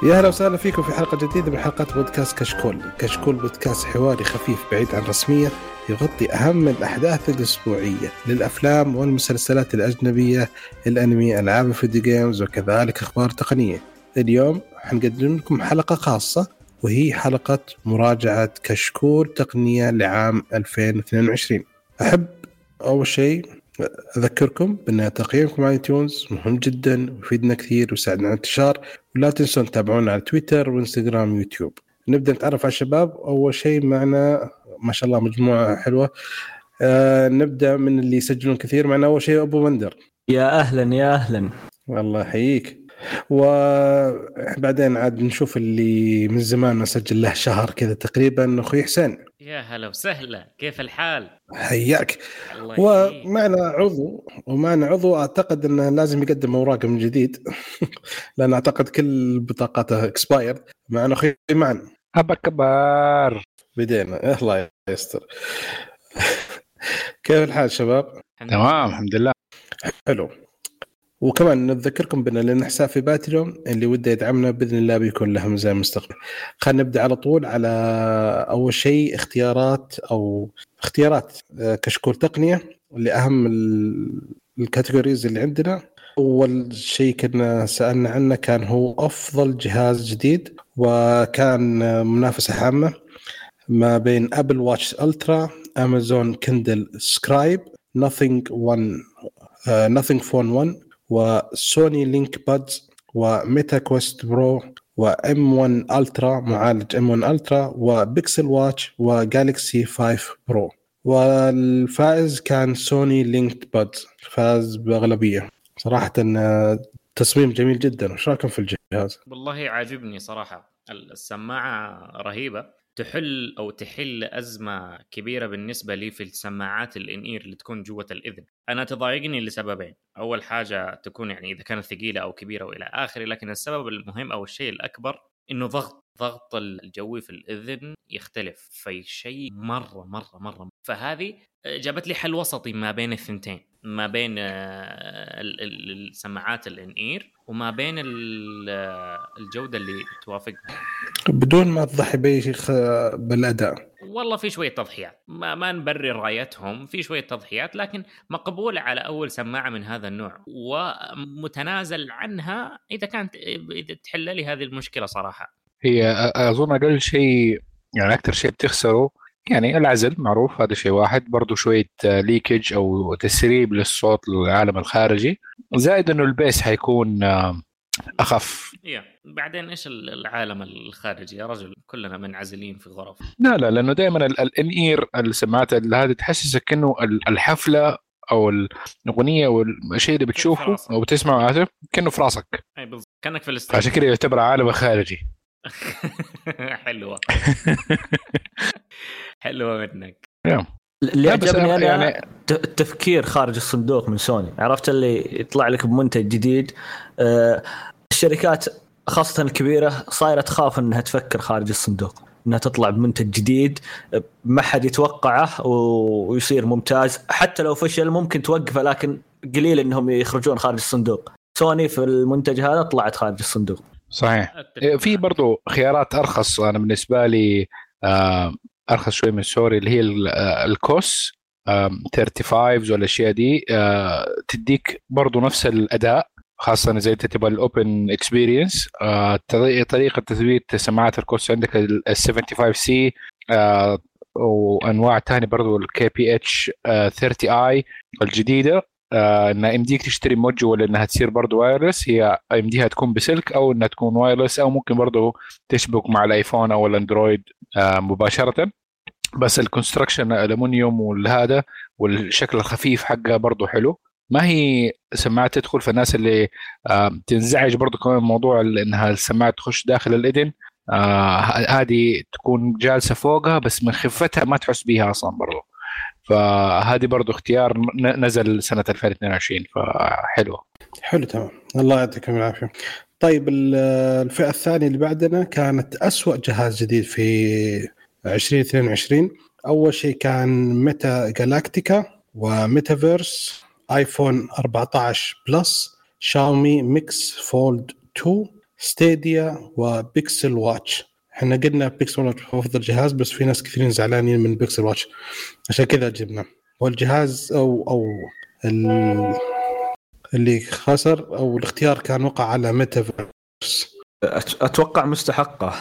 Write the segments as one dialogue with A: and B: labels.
A: يا أهلا وسهلا فيكم في حلقة جديدة من حلقات بودكاست كشكول. كشكول بودكاست حواري خفيف بعيد عن الرسمية، يغطي أهم الأحداث الأسبوعية للأفلام والمسلسلات الأجنبية، الأنمي، ألعاب الفيديو جيمز، وكذلك أخبار تقنية. اليوم حنقدم لكم حلقة خاصة، وهي حلقة مراجعة كشكول تقنية لعام 2022. أحب أول شيء أذكركم بأن تقييمكم على iTunes مهم جدا ويفيدنا كثير ويساعدنا على الانتشار، ولا تنسون تتابعونا على تويتر وإنستغرام ويوتيوب. نبدأ نتعرف على الشباب. أول شيء معنا ما شاء الله مجموعة حلوة. نبدأ من اللي يسجلون كثير. معنا أول شيء أبو مندر.
B: يا أهلا يا أهلا.
A: والله يحييك. وبعدين عاد نشوف اللي من زمان ما سجل له شهر كذا تقريبا، أخوي حسين.
C: يا هلا وسهلا، كيف الحال؟
A: حياك. ومعنا عضو أعتقد أنه لازم يقدم أوراق من جديد لأن أعتقد كل بطاقاته اكسباير. معنا أخي معنا
D: أبا كبار.
A: بدينا الله يستر. كيف الحال شباب؟
D: تمام الحمد لله.
A: حلو. وكمان نذكركم بأن لنا حساب في باتريون، اللي وده يدعمنا بإذن الله بيكون له مزايا مستقبل. خلينا نبدأ على طول على أول شيء اختيارات كشكول تقنية لأهم الكاتيجوريز اللي عندنا. أول شيء كنا سألنا عنه كان هو أفضل جهاز جديد، وكان منافسة حامة ما بين أبل واتش ألترا، أمازون كندل سكرايب، Nothing Phone 1، وسوني لينك بادز، وميتا كويست برو، وM1 ألترا معالج M1 ألترا، وبيكسل واتش، وجالكسي 5 برو. والفائز كان سوني لينك بادز، فاز بأغلبية. صراحة تصميم جميل جدا. وش رأيكم في الجهاز؟
C: والله عاجبني صراحة. السماعة رهيبة، تحل أزمة كبيرة بالنسبة لي في السماعات الإنير اللي تكون جوة الإذن. أنا تضايقني لسببين. أول حاجة تكون يعني إذا كانت ثقيلة أو كبيرة وإلى آخره، لكن السبب المهم أو الشيء الأكبر إنه ضغط الجوي في الإذن يختلف في شيء مرة. فهذه جابت لي حل وسطي ما بين الثنتين، ما بين السماعات الإنير وما بين الجودة اللي توافقها،
A: بدون ما تضحي بأي بالأداء.
C: والله في شوية تضحيات، ما نبرر رايتهم، في شوية تضحيات لكن مقبولة على أول سماعة من هذا النوع، ومتنازل عنها إذا تحل لي هذه المشكلة صراحة.
D: هي أظن أقل شيء يعني أكتر شيء بتخسره يعني العزل، معروف هذا شيء واحد، برضو شوية ليكج أو تسريب للصوت للعالم الخارجي، زائد أنه البيس حيكون أخف.
C: بعدين إيش العالم الخارجي يا رجل؟ كلنا منعزلين في غرف.
D: لا لأنه دائما الإنير السماعات هذه تحسسك إنه الحفلة أو الأغنية والشيء اللي بتشوفه أو بتسمعه هذا كأنه في راسك.
C: أي بالضبط، كأنك في الاستوديو.
D: عشان كده يعتبر عالم خارجي.
C: حلوة. حلوة منك.
B: اللي عجبني أنا يعني التفكير خارج الصندوق من سوني. عرفت اللي يطلع لك بمنتج جديد. الشركات خاصة الكبيرة صايرة تخاف أنها تفكر خارج الصندوق، أنها تطلع بمنتج جديد ما حد يتوقعه ويصير ممتاز. حتى لو فشل ممكن توقفه، لكن قليل أنهم يخرجون خارج الصندوق. سوني في المنتج هذا طلعت خارج الصندوق.
D: صحيح. في برضو خيارات أرخص. أنا بالنسبة لي أرخص شوي من سوري اللي هي الكوس 35 والأشياء دي، تديك برضو نفس الأداء، خاصة زي تبغى الأوبن إكسبيرينس. طريقة تثبيت سماعات الكوس عندك ال 75C، وأنواع تاني برضو ال KPH 30i الجديدة. إنها يمديك تشتري موجة إنها تصير برضو وايرلس. هي يمديها تكون بسلك أو إنها تكون وايرلس، أو ممكن برضو تشبك مع الآيفون أو الأندرويد مباشرة. بس الكونستراكشن ألمنيوم والهذا والشكل الخفيف حقها برضو حلو. ما هي سماعة تدخل في الناس اللي تنزعج برضو كمان موضوع إنها السماعة تخش داخل الإذن. هذه تكون جالسة فوقها بس من خفتها ما تحس بيها أصلا برضو. فهذه برضو اختيار نزل سنة 2022، فحلوة.
A: حلو تمام، الله يعطيكم العافية. طيب الفئة الثانية اللي بعدنا كانت أسوأ جهاز جديد في 2022. أول شيء كان ميتا جالاكتيكا وميتافيرس، آيفون 14 بلس، شاومي ميكس فولد 2، ستيديا وبيكسل واتش. احنا قلنا بيكسل واتش هو افضل جهاز، بس في ناس كثيرين زعلانين من بيكسل واتش عشان كذا جبنا. والجهاز او اللي خسر او الاختيار كان وقع على ميتافيرس.
B: اتوقع مستحقه.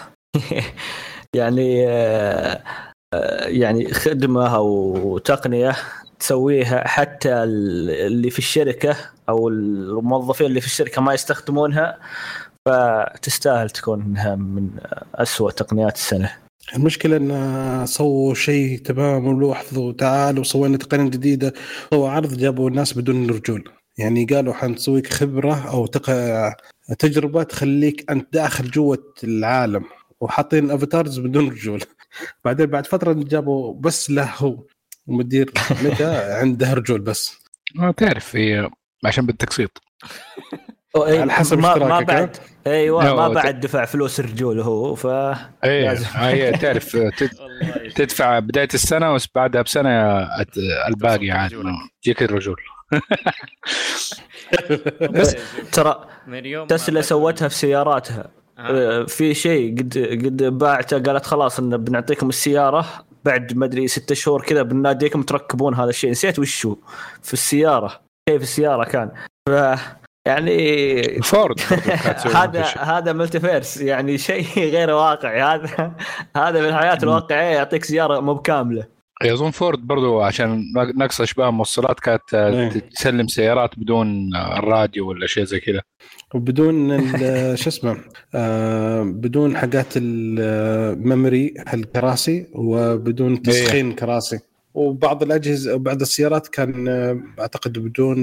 B: يعني خدمه او تقنيه تسويها حتى اللي في الشركه او الموظفين اللي في الشركه ما يستخدمونها، فتستاهل تكون انها من أسوأ تقنيات السنه.
A: المشكله ان سووا شيء تمام ولوحظوا تعالوا وسوينا تقنيه جديده، سووا عرض جابوا الناس بدون رجول. يعني قالوا حنسويك خبره او تجربه تخليك انت داخل جوه العالم، وحاطين افاتارز بدون رجول. بعدين بعد فتره جابوا بس له هو مدير ميتا عنده رجول بس.
D: ما تعرف هي عشان بالتقسيط
A: على حسب
B: ما بعد ايوه ما بعد دفع فلوس الرجول هو
D: لازم هي تعرف تدفع بدايه السنه وبعدها بسنه الباقي عاد يجيك الرجول.
B: بس ترى تسلا سوتها في سياراتها. في شيء قد باعته قالت خلاص ان بنعطيكم السياره بعد ما ادري 6 شهور كذا بناديكم تركبون هذا الشيء. نسيت وشو في السياره، كيف السياره كان يعني
D: فورد
B: هذا ملتيفيرس، يعني شيء غير واقعي. هذا من الحياة الواقعية يعطيك سيارة مو بكاملة.
D: يظن فورد برضو عشان نقص اشباه موصلات كانت تسلم سيارات بدون الراديو ولا شيء زي كذا،
A: وبدون شو اسمه بدون حاجات الميموري الكراسي، وبدون تسخين كراسي. وبعض الأجهزة وبعض السيارات كان أعتقد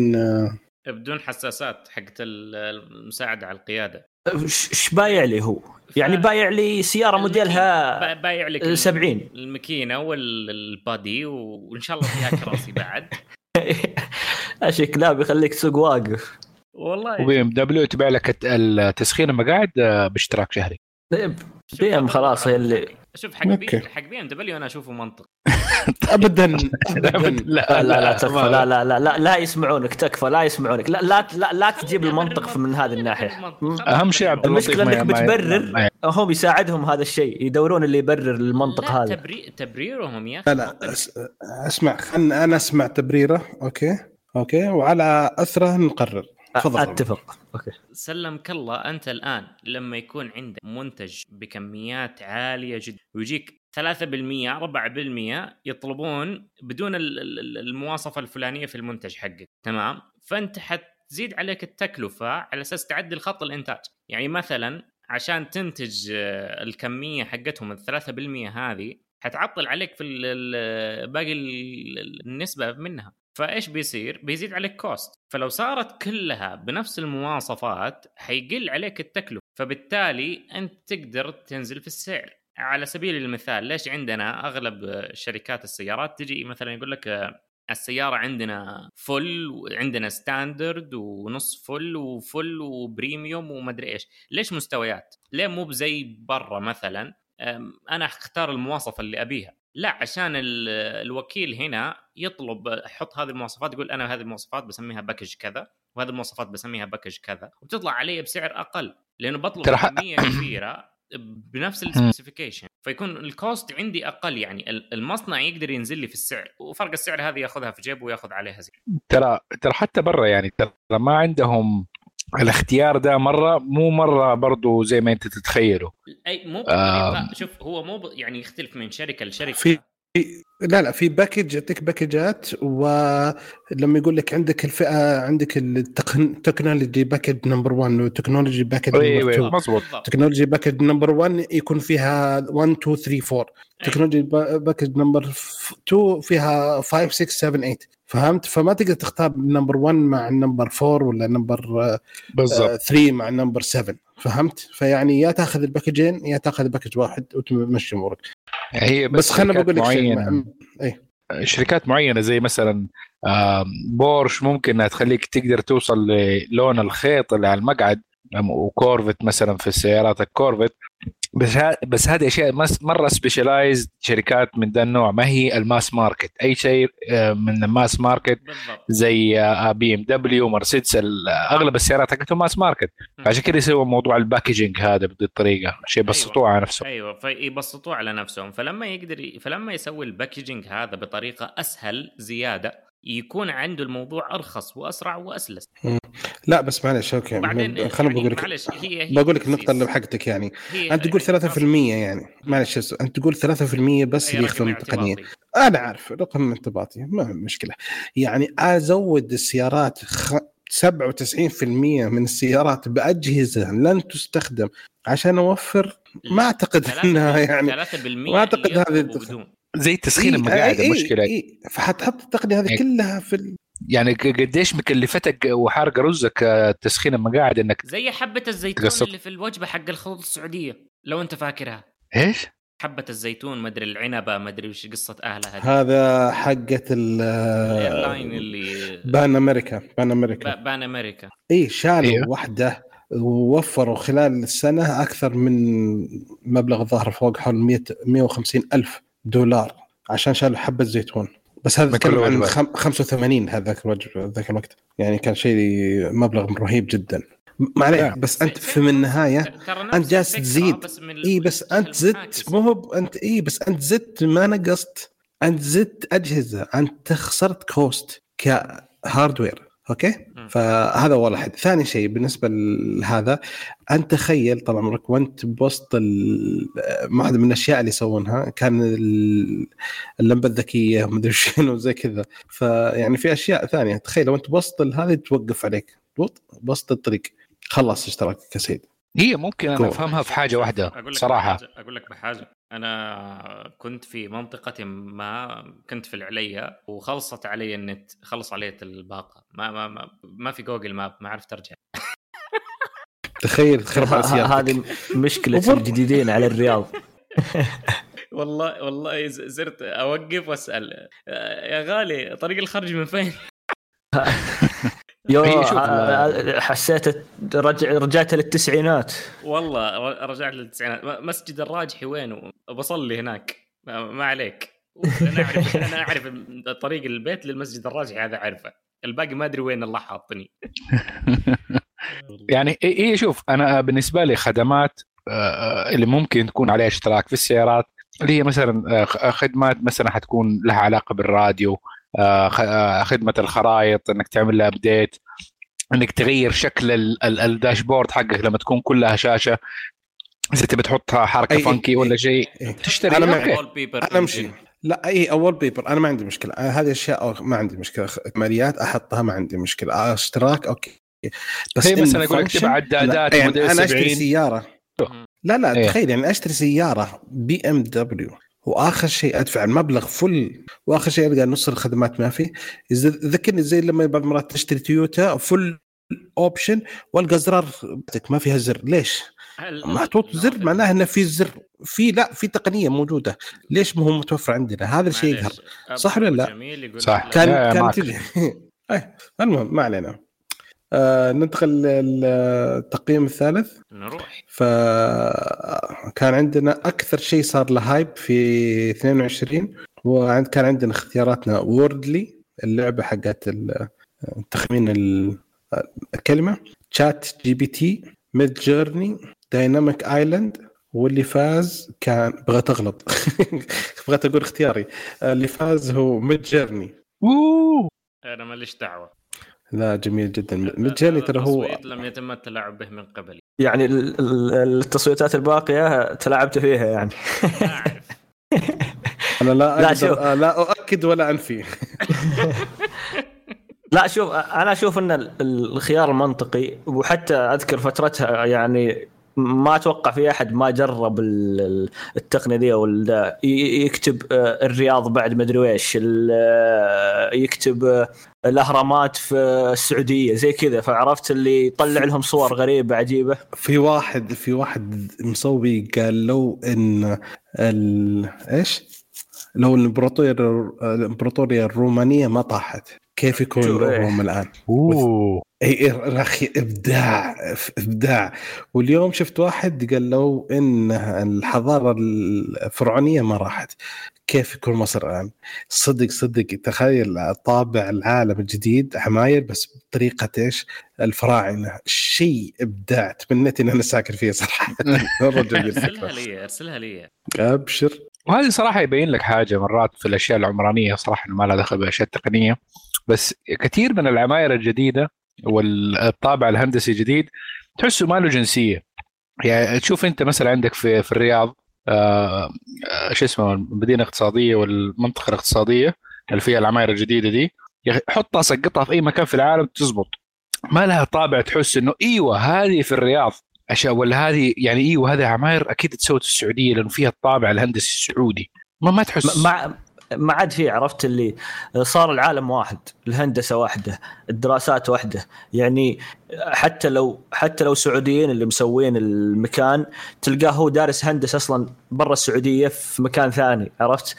A: بدون
C: حساسات حقت المساعدة على القيادة.
B: ايش بايع لي هو؟ يعني بايع لي سيارة موديلها
C: بايع لك
B: 70
C: الماكينة والبادي وإن شاء الله فيها كراسي بعد.
B: أشيك لا بيخليك تسوق واقف
C: والله.
D: وبي دبليو تبيع لك التسخين المقاعد باشتراك شهري.
B: بي ام خلاص هي اللي
C: شوف حق بي ام دبليو انا اشوفه منطق.
A: ابدا
B: لا تكفى لا يسمعونك، تكفى لا يسمعونك. لا تجيب المنطق من هذه الناحيه.
D: اهم شيء عبد
B: المشكله انك بتبرر، هم يساعدهم هذا الشيء، يدورون اللي يبرر المنطق هذا.
C: تبريرهم يا اخي.
A: لا اسمع، انا اسمع تبريره. اوكي وعلى اثره نقرر.
B: اتفق. اوكي
C: سلمك الله. انت الان لما يكون عندك منتج بكميات عاليه جدا ويجيك 3% 4% يطلبون بدون المواصفه الفلانيه في المنتج حقك، تمام؟ فانت حتزيد عليك التكلفه على اساس تعدل خط الانتاج. يعني مثلا عشان تنتج الكميه حقتهم 3% هذه حتعطل عليك في باقي النسبه منها. فايش بيصير؟ بيزيد عليك كوست. فلو صارت كلها بنفس المواصفات حيقل عليك التكلفه، فبالتالي انت تقدر تنزل في السعر. على سبيل المثال ليش عندنا اغلب شركات السيارات تجي مثلا يقول لك السياره عندنا فل وعندنا ستاندرد ونص فل وفل وبريميوم ومدري ايش. ليش مستويات؟ ليه مو بزي برا مثلا انا اختار المواصفه اللي ابيها؟ لا، عشان الوكيل هنا يطلب احط هذه المواصفات، يقول انا هذه المواصفات بسميها باكج كذا وهذه المواصفات بسميها باكج كذا، وبتطلع علي بسعر اقل لانه بطلب كميه كبيره بنفس السبيسيفيكيشن، فيكون الكوست عندي اقل. يعني المصنع يقدر ينزل لي في السعر، وفرق السعر هذه ياخذها في جيبه وياخذ عليها زي.
D: ترى حتى برا يعني ترى ما عندهم الاختيار ده مو مرة برضو زي ما انت تتخيله.
C: اي مو شوف هو مو يعني يختلف من شركة لشركة.
A: لا في باكج، يعطيك باكجات، ولما يقول لك عندك الفئة، عندك التكنولوجي باكج نمبر 1 والتكنولوجي باكج نمبر 2.
D: مظبوط.
A: تكنولوجي باكج نمبر 1 يكون فيها 1 2 3 4. تكنولوجي باكج نمبر 2 فيها 5 6 7 8. فهمت؟ فما تقدر تختار نمبر 1 مع النمبر 4 ولا نمبر 3 مع النمبر 7. فهمت؟ فيعني يا تاخذ الباكجين يا تاخذ باكج واحد وتمشي امورك.
D: هي
A: بس خلنا بقول لك شيء.
D: شركات معينه زي مثلا بورش ممكن تخليك تقدر توصل للون الخيط اللي على المقعد، وكورفت مثلا في السيارات الكورفت بس هذه اشياء مره سبيشالايزد شركات من ذا النوع، ما هي الماس ماركت. اي شيء من الماس ماركت زي بي ام دبليو مرسيدس، اغلب السيارات حقتهم ماس ماركت، عشان كده يسووا موضوع الباكجينج هذا بهذه الطريقه، شيء يبسطوه على نفسهم.
C: ايوه فيبسطوه على نفسهم، فلما يسوي الباكجينج هذا بطريقه اسهل زياده يكون عنده الموضوع ارخص واسرع واسلس.
A: لا بس معلش اوكي، خليني بقول لك النقطه اللي بحقتك. يعني انت تقول 3%، يعني معلش انت تقول 3% بس اللي يخدم التقنيه. انا عارف رقم انضباطي ما مشكله، يعني ازود السيارات 97% من السيارات باجهزه لن تستخدم عشان اوفر. ما اعتقد انها يعني ما اعتقد هذه
D: زي تسخين المقاعد. المشكله
A: فحتحط التقنيه هذه كلها في
D: يعني قديش مكلفتك وحارق رزك تسخين المقاعد، انك
C: زي حبه الزيتون اللي في الوجبه حق الخلط السعوديه لو انت فاكرها.
D: ايش
C: حبه الزيتون ما ادري العنبه ما ادري وش قصه اهلها
A: هذا حقه
C: الايرلاين اللي
A: بان امريكا اي شالوا واحده ووفروا خلال السنه اكثر من مبلغ الظاهر فوق حول 150 ألف دولار عشان شالوا حبه زيتون بس. هذا كان عن 85 ذاك الوقت، يعني كان شيء مبلغ رهيب جدا. ما عليه، بس انت في النهايه انت جالس تزيد. بس انت زدت، مو هو انت بس انت زدت ما نقصت، انت زدت اجهزه، انت خسرت كوست كهاردوير. اوكي فهذا اول حد. ثاني شيء بالنسبه لهذا، انت تخيل طال عمرك وانت بوسط واحده من الاشياء اللي يسوونها كان اللمبه الذكيه ومدري شنو زي كذا. فيعني في اشياء ثانيه تخيل لو انت بوسط هذه توقف عليك بوسط الطريق خلص اشتراكك كسيد.
D: هي ممكن انا افهمها في حاجه واحده صراحه.
C: اقول لك بحاجه، انا كنت في منطقه ما كنت في العليا وخلصت علي النت، خلص علي الباقه، ما في جوجل ماب، ما عرفت ارجع.
A: تخيل خرب على سيارتك.
B: هذه مشكله الجديدين على الرياض.
C: والله زرت اوقف واسال يا غالي طريق الخرج من فين.
B: حسيت رجعت للتسعينات.
C: والله رجعت للتسعينات. مسجد الراجحي وين؟ بصلي هناك ما عليك. انا اعرف طريق البيت للمسجد الراجحي هذا عارفه، الباقي ما ادري وين الله حاطني.
D: يعني ايه شوف، انا بالنسبه لي خدمات اللي ممكن تكون عليها اشتراك في السيارات اللي هي مثلا خدمات مثلا حتكون لها علاقه بالراديو، خدمة الخرائط، انك تعمل لها ابديت، انك تغير شكل الداشبورد حقك لما تكون كلها شاشة، اذا تبي تحطها حركة فانكي ولا شيء تشتري.
A: انا امشي لا اول بيبر انا ما عندي مشكلة، هذه اشياء ما عندي مشكلة، ماليات احطها ما عندي مشكلة، اشتراك اوكي. بس
D: مثلا اقول لك تبع عدادات
A: يعني انا اشتري سيارة لا تخيل يعني اشتري سيارة بي ام دبليو واخر شيء ادفع المبلغ فل، واخر شيء القى نص الخدمات ما في. ذكرني زي لما بعض مرات تشتري تويوتا فل اوبشن والقى زرار ما فيها زر. ليش محطوط زر؟ معناه انه في زر، في تقنيه موجوده، ليش ما هو متوفر عندنا؟ هذا الشيء يقهر، صح ولا لا؟
D: صح.
A: كان تجي المهم ما علينا. ندخل للتقييم الثالث
C: نروح.
A: فكان عندنا أكثر شيء صار له هايب في 22 كان عندنا اختياراتنا ووردلي اللعبة حقت تخمين الكلمة، تشات جي بي تي، ميد جيرني، دايناميك آيلاند، واللي فاز كان بغيت أغلط بغيت أقول اختياري، اللي فاز هو ميد جيرني.
C: أنا ماليش دعوة.
A: لا جميل جدا مجاني ترى، هو
C: لم يتم التلاعب به من قبل،
B: يعني التصويتات الباقية تلعبت فيها يعني.
A: أنا لا أؤكد ولا أنفي.
B: لا شوف، أنا أشوف أن الخيار المنطقي، وحتى أذكر فترتها يعني ما أتوقع في أحد ما جرب التقنية دي، ولا يكتب الرياض بعد ما أدري ويش، يكتب الأهرامات في السعودية زي كذا، فعرفت اللي يطلع لهم صور غريبة عجيبة. في واحد مصوبي قال لو إن لو الإمبراطورية الرومانية ما طاحت
A: كيف يكون لهم الآن. اي اخي ابداع. واليوم شفت واحد قال لو ان الحضاره الفرعونيه ما راحت كيف يكون مصر الان. صدق تخيل طابع العالم الجديد عماير بس بطريقه ايش الفراعنه. شيء ابداع تمنيت ان انا ساكن فيه صراحه.
C: ارسلها لي
A: ابشر.
D: وهذه صراحه يبين لك حاجه مرات في الاشياء العمرانيه صراحه انه ما لها دخل بالاشياء التقنيه، بس كثير من العماير الجديده والطابع الهندسي الجديد تحسه ما له جنسيه. يعني تشوف انت مثلا عندك في الرياض شو اسمه المدينه الاقتصاديه والمنطقه الاقتصاديه اللي فيها العماير الجديده دي، حطها سقطها في اي مكان في العالم تزبط، ما لها طابع تحس انه ايوه هذه في الرياض اشياء ولا هذه يعني ايوه هذه عماير اكيد تسوت في السعوديه لانه فيها الطابع الهندسي السعودي. ما تحس
B: ما عاد فيه، عرفت اللي صار العالم واحد، الهندسة واحدة، الدراسات واحدة. يعني حتى لو سعوديين اللي مسوين المكان تلقاه هو دارس هندسة أصلا برا السعودية في مكان ثاني، عرفت.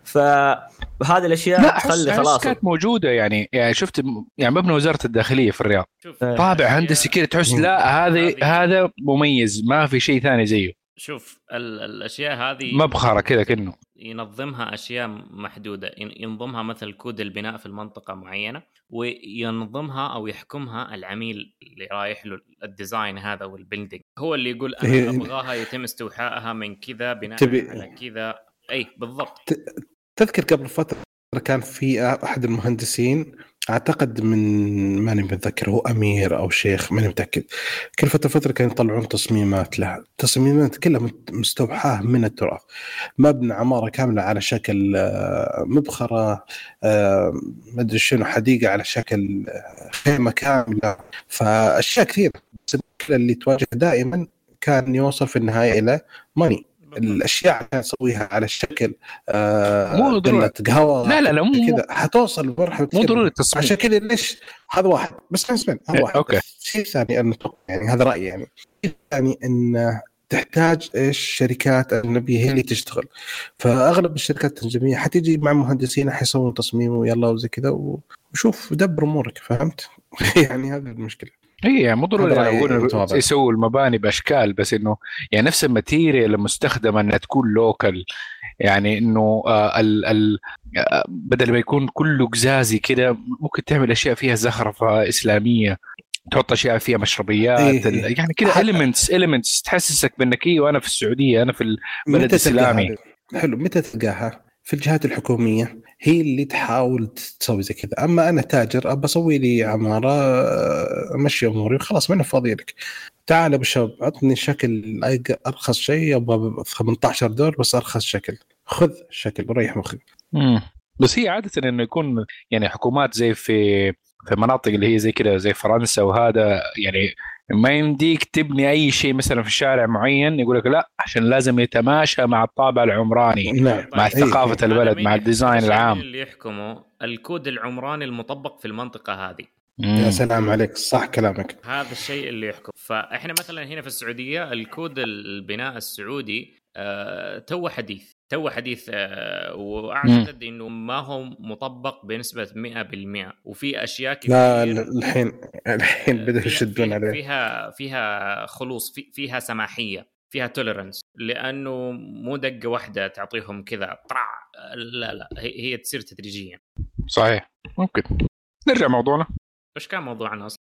B: فهذه الأشياء تخلي خلاص
D: كانت موجودة. يعني شفت يعني مبنى وزارة الداخلية في الرياض طابع هندسي كده تحس لا هذا مميز ما في شيء ثاني زيه.
C: شوف الأشياء هذه
D: مبخرة كده كأنه
C: ينظمها أشياء محدودة، ينظمها مثل كود البناء في المنطقة معينة، وينظمها أو يحكمها العميل اللي رايح له الديزاين هذا والبيلدينج، هو اللي يقول أنا أبغاها يتم استوحائها من كذا بناء على كذا. أي بالضبط.
A: تذكر قبل فترة كان في أحد المهندسين أعتقد من ماني متذكر هو أمير أو شيخ ماني متأكد، كل فترة كانوا يطلعون تصميمات لها، تصميمات كلها مستوحاة من التراث، مبنى عمارة كاملة على شكل مبخرة، ما أدري شنو، حديقة على شكل خيمة كاملة، فأشياء كثير. اللي تواجه دائما كان يوصل في النهاية إلى ماني. الاشياء اللي نسويها على الشكل
D: مو ضروري
A: قهوه
D: لا مو
A: كذا حتوصل مرحله
D: مو ضروري التصميم
A: عشان كذا. ليش هذا واحد بس نسمع هذا واحد.
D: اوكي.
A: شيء ثاني انه يعني هذا رايي يعني ان تحتاج ايش شركات اجنبيه هي اللي تشتغل، فاغلب الشركات الاجنبيه حتيجي مع مهندسين حيسوون تصميم ويلا وزي كذا وشوف دبر امورك، فهمت؟ يعني هذه المشكله.
D: هي مو ضروري يسووا المباني باشكال، بس انه يعني نفس الماتيريال المستخدمه انها تكون لوكال، يعني انه بدل ما يكون كله قزازي كده ممكن تعمل اشياء فيها زخرفه اسلاميه، تحط اشياء فيها مشربيات يعني كده elements تحسسك بانك ايوه انا في السعوديه انا في البلد الاسلامي.
A: حلو. متى تلقاها؟ في الجهات الحكومية هي اللي تحاول تسوي زي كذا. أما أنا تاجر أبى أسوي لي عمارة أمشي أموري وخلاص ما فاضي لك، تعال يا بشاب عطني شكل أرخص شيء أبغى 18 دور بس أرخص شكل، خذ شكل وريح مخي.
D: بس هي عادة إنه يكون يعني حكومات زي في مناطق اللي هي زي كده زي فرنسا وهذا، يعني ما يمديك تبني أي شيء مثلا في شارع معين يقول لك لا عشان لازم يتماشى مع الطابع العمراني مع ثقافة البلد مع الديزاين العام.
C: اللي يحكمه الكود العمراني المطبق في المنطقة هذه.
A: يا سلام عليك، صح كلامك،
C: هذا الشيء اللي يحكم. فإحنا مثلا هنا في السعودية الكود البناء السعودي تو حديث وأعتقد إنه ما هو مطبق بنسبة 100%، وفي أشياء كثير
A: لا الحين بدأوا يشدون عليه،
C: فيها خلوص، فيها سماحية، فيها توليرنس، لأنه مو دقة واحدة تعطيهم كذا لا هي تصير تدريجيا.
D: صحيح. ممكن نرجع موضوعنا.
C: إيش كان موضوعنا أصلا؟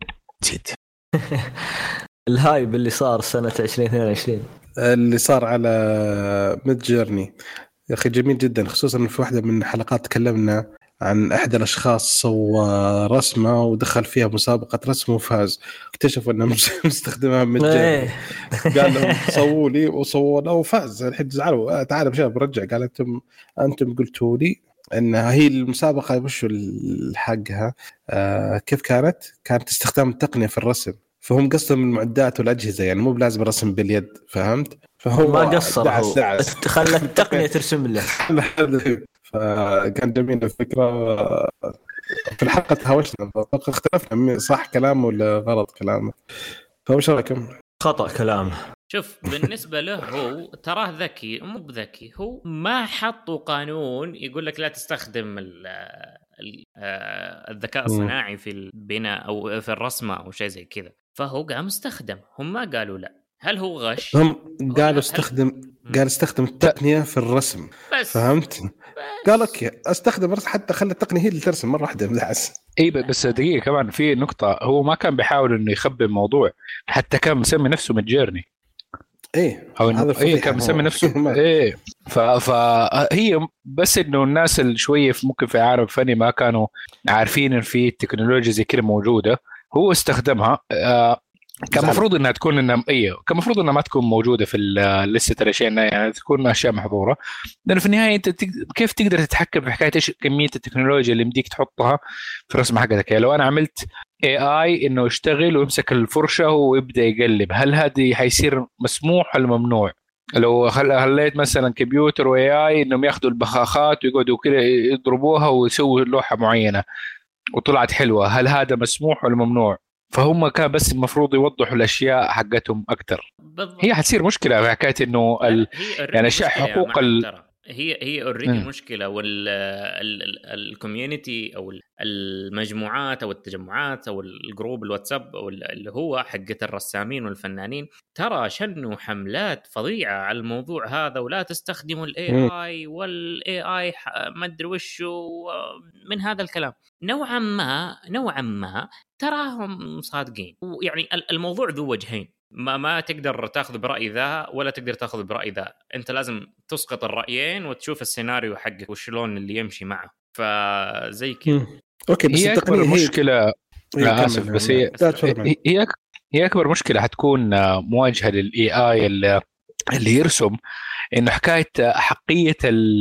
B: الهايب اللي صار سنة 2022
A: اللي صار على ميدجيرني يا أخي جميل جدا، خصوصا في واحدة من الحلقات تكلمنا عن أحد الأشخاص سوى رسمة ودخل فيها مسابقة رسم وفاز، اكتشفوا أنه مستخدمها ميدجيرني قال لهم سووا لي وسووا له وفاز. الحين زعلوا تعالوا بشاب رجع، قال أنتم قلتوا لي أنها هي المسابقة وشو حقها كيف كانت استخدام التقنية في الرسم، فهم قصدهم المعدات والأجهزة يعني مو بلازم الرسم باليد، فهمت؟ فهو
B: ما قصر، خلى التقنية ترسم له.
A: فكان جميل الفكرة. في الحلقة تهاوشنا اختلفنا صح كلامه ولا غلط كلامه، فوش رأيكم؟
B: خطأ كلامه.
C: شوف بالنسبة له هو تراه ذكي مو بذكي، هو ما حطوا قانون يقول لك لا تستخدم الذكاء الصناعي في البناء او في الرسمه او شيء زي كذا، فهو قام استخدم. هم ما قالوا لا. هل هو غش؟
A: هم قالوا قال استخدم التقنيه في الرسم. فهمت؟ قال اوكي استخدم حتى خلي التقنيه هي اللي ترسم مره واحده بالعكس.
D: اي بس دقيقه كمان في نقطه، هو ما كان بيحاول انه يخبي الموضوع، حتى كان مسمي نفسه ميدجيرني.
A: ايه
D: هذا كان مسمي نفسه ايه. فهي بس انه الناس اللي شويه ممكن في عالم فني ما كانوا عارفين ان في تكنولوجيا زي كده موجوده، هو استخدمها. كان مفروض انها تكون كان مفروض انها ما تكون موجوده في لسته الاشياء، يعني تكون اشياء محظوره، لانه في النهايه انت كيف تقدر تتحكم في حكايه ايش كميه التكنولوجيا اللي يمديك تحطها في رسمه حقتك. يعني لو انا عملت AI انه يشتغل ويمسك الفرشه ويبدا يقلب، هل هذه حيصير مسموح ولا ممنوع؟ لو خليت مثلا كمبيوتر وAI انهم ياخذوا البخاخات ويقعدوا كده يضربوها ويسووا لوحه معينه وطلعت حلوه، هل هذا مسموح ولا ممنوع؟ فهم كان بس المفروض يوضحوا الاشياء حقتهم اكثر. هي حتصير مشكله في حكايه انه يعني اشياء حقوق
C: هي اوريدي مشكله. والكوميونتي او المجموعات او التجمعات او الجروب الواتساب او اللي هو حقه الرسامين والفنانين ترى شنوا حملات فظيعه على الموضوع هذا، ولا تستخدموا الAI والAI ما ادري وش من هذا الكلام. نوعا ما تراهم صادقين. يعني الموضوع ذو وجهين، ما تقدر تاخذ برأي ذا ولا تقدر تاخذ برأي ذا، انت لازم تسقط الرأيين وتشوف السيناريو حقك وشلون اللي يمشي معه. فزي كذا.
A: اوكي بس
D: هي اكبر مشكله اسف بس هي اكبر مشكله حتكون مواجهه للAI اللي يرسم، انه حكايه حقيه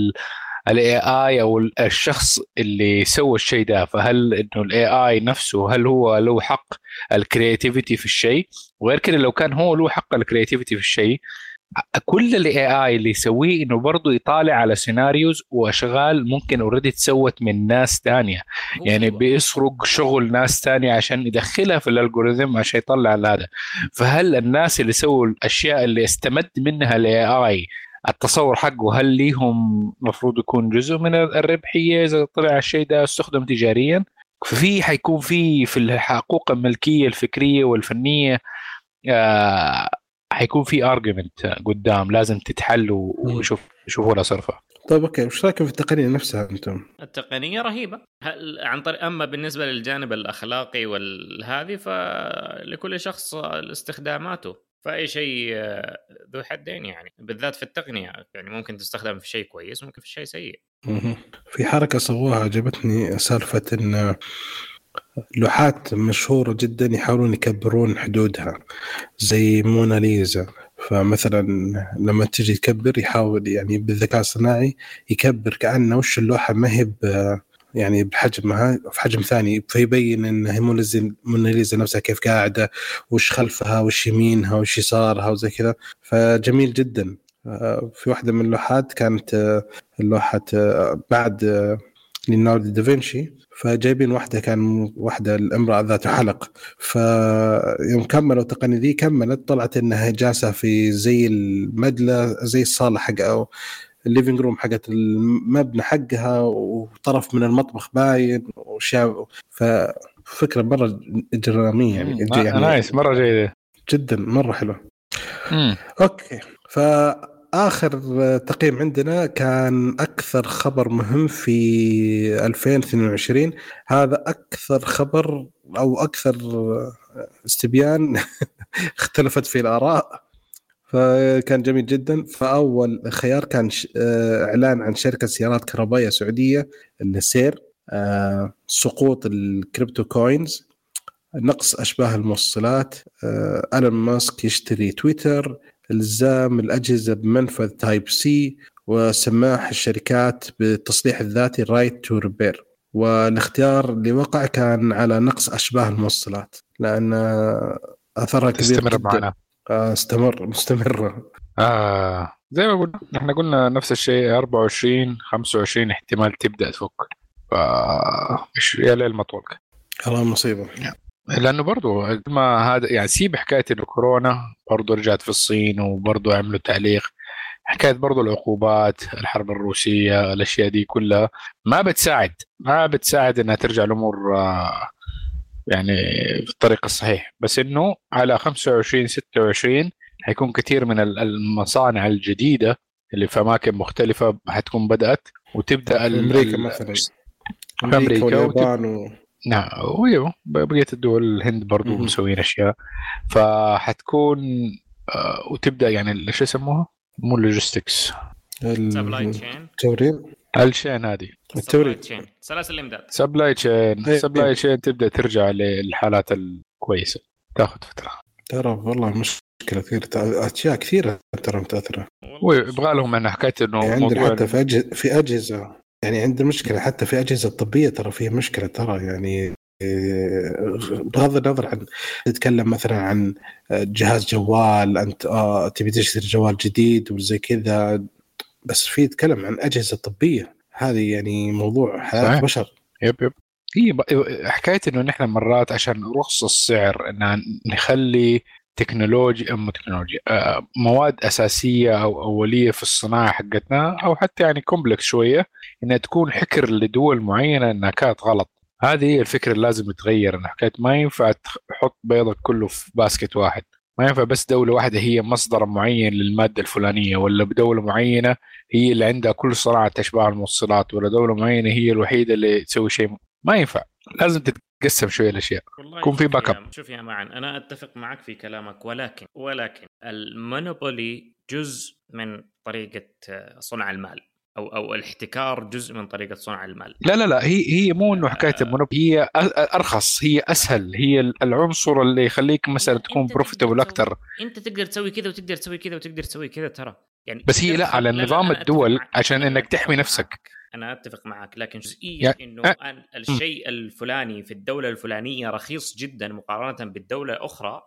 D: الAI او الشخص اللي سوى الشيء ده. فهل انه الAI نفسه هل هو له حق الكرياتيفيتي في الشيء؟ وغير كده لو كان هو له حق الكرياتيفيتي في الشيء، كل الAI اللي يسويه انه برضه يطالع على سيناريوز واشغال ممكن اوريدي تسوت من ناس تانية، يعني بيسرق شغل ناس تانية عشان يدخلها في الالجوريثم عشان يطلع هذا. فهل الناس اللي سووا الاشياء اللي استمد منها الAI التصور حقه هل ليهم مفروض يكون جزء من الربحية إذا طلع الشيء ده استخدم تجاريا؟ ففي حيكون في الحقوق الملكية الفكرية والفنية حيكون في argument قدام لازم تتحل وشوفوا لها صرفة.
A: طيب اوكي، وش رايكم في التقنية نفسها انتم؟
C: التقنية رهيبة عن طريق، اما بالنسبة للجانب الاخلاقي والهذه فلكل شخص استخداماته، فأي شيء ذو حدين يعني، بالذات في التقنية يعني ممكن تستخدم في شيء كويس ممكن في شيء سيء.
A: في حركة سووها عجبتني، سالفة إن لوحات مشهورة جدا يحاولون يكبرون حدودها زي موناليزا. فمثلا لما تيجي تكبر يحاول يعني بالذكاء الصناعي يكبر كأنه وش اللوحة ما هي يعني بحجمها في حجم ثاني، فيبين ان موناليزا نفسها كيف قاعده، وش خلفها وش يمينها وش يسارها وزي كذا. فجميل جدا. في واحده من اللوحات كانت اللوحه بعد ليوناردو دافنشي، فجايبين واحده الامراه ذات حلق، فيوم كملوا التقنيه دي كملت طلعت انها جالسه في زي المدلة زي الصاله حق او الليفينج روم حقت المبنى حقها، وطرف من المطبخ باين وشاب. ففكرة مرة إجرامية يعني
D: نايس، مرة جيدة
A: جدا، مرة حلوة. أوكي، فآخر تقييم عندنا كان أكثر خبر مهم في 2022. هذا أكثر خبر أو أكثر استبيان اختلفت فيه الآراء، فكان جميل جدا. فأول خيار كان إعلان عن شركة سيارات كهربائية سعودية السير، سقوط الكريبتو كوينز، نقص أشباه الموصلات، ألون ماسك يشتري تويتر، إلزام الأجهزة بمنفذ تايب سي، وسماح الشركات بالتصليح الذاتي رايت تو ريبير. والاختيار اللي وقع كان على نقص أشباه الموصلات لأن أثرها كبير
D: تستمر
A: جدا.
D: معنا.
A: مستمرة.
D: زي ما قلنا احنا قلنا نفس الشيء، 24-25 احتمال تبدأ تفك. مش يا ليل مطول
A: الله مصيبة.
D: لأنه برضو ما هذا يعني سيب حكاية إنه كورونا برضو رجعت في الصين وبرضو عملوا تعليق. حكاية برضو العقوبات، الحرب الروسية، الأشياء دي كلها ما بتساعد إنها ترجع الأمور يعني في الطريق الصحيح. بس إنه على 25-26 حيكون كثير من المصانع الجديدة اللي في أماكن مختلفة حتكون بدأت وتبدأ
A: في أمريكا مثلا، أمريكا واليابان
D: نعم، بقية الدول، الهند برضو مسوين أشياء. فحتكون وتبدأ يعني شو يسموها، مو اللوجيستكس،
A: التوريد،
D: الشين هذه
A: التوريد،
C: سلاسل الإمداد،
D: سبلاي تشين تبدأ ترجع للحالات الكويسة. تاخذ فترة
A: ترى والله مشكلة كثير، أشياء كثيرة ترى متأثرة،
D: ويبغى لهم أن حكيت إنه
A: يعني عندنا حتى في أجهزة، يعني عندنا مشكلة حتى في أجهزة طبية ترى فيها مشكلة ترى، يعني بغض النظر عن تتكلم مثلا عن جهاز جوال، أنت تبي تشتري جوال جديد وزي كذا، بس في تتكلم عن أجهزة طبية، هذه يعني موضوع حياة بشر.
D: يب هي حكاية إنه نحن مرات عشان رخص السعر إن نخلي تكنولوجيا مواد أساسية أو أولية في الصناعة حقتنا، أو حتى يعني كومبلكس شوية، إنها تكون حكر لدول معينة إنها كانت غلط. هذه الفكرة لازم تتغير، إن حكاية ما ينفع تحط بيضك كله في باسكت واحد. ما ينفع بس دولة واحدة هي مصدر معين للمادة الفلانية، ولا بدولة معينة هي اللي عندها كل صناعة أشباه الموصلات، ولا دولة معينة هي الوحيدة اللي تسوي شيء. ما ينفع، لازم تتقسم شوية الأشياء، يكون في باك اب.
C: شوف يا معن، أنا أتفق معك في كلامك، ولكن المونوبولي جزء من طريقة صنع المال، أو الاحتكار جزء من طريقة صنع المال.
D: لا هي مو إنه حكاية المونوبولي، هي أرخص، هي أسهل، هي العنصر اللي يخليك مثلا تكون بروفيتبل أكتر.
C: أنت تقدر تسوي كذا وتقدر تسوي كذا وتقدر تسوي كذا ترى، يعني
D: بس هي لا، على النظام الدول عشان إنك تحمي نفسك.
C: أنا أتفق معك، لكن جزئية إنه الشيء الفلاني في الدولة الفلانية رخيص جدا مقارنة بالدولة الأخرى،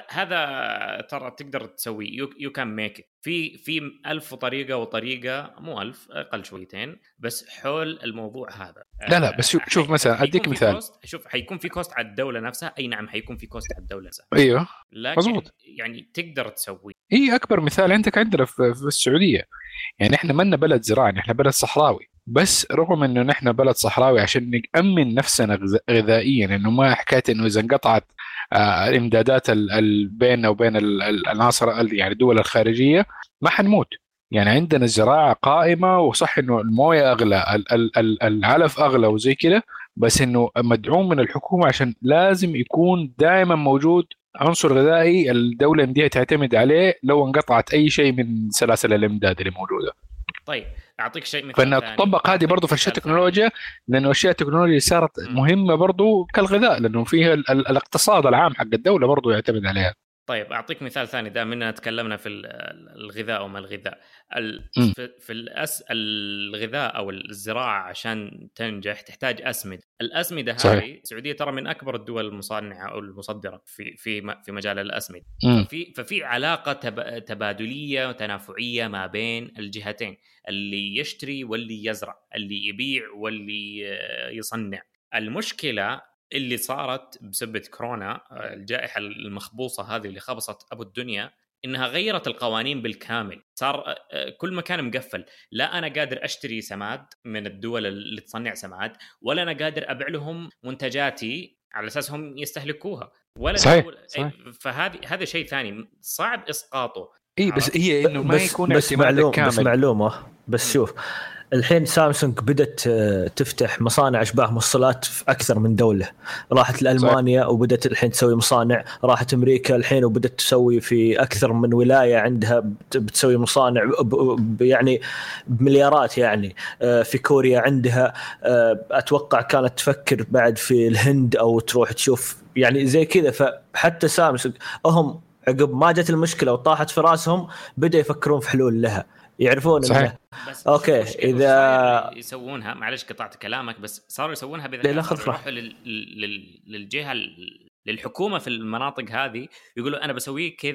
C: هذا ترى تقدر تسوي you can make it في 1000 طريقة، وطريقة مو 1000، أقل شويتين بس حول الموضوع هذا.
D: لا بس شوف مثلا أديك مثال،
C: شوف حيكون في كوست على الدولة نفسها، أي نعم حيكون في كوست على الدولة نفسها،
D: أيوه
C: لكن مزبوط. يعني تقدر تسوي.
D: أكبر مثال عندنا في السعودية، يعني إحنا منا بلد زراعي، إحنا بلد صحراوي، بس رغم إنه نحن بلد صحراوي عشان نأمن نفسنا غذائيا، إنه ما حكاية إنه إذا انقطعت الإمدادات بيننا وبين العناصر يعني الدول الخارجية ما حنموت. يعني عندنا الزراعة قائمة، وصح إنه الموية أغلى، العلف أغلى وزي كده، بس إنه مدعوم من الحكومة عشان لازم يكون دائما موجود عنصر غذائي الدولة دي تعتمد عليه لو انقطعت أي شيء من سلاسل الإمداد اللي موجودة.
C: طيب أعطيك شيء مثال
D: فإنها تطبق هذه برضو في أشياء تكنولوجيا، لأنه أشياء التكنولوجيا صارت مهمة برضو كالغذاء، لأنه فيها الاقتصاد العام حق الدولة برضو يعتمد عليها.
C: طيب أعطيك مثال ثاني، دائما تكلمنا في الغذاء وما الغذاء، في الغذاء أو الزراعة عشان تنجح تحتاج الأسمدة هذه السعودية ترى من أكبر الدول المصنعة أو المصدرة في مجال الأسمدة. ففي علاقة تبادلية وتنافعية ما بين الجهتين، اللي يشتري واللي يزرع، اللي يبيع واللي يصنع. المشكلة اللي صارت بسبب كورونا، الجائحة المخبوصة هذه اللي خبصت أبو الدنيا، إنها غيرت القوانين بالكامل. صار كل مكان مقفل، لا أنا قادر أشتري سماد من الدول اللي تصنع سماد، ولا أنا قادر أبيع لهم منتجاتي على أساسهم يستهلكوها، ولا
D: صحيح.
C: فهذا شيء ثاني صعب إسقاطه.
D: بس هي إنه ما يكون
B: بس معلومة بس شوف، الحين سامسونج بدت تفتح مصانع أشباه موصلات في أكثر من دولة، راحت لألمانيا وبدت الحين تسوي مصانع، راحت أمريكا الحين وبدت تسوي في أكثر من ولاية عندها بتسوي مصانع يعني بمليارات. يعني في كوريا عندها، أتوقع كانت تفكر بعد في الهند أو تروح تشوف يعني زي كذا. فحتى سامسونج هم عقب ما جت المشكلة وطاحت في راسهم بدأ يفكرون في حلول لها، يعرفون انه اوكي اذا
C: يسوونها. معلش قطعت كلامك، بس صاروا يسوونها يروحوا للجهه للحكومه في المناطق هذه، يقولوا انا بسوي كذا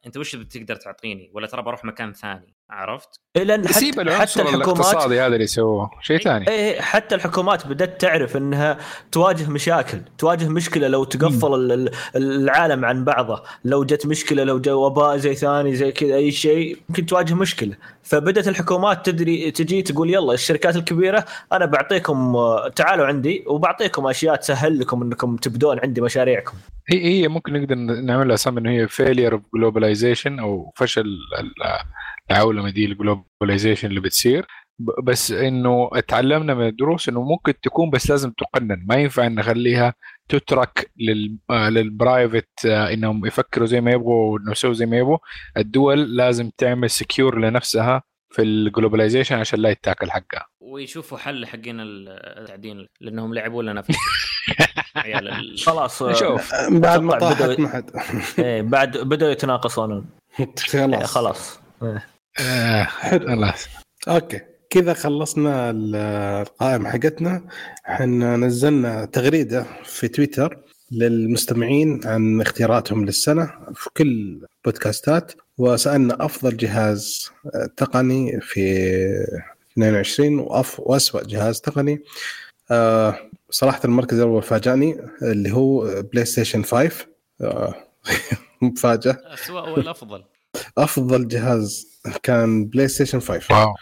C: انت وش بتقدر تعطيني ولا ترى بروح مكان ثاني عرفت
B: لان
D: حتى الحكومات هذا اللي يسووه شيء ثاني.
B: حتى الحكومات بدأت تعرف انها تواجه مشكله لو تقفل العالم عن بعضه، لو جت مشكله، لو جاء وباء زي ثاني زي كذا اي شيء ممكن تواجه مشكله. فبدأت الحكومات تجي تقول يلا الشركات الكبيره انا بعطيكم تعالوا عندي وبعطيكم اشياء تسهل لكم انكم تبدون عندي مشاريعكم.
D: هي ممكن نقدر نعملها سم انه هي failure of globalization او فشل العولمه دي الجلوباليزيشن اللي بتصير. بس انه اتعلمنا من الدروس انه ممكن تكون بس لازم تقنن، ما ينفع نخليها تترك للبرايفت انهم يفكروا زي ما يبغوا ويسووا زي ما يبغوا. الدول لازم تعمل سكيور لنفسها في الجلوباليزيشن عشان لا يتاكل حقها
C: ويشوفوا حل حقين التعدين لانهم لعبوا لنا في
B: خلاص
D: شوف
A: بعد ما طاحت ما حد
B: بعد بدأوا يتناقصون خلاص
A: حلو. اوكي كذا خلصنا القائمة حقتنا. احنا نزلنا تغريدة في تويتر للمستمعين عن اختياراتهم للسنة في كل بودكاستات، وسألنا أفضل جهاز تقني في 22 وأسوأ جهاز تقني. صراحة المركز الأول فاجأني اللي هو بلاي ستيشن 5. مفاجأة.
C: أسوأ ولا أفضل؟
A: أفضل جهاز كان بلاي ستيشن 5.
D: واو.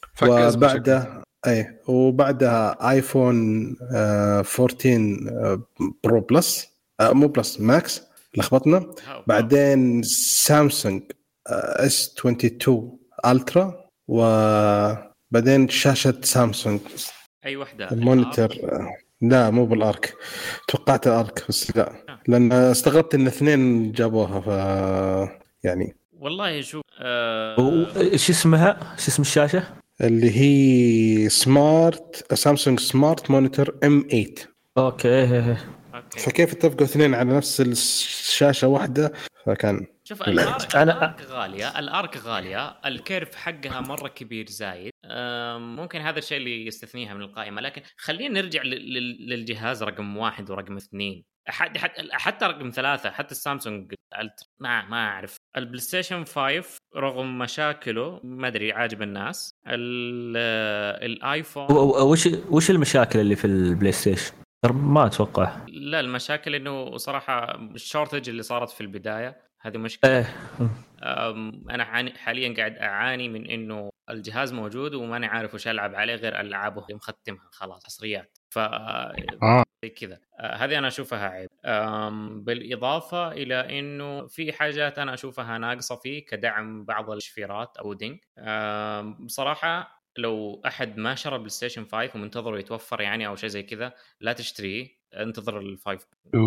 A: وبعدها آيفون 14 برو بلس، مو بلس ماكس لخبطنا. بعدين سامسونج S22 ألترا، وبعدين شاشة سامسونج
C: أي وحدة
A: المونيتور. لا مو بالارك، توقعت الارك بس لا لان استغربت ان اثنين جابوها. ف يعني
C: والله شو
B: ايش اسمها؟ ايش اسم الشاشه
A: اللي هي سمارت سامسونج سمارت مونيتور M8.
B: اوكي.
A: فكيف اتفقوا اثنين على نفس الشاشه واحده؟ فكان
C: شوف الارك غاليه، الارك غاليه، الكيرف حقها مره كبير زايد. ممكن هذا الشيء اللي يستثنيها من القائمه. لكن خلينا نرجع للجهاز رقم 1 ورقم 2، حتى رقم 3، حتى السامسونج الترا ما اعرف. البلاي ستيشن 5 رغم مشاكله ما ادري عاجب الناس. الايفون
B: وش المشاكل اللي في البلاي ستيشن؟ ما اتوقع.
C: لا المشاكل انه صراحه الشورتج اللي صارت في البدايه هذه مشكله. انا حاليا قاعد اعاني من انه الجهاز موجود وماني عارف وش العب عليه غير العابه اللي مختمها خلاص حصريات. ف كذا هذه انا اشوفها عيب. بالاضافه الى انه في حاجات انا اشوفها ناقصه فيه كدعم بعض الشفيرات او دينج. بصراحه لو احد ما شرى بلاي ستيشن 5 ومنتظره يتوفر يعني او شيء زي كذا لا تشتريه، انتظر ال5.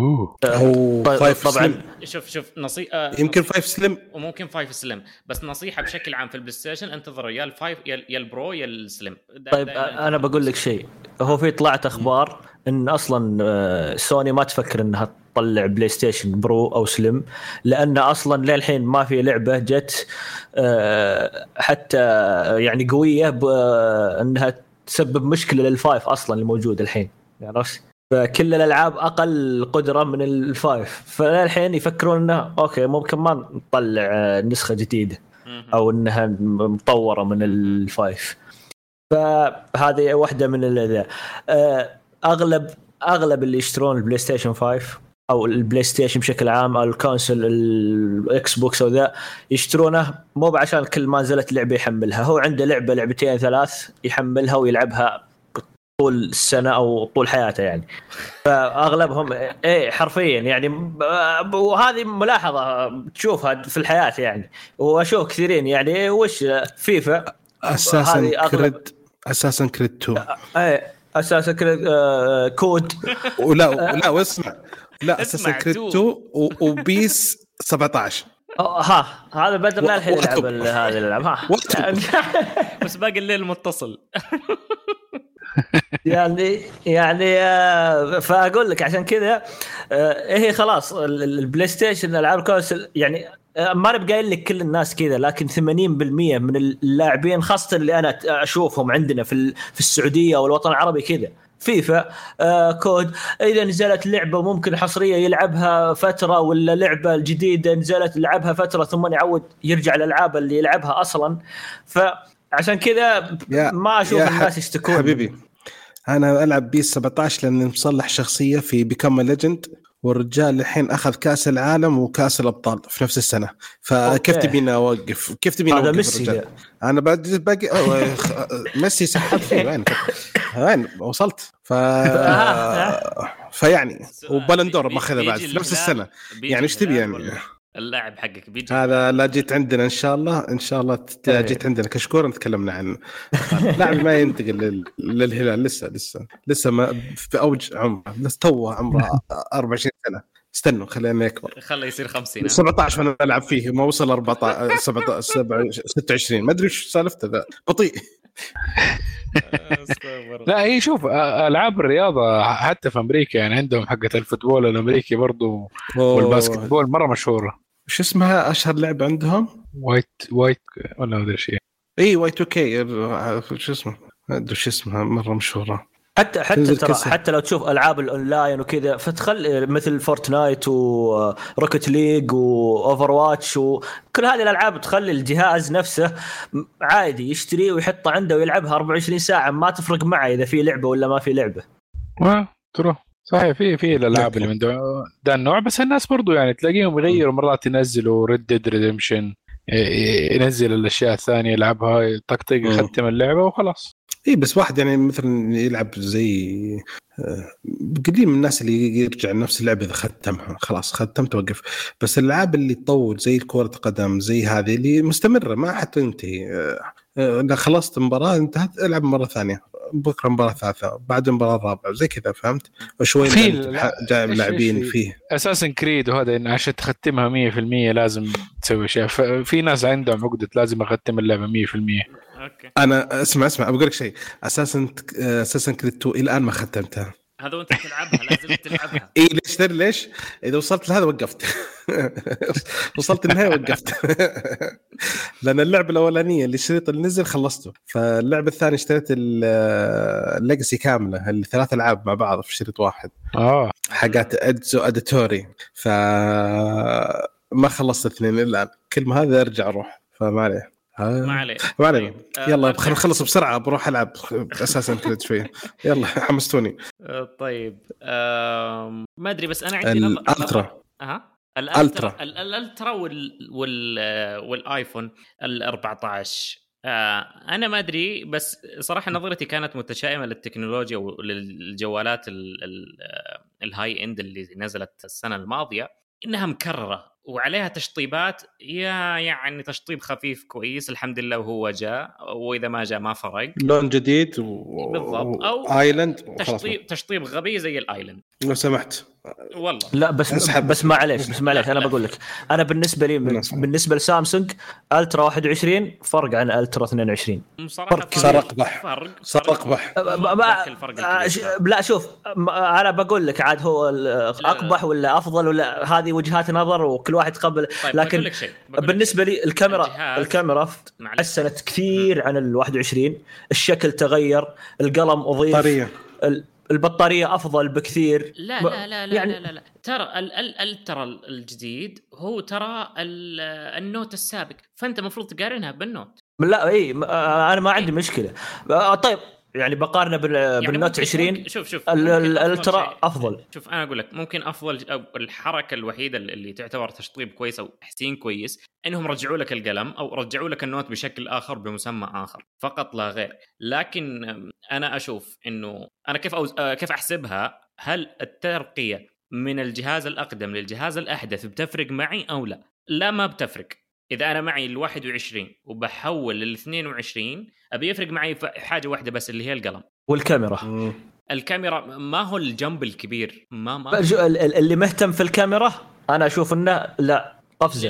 B: طبعا
C: شوف نصيحه،
A: يمكن 5 سليم
C: وممكن 5 سليم، بس نصيحه بشكل عام في البلاي ستيشن انتظر يا ال5 يا البرو يا السليم.
B: طيب انا بقول لك شيء، هو في طلعت اخبار ان اصلا سوني ما تفكر انها تطلع بلاي ستيشن برو او سليم، لان اصلا للحين ما في لعبه جت حتى يعني قويه انها تسبب مشكله للفايف اصلا اللي موجود الحين يعني. فكل الالعاب اقل قدره من الفايف، فالحين يفكرون انه اوكي ممكن ما نطلع نسخه جديده او انها مطوره من الفايف. فهذه واحده من الذا. اغلب اللي يشترون البلاي ستيشن 5 او البلاي ستيشن بشكل عام او الكونسول الاكس بوكس او ذا يشترونه مو عشان كل ما نزلت لعبه يحملها، هو عنده لعبه لعبتين ثلاث يحملها ويلعبها طول السنه او طول حياته يعني. فاغلبهم حرفيا يعني، وهذه ملاحظه تشوفها في الحياه يعني، واشوف كثيرين يعني وش فيفا
A: اساسا كريد 2
B: اساسا كود
A: ولا واسمع لا اساسا كريد 2 وبيس 17
B: هذا بدر لا الحين يلعب هذه الالعاب
C: بس باقي الليل متصل
B: يعني فاقول لك عشان كذا هي خلاص البلاي ستيشن العاب كونسول يعني ما نبقى قايل لك كل الناس كذا، لكن 80% من اللاعبين خاصه اللي انا اشوفهم عندنا في السعوديه والوطن العربي كذا فيفا كود. اذا نزلت لعبه ممكن حصريه يلعبها فتره، ولا لعبه الجديده نزلت يلعبها فتره ثم يعود يرجع الالعاب اللي يلعبها اصلا. فعشان كذا ما اشوف الناس يشتكون.
A: حبيبي انا العب بيس 17 لاني مصلح شخصيه في بيكام ليجند، والرجال الحين اخذ كاس العالم وكاس الابطال في نفس السنه، فكيف تبيني اوقف؟ كيف تبيني
B: اوقف ميسي؟
A: انا باقي ميسي سحب فيه وين وصلت فيعني وبالندور ما اخذها بعد في نفس السنه. يعني ايش تبي يعني
C: اللاعب حقك بيجي
A: هذا؟ لا جيت عندنا ان شاء الله جيت عندنا كشكور نتكلمنا عنه. لاعب ما ينتقل للهلال لسه ما في اوج عمره، لسه توه عمره 24 سنه. استنوا خلينا يكبر،
C: خليه يصير 50
A: 17 وانا العب فيه ما وصل 14 26 ما ادري ايش سالفته ذا بطيء.
D: لا هي شوف العاب الرياضه حتى في امريكا يعني عندهم حقه الفوتبول الامريكي برضو والباسكتبول مره مشهوره.
A: شو اسمها اشهر لعبه عندهم؟
D: وايت ولا هذا الشيء؟
A: اي وايت اوكي شو اسمه ادري شو اسمها مره مشهوره.
B: حتى لو تشوف العاب الاونلاين وكذا فتخل مثل فورتنايت وروكت ليج واوفر واتش وكل هذه الالعاب تخلي الجهاز نفسه عادي يشتريه ويحطه عنده ويلعبها 24 ساعه، ما تفرق معه اذا في لعبه ولا ما في لعبه.
D: ترى صحيح في الالعاب اللي من ده النوع، بس الناس برضو يعني تلاقيهم يغيروا مرات، ينزلوا ريد ديد ريدمشن، ينزل الاشياء الثانيه يلعبها طقطق يختم اللعبه وخلاص.
A: اي بس واحد يعني مثلا يلعب زي قديم الناس اللي يرجع نفس اللعبه اذا ختمها خلاص ختمت توقف. بس الالعاب اللي تطول زي كرة قدم زي هذه اللي مستمره ما حتى تنتهي، اذا خلصت مباراه انتهت العب مره ثانيه، بكره مباراه ثالثه، بعد مباراه رابعه زي كذا، فهمت؟ وشوي جاي لاعبين فيه
D: اساسا كريد، وهذا إن عشان تختمها 100% لازم تسوي شيء. في ناس عندهم عقده لازم اختم اللعبه 100%.
C: اوكي
A: انا اسمع بقول لك شيء، اساسا كريد 2 الى الان ما ختمتها.
C: هذا وانت تلعبها لازم تلعبها.
A: اي ليش اذا وصلت لهذا وقفت وصلت النهايه وقفت لان اللعبه الاولانيه اللي الشريط اللي نزل خلصته، فاللعبه الثانيه اشتريت الليجاسي كامله اللي 3 ألعاب مع بعض في شريط واحد حاجات ادزو اديتوري، فما خلصت 2 الان. كل ما هذا ارجع اروح فما عليه.
C: ما عليه.
A: يلا خلينا نخلص بسرعه بروح العب اساسا كريد شويه. يلا حمستوني.
C: طيب ما ادري بس انا عندي
A: الالترا
C: الالترا والايفون ال14 انا ما ادري، بس صراحه نظرتي كانت متشائمه للتكنولوجيا وللجوالات الهاي اند اللي نزلت السنه الماضيه، انها مكرره وعليها تشطيبات، يعني تشطيب خفيف كويس الحمد لله وهو جاء، واذا ما جاء ما فرق، لون
A: جديد
C: بالضبط، او
A: ايلاند
C: تشطيب غبي زي الايلاند
A: لو سمحت.
B: والله لا بس ما عليش انا بقول لك، انا بالنسبه لي بالنسبه لسامسونج الترا 21 فرق عن الترا 22
A: صار اقبح.
B: لا شوف انا بقول لك عاد هو اقبح ولا افضل ولا هذه وجهات نظر وكل واحد يقبل.
C: طيب
B: لكن بالنسبه لي الكاميرا حسنت كثير عن ال 21، الشكل تغير، القلم اضيف، البطارية أفضل بكثير.
C: لا يعني لا ترى الترى الجديد هو ترى النوت السابق، فأنت مفروض تقارنها بالنوت.
B: لا أنا ما عندي مشكلة. طيب يعني بقارنه بالنوت 20.
C: شوف
B: الالترا افضل.
C: شوف انا اقول لك ممكن افضل الحركه الوحيده اللي تعتبر تشطيب كويس او تحسين كويس انهم رجعوا لك القلم او رجعوا لك النوت بشكل اخر بمسمى اخر فقط لا غير. لكن انا اشوف انه انا كيف احسبها، هل الترقيه من الجهاز الاقدم للجهاز الاحدث بتفرق معي او لا ما بتفرق. إذا أنا معي 21 وبحول 22 أبي يفرق معي حاجة واحدة بس اللي هي القلم
B: والكاميرا.
C: الكاميرا ما هو الجنب الكبير ما
B: اللي مهتم في الكاميرا أنا أشوف إنه لا قفزة.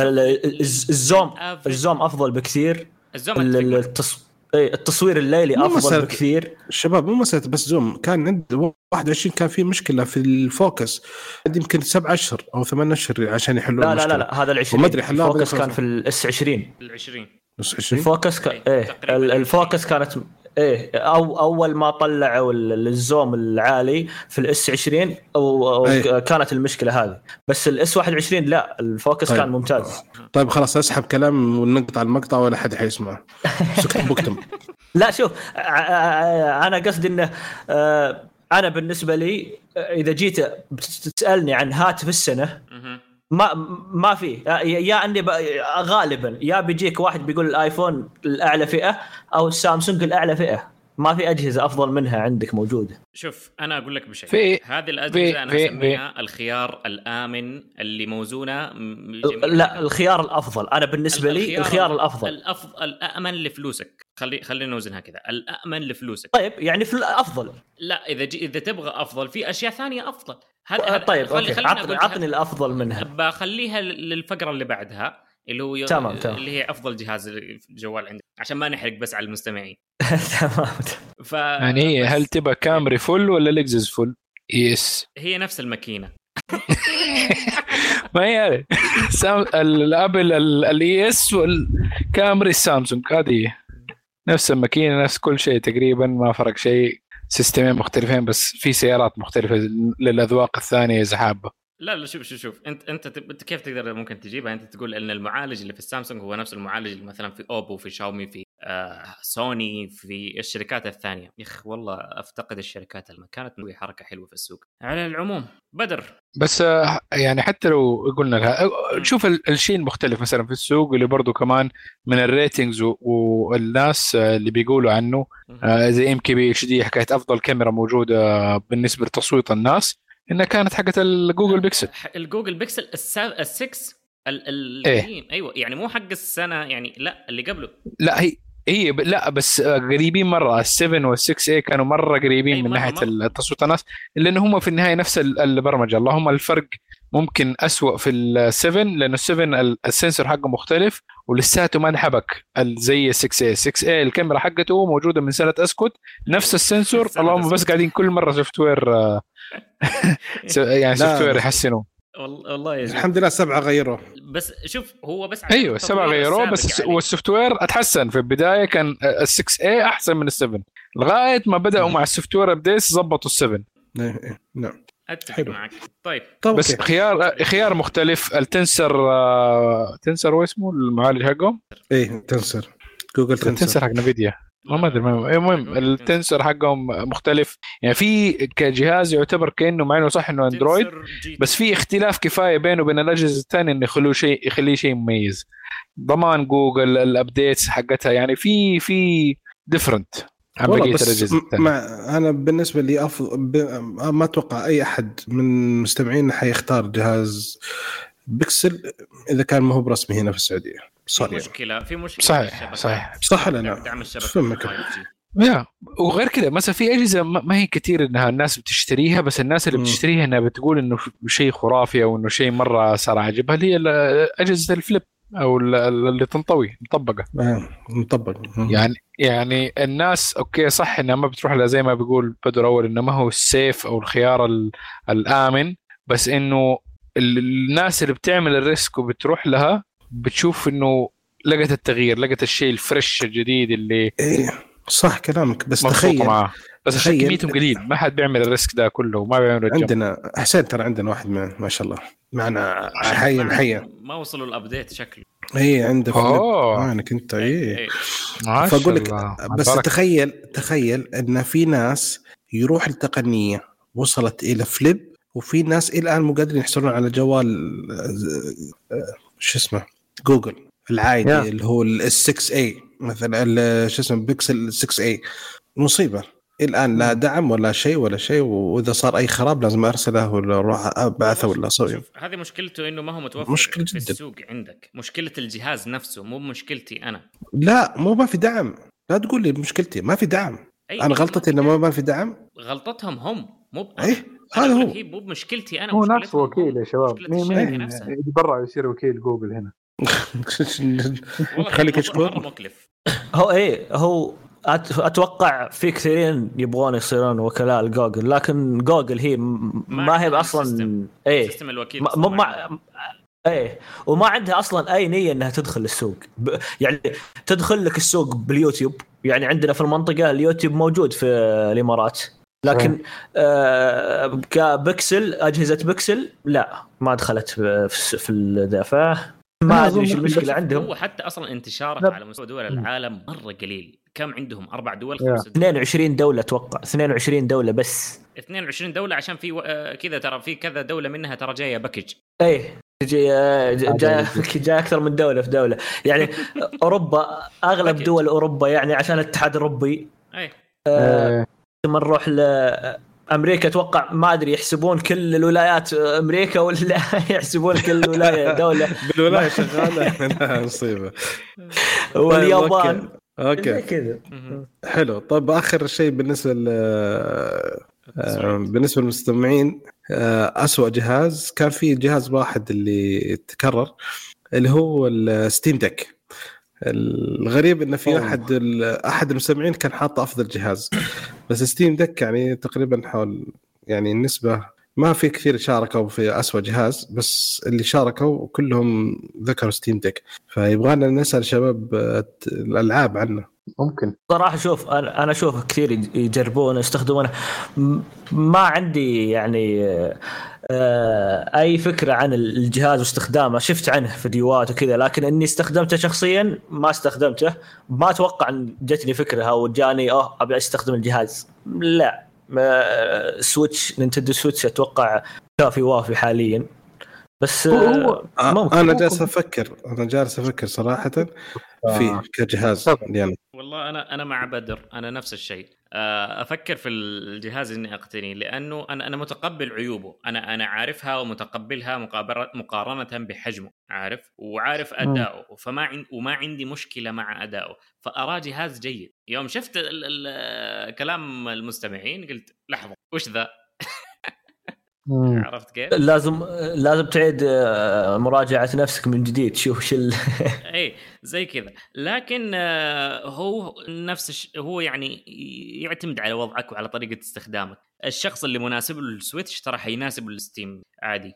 B: الزوم أفضل بكثير. التصوير الليلي أفضل بكثير.
A: الشباب مو مسألة بس زوم، كان عند 21 كان في مشكلة في الفوكس يمكن 7 أشهر أو 8 أشهر عشان يحلوا المشكلة.
B: لا هذا العشرين الفوكس كان في الS20
A: الفوكس
B: الفوكس كانت ايه او اول ما طلعوا الزوم العالي في الاس 20 او كانت المشكله هذه، بس الاس 21 لا الفوكس كان ممتاز.
A: طيب خلاص اسحب كلام ونقطع المقطع ولا حد حيسمع. بكتم.
B: لا شوف انا قصدي انه انا بالنسبه لي اذا جيت تسالني عن هاتف السنه ما في يا اني غالبا يا بيجيك واحد بيقول الايفون الاعلى فئه او السامسونج الاعلى فئه، ما في اجهزه افضل منها عندك موجوده.
C: شوف انا اقول لك بشيء، هذه الاجهزه انا اسميها الخيار الامن اللي موزونه
B: لا الخيار الافضل انا بالنسبه لي الخيار الافضل
C: الامن لفلوسك. خلينا نوزنها كذا، الامن لفلوسك.
B: طيب يعني في افضل،
C: لا اذا تبغى افضل في اشياء ثانيه افضل.
B: طيب عطني الافضل منها.
C: بخليها للفقره اللي بعدها اللي هو
B: تمام.
C: اللي هي افضل جهاز جوال عندي عشان ما نحرق بس على المستمعين.
B: تمام.
D: يعني هل تبغى كامري فل ولا لكزس فل؟ يس
C: هي نفس الماكينه.
D: ما هي الابل الاي اس والكامري السامسونج هذه نفس الماكينه نفس كل شيء تقريبا، ما فرق شيء. سيستمين مختلفين بس في سيارات مختلفة للأذواق الثانية إذا حابة.
C: لا شوف انت كيف تقدر ممكن تجيبها؟ انت تقول ان المعالج اللي في السامسونج هو نفس المعالج اللي مثلا في اوبو في شاومي في سوني في الشركات الثانيه. يخ والله افتقد الشركات اللي كانت تسوي حركه حلوه في السوق. على العموم بدر
D: بس يعني حتى لو قلنا لها شوف الشيء المختلف مثلا في السوق اللي برضو كمان من الريتنجز والناس اللي بيقولوا عنه زي MKBHD حكايه افضل كاميرا موجوده بالنسبه لتصويت الناس انها كانت حقت الجوجل بيكسل.
C: الجوجل بيكسل ال6 القديم. ايوه يعني مو حق السنه يعني، لا اللي قبله.
D: لا هي لا بس قريبين مره. ال7 وال6A كانوا مره قريبين من ناحيه التصويت الناس، لان هم في النهايه نفس البرمجه. اللهم الفرق ممكن أسوأ في ال7 لانه ال7 السنسور حقه مختلف ولساته ما انحبك زي 6A الكاميرا حقته موجوده من سنه اسكت نفس السنسور. اللهم بس قاعدين كل مره سوفت وير يعني سوفت وير يحسنوه.
C: والله يا
A: الحمد لله 7 غيروه.
C: بس شوف هو بس
D: ايوه 7 غيروه بس والسوفت وير اتحسن. في البدايه كان ال6A احسن من ال7 لغايه ما بداوا مع السوفت وير ابديتس ظبطوا ال7.
A: نعم
C: اتفق معك. طيب
D: بس خيار مختلف. التنسر تنسر واسمه المعالج حقهم
A: تنسر جوجل
D: تنسر حق نفيديا ما ادري. المهم التنسر حقهم مختلف يعني في كجهاز يعتبر كانه مع انه صح انه اندرويد بس في اختلاف كفايه بينه وبين الاجهزه الثانيه انه يخليه شيء مميز. ضمان جوجل الابديتس حقتها يعني في ديفرنت عن بقيه الاجهزه الثانيه.
A: انا بالنسبه لي ما اتوقع اي احد من المستمعين حيختار جهاز بيكسل اذا كان ما هو برسمي هنا في السعوديه.
C: في مشكله
D: صح
C: لا دعم الشبكه
D: يا وغير كده مثلا في اجهزه ما هي كتير انها الناس بتشتريها بس الناس اللي بتشتريها انها بتقول انه شيء خرافي او انه شيء مره صار عجبها هي اجهزه الفليب او اللي تنطوي
A: مطبق
D: يعني الناس اوكي صح انها ما بتروح لها زي ما بيقول بدر اول انه ما هو السيف او الخيار الامن، بس انه الناس اللي بتعمل الريسك وبتروح لها بتشوف انه لقت التغيير، لقت الشيء الفريش الجديد اللي
A: صح كلامك. بس تخيل
D: بس عشان كميتهم قليل ما حد بيعمل الريسك ده كله وما بيعمل
A: عندنا حسين ترى عندنا واحد ما شاء الله معنا حيا
C: ما وصلوا الابديت شكله
A: عنده انا كنت فاقول لك بس تخيل ان في ناس يروح التقنيه وصلت الى فليب وفي ناس الان مو قادرين يحصلون على جوال شو اسمه جوجل العادي اللي هو ال6A مثلا شو اسمه بيكسل 6A. مصيبه الان لا دعم ولا شيء واذا صار اي خراب لازم ارسله ولا اروح ابعثه ولا اسوي.
C: هذه مشكلته انه ما هو متوفر في السوق عندك. مشكله الجهاز نفسه مو مشكلتي انا.
A: لا مو ما في دعم. لا تقول لي مشكلتي ما في دعم. انا غلطتي انه ما في دعم.
C: غلطتهم هم مو
A: هذا هو
C: مو بمشكلتي انا.
D: هو نفس وكيل يا شباب. مين يتبرع يصير وكيل جوجل هنا؟
A: خليك اشكر
C: مكلف.
B: هو اتوقع في كثيرين يبغون يصيرون وكلاء جوجل لكن جوجل هي ما هي اصلا
C: سيستم الوكيل
B: ايه وما عندها اصلا اي نيه انها تدخل السوق يعني تدخل لك السوق باليوتيوب. يعني عندنا في المنطقه اليوتيوب موجود في الامارات، لكن كبكسل اجهزه بكسل لا ما دخلت في الدفاع. ما ادري ايش المشكله عندهم.
C: هو حتى اصلا انتشاره على مستوى دول العالم مره قليل. كم عندهم 4 دول 5 دول
B: 22 دوله اتوقع 22 دوله بس
C: 22 دوله عشان في كذا ترى في كذا دوله منها ترى جايه باكج.
B: ايه جاء اكثر من دوله في دوله يعني اوروبا اغلب دول اوروبا يعني عشان الاتحاد الاوروبي. ثم نروح لامريكا اتوقع ما ادري يحسبون كل الولايات امريكا ولا يحسبون كل ولايه دوله
A: بالولايه شغاله مصيبه.
B: واليابان
A: اوكي
B: كذا
A: حلو. طب اخر شيء بالنسبه للمستمعين، أسوأ جهاز كان فيه جهاز واحد اللي تكرر اللي هو الستيم ديك. الغريب إن في أحد المستمعين كان حاطه أفضل جهاز، بس ستيم ديك يعني تقريبا حول يعني النسبة ما في كثير شاركوا في أسوأ جهاز، بس اللي شاركوا كلهم ذكروا ستيم ديك. فيبغانا نسأل شباب الألعاب عنه.
E: ممكن
B: صراحة شوف أنا أشوف كثير يجربون يستخدمونه. ما عندي يعني أي فكرة عن الجهاز واستخدامه. شفت عنه فيديوهات وكذا، لكن إني استخدمته شخصيا ما استخدمته. ما أتوقع أن جتني فكرة أو جاني أبي أستخدم الجهاز. لا سويتش نينتندو سويتش أتوقع كافي وافي حاليا. بس
A: أنا جالس أفكر صراحة فيه كجهاز يعني.
C: والله انا مع بدر، انا نفس الشيء. افكر في الجهاز اني اقتني، لانه انا متقبل عيوبه، انا عارفها ومتقبلها مقارنه بحجمه، عارف وعارف اداؤه، وما عندي مشكله مع اداؤه، فارى جهاز جيد. يوم شفت كلام المستمعين قلت لحظه وش ذا. عرفت كيف؟
B: لازم تعيد مراجعة نفسك من جديد، تشوف
C: اي زي كذا. لكن هو هو يعني يعتمد على وضعك وعلى طريقة استخدامك. الشخص اللي مناسب للسويتش ترى حيناسب الستيم عادي.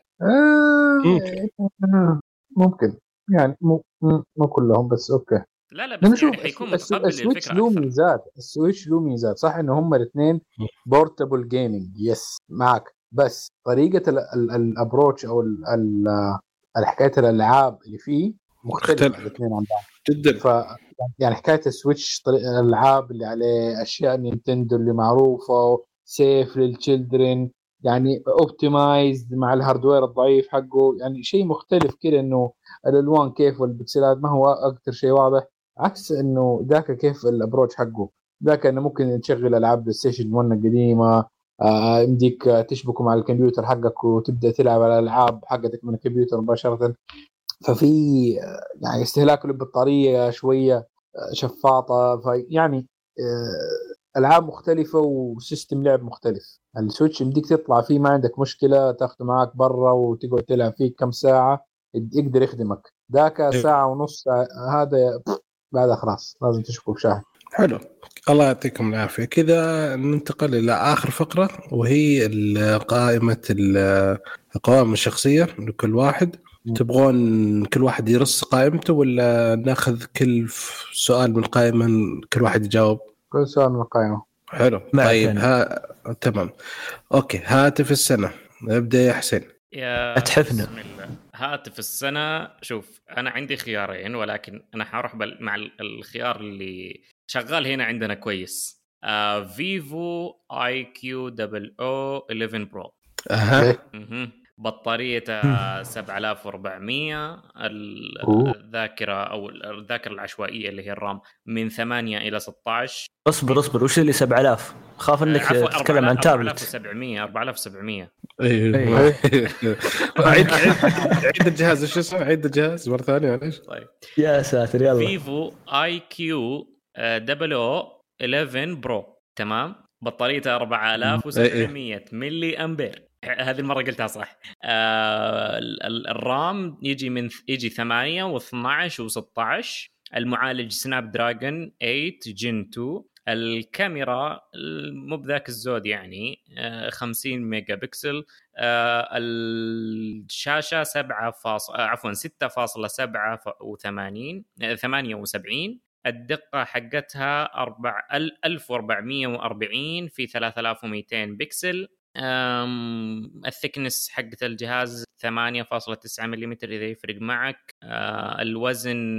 E: ممكن يعني مو كلهم بس اوكي.
C: لا بس يعني حيكون متقبل للفكرة
E: أكثر. السويتش له ميزات صح، انه هم الاثنين بورتابل جيمنج يس معك، بس طريقة الابروتش او الحكاية الالعاب اللي فيه مختلفة الاثنين عن بعض
A: جدا.
E: يعني حكاية السويتش الالعاب اللي عليه اشياء نينتندو اللي معروفة سيف للتشيلدرن، يعني اوبتمايزد مع الهاردوير الضعيف حقه، يعني شيء مختلف كده، انه الالوان كيف والبكسلات ما هو اكثر شيء واضح، عكس انه ذاك كيف الابروتش حقه. ذاك انه ممكن تشغل العاب بلاي ستيشن 1 القديمه، يمديك تشبكه مع الكمبيوتر حقك وتبدا تلعب على الالعاب حقتك من الكمبيوتر مباشره. ففي يعني استهلاك للبطاريه شويه شفاطه، فيعني العاب مختلفه وسيستم لعب مختلف. السويتش يمديك تطلع فيه ما عندك مشكله، تاخذه معك برا وتقعد تلعب فيه كم ساعه يقدر يخدمك. ذاك ساعه ونص هذا بعد خلاص لازم تشبكه بشاحن.
A: حلو، الله يعطيكم العافيه. كذا ننتقل الى اخر فقره، وهي قائمه القوائم الشخصيه لكل واحد. تبغون كل واحد يرص قائمته ولا ناخذ كل سؤال من القائمة كل واحد يجاوب؟
E: كل سؤال من القائمة.
A: حلو طيب تمام اوكي. هاتف السنة، ابدأ يا حسين.
C: يا
B: اتحفنا.
C: بسم الله. هاتف السنة، شوف انا عندي خيارين، ولكن انا حروح مع الخيار اللي شغال هنا عندنا كويس. فيفو اي كيو 0011 برو. بطارية 7400. الذاكرة أو الذاكرة العشوائية اللي هي الرام من 8 إلى 16.
B: اصبر وش اللي 7000؟ خاف انك تتكلم عن تابلت.
C: 4700.
A: ايوه عيد الجهاز. ايش اسمه؟ عيد الجهاز مرة ثانية معليش.
C: طيب
B: يا ساتر يلا.
C: فيفو اي كيو 0011 برو، تمام. بطاريته 4700 ملي أمبير. هذه المرة قلتها صح. الرام يجي 8 و12 و16. المعالج سناب دراجون 8 جن 2. الكاميرا مو بذاك الزود يعني 50 ميجا بكسل. الشاشة 6.78 الدقة حقتها 1440 في 3200 بكسل. الثكنس حقت الجهاز 8.9 ملم إذا يفرق معك. الوزن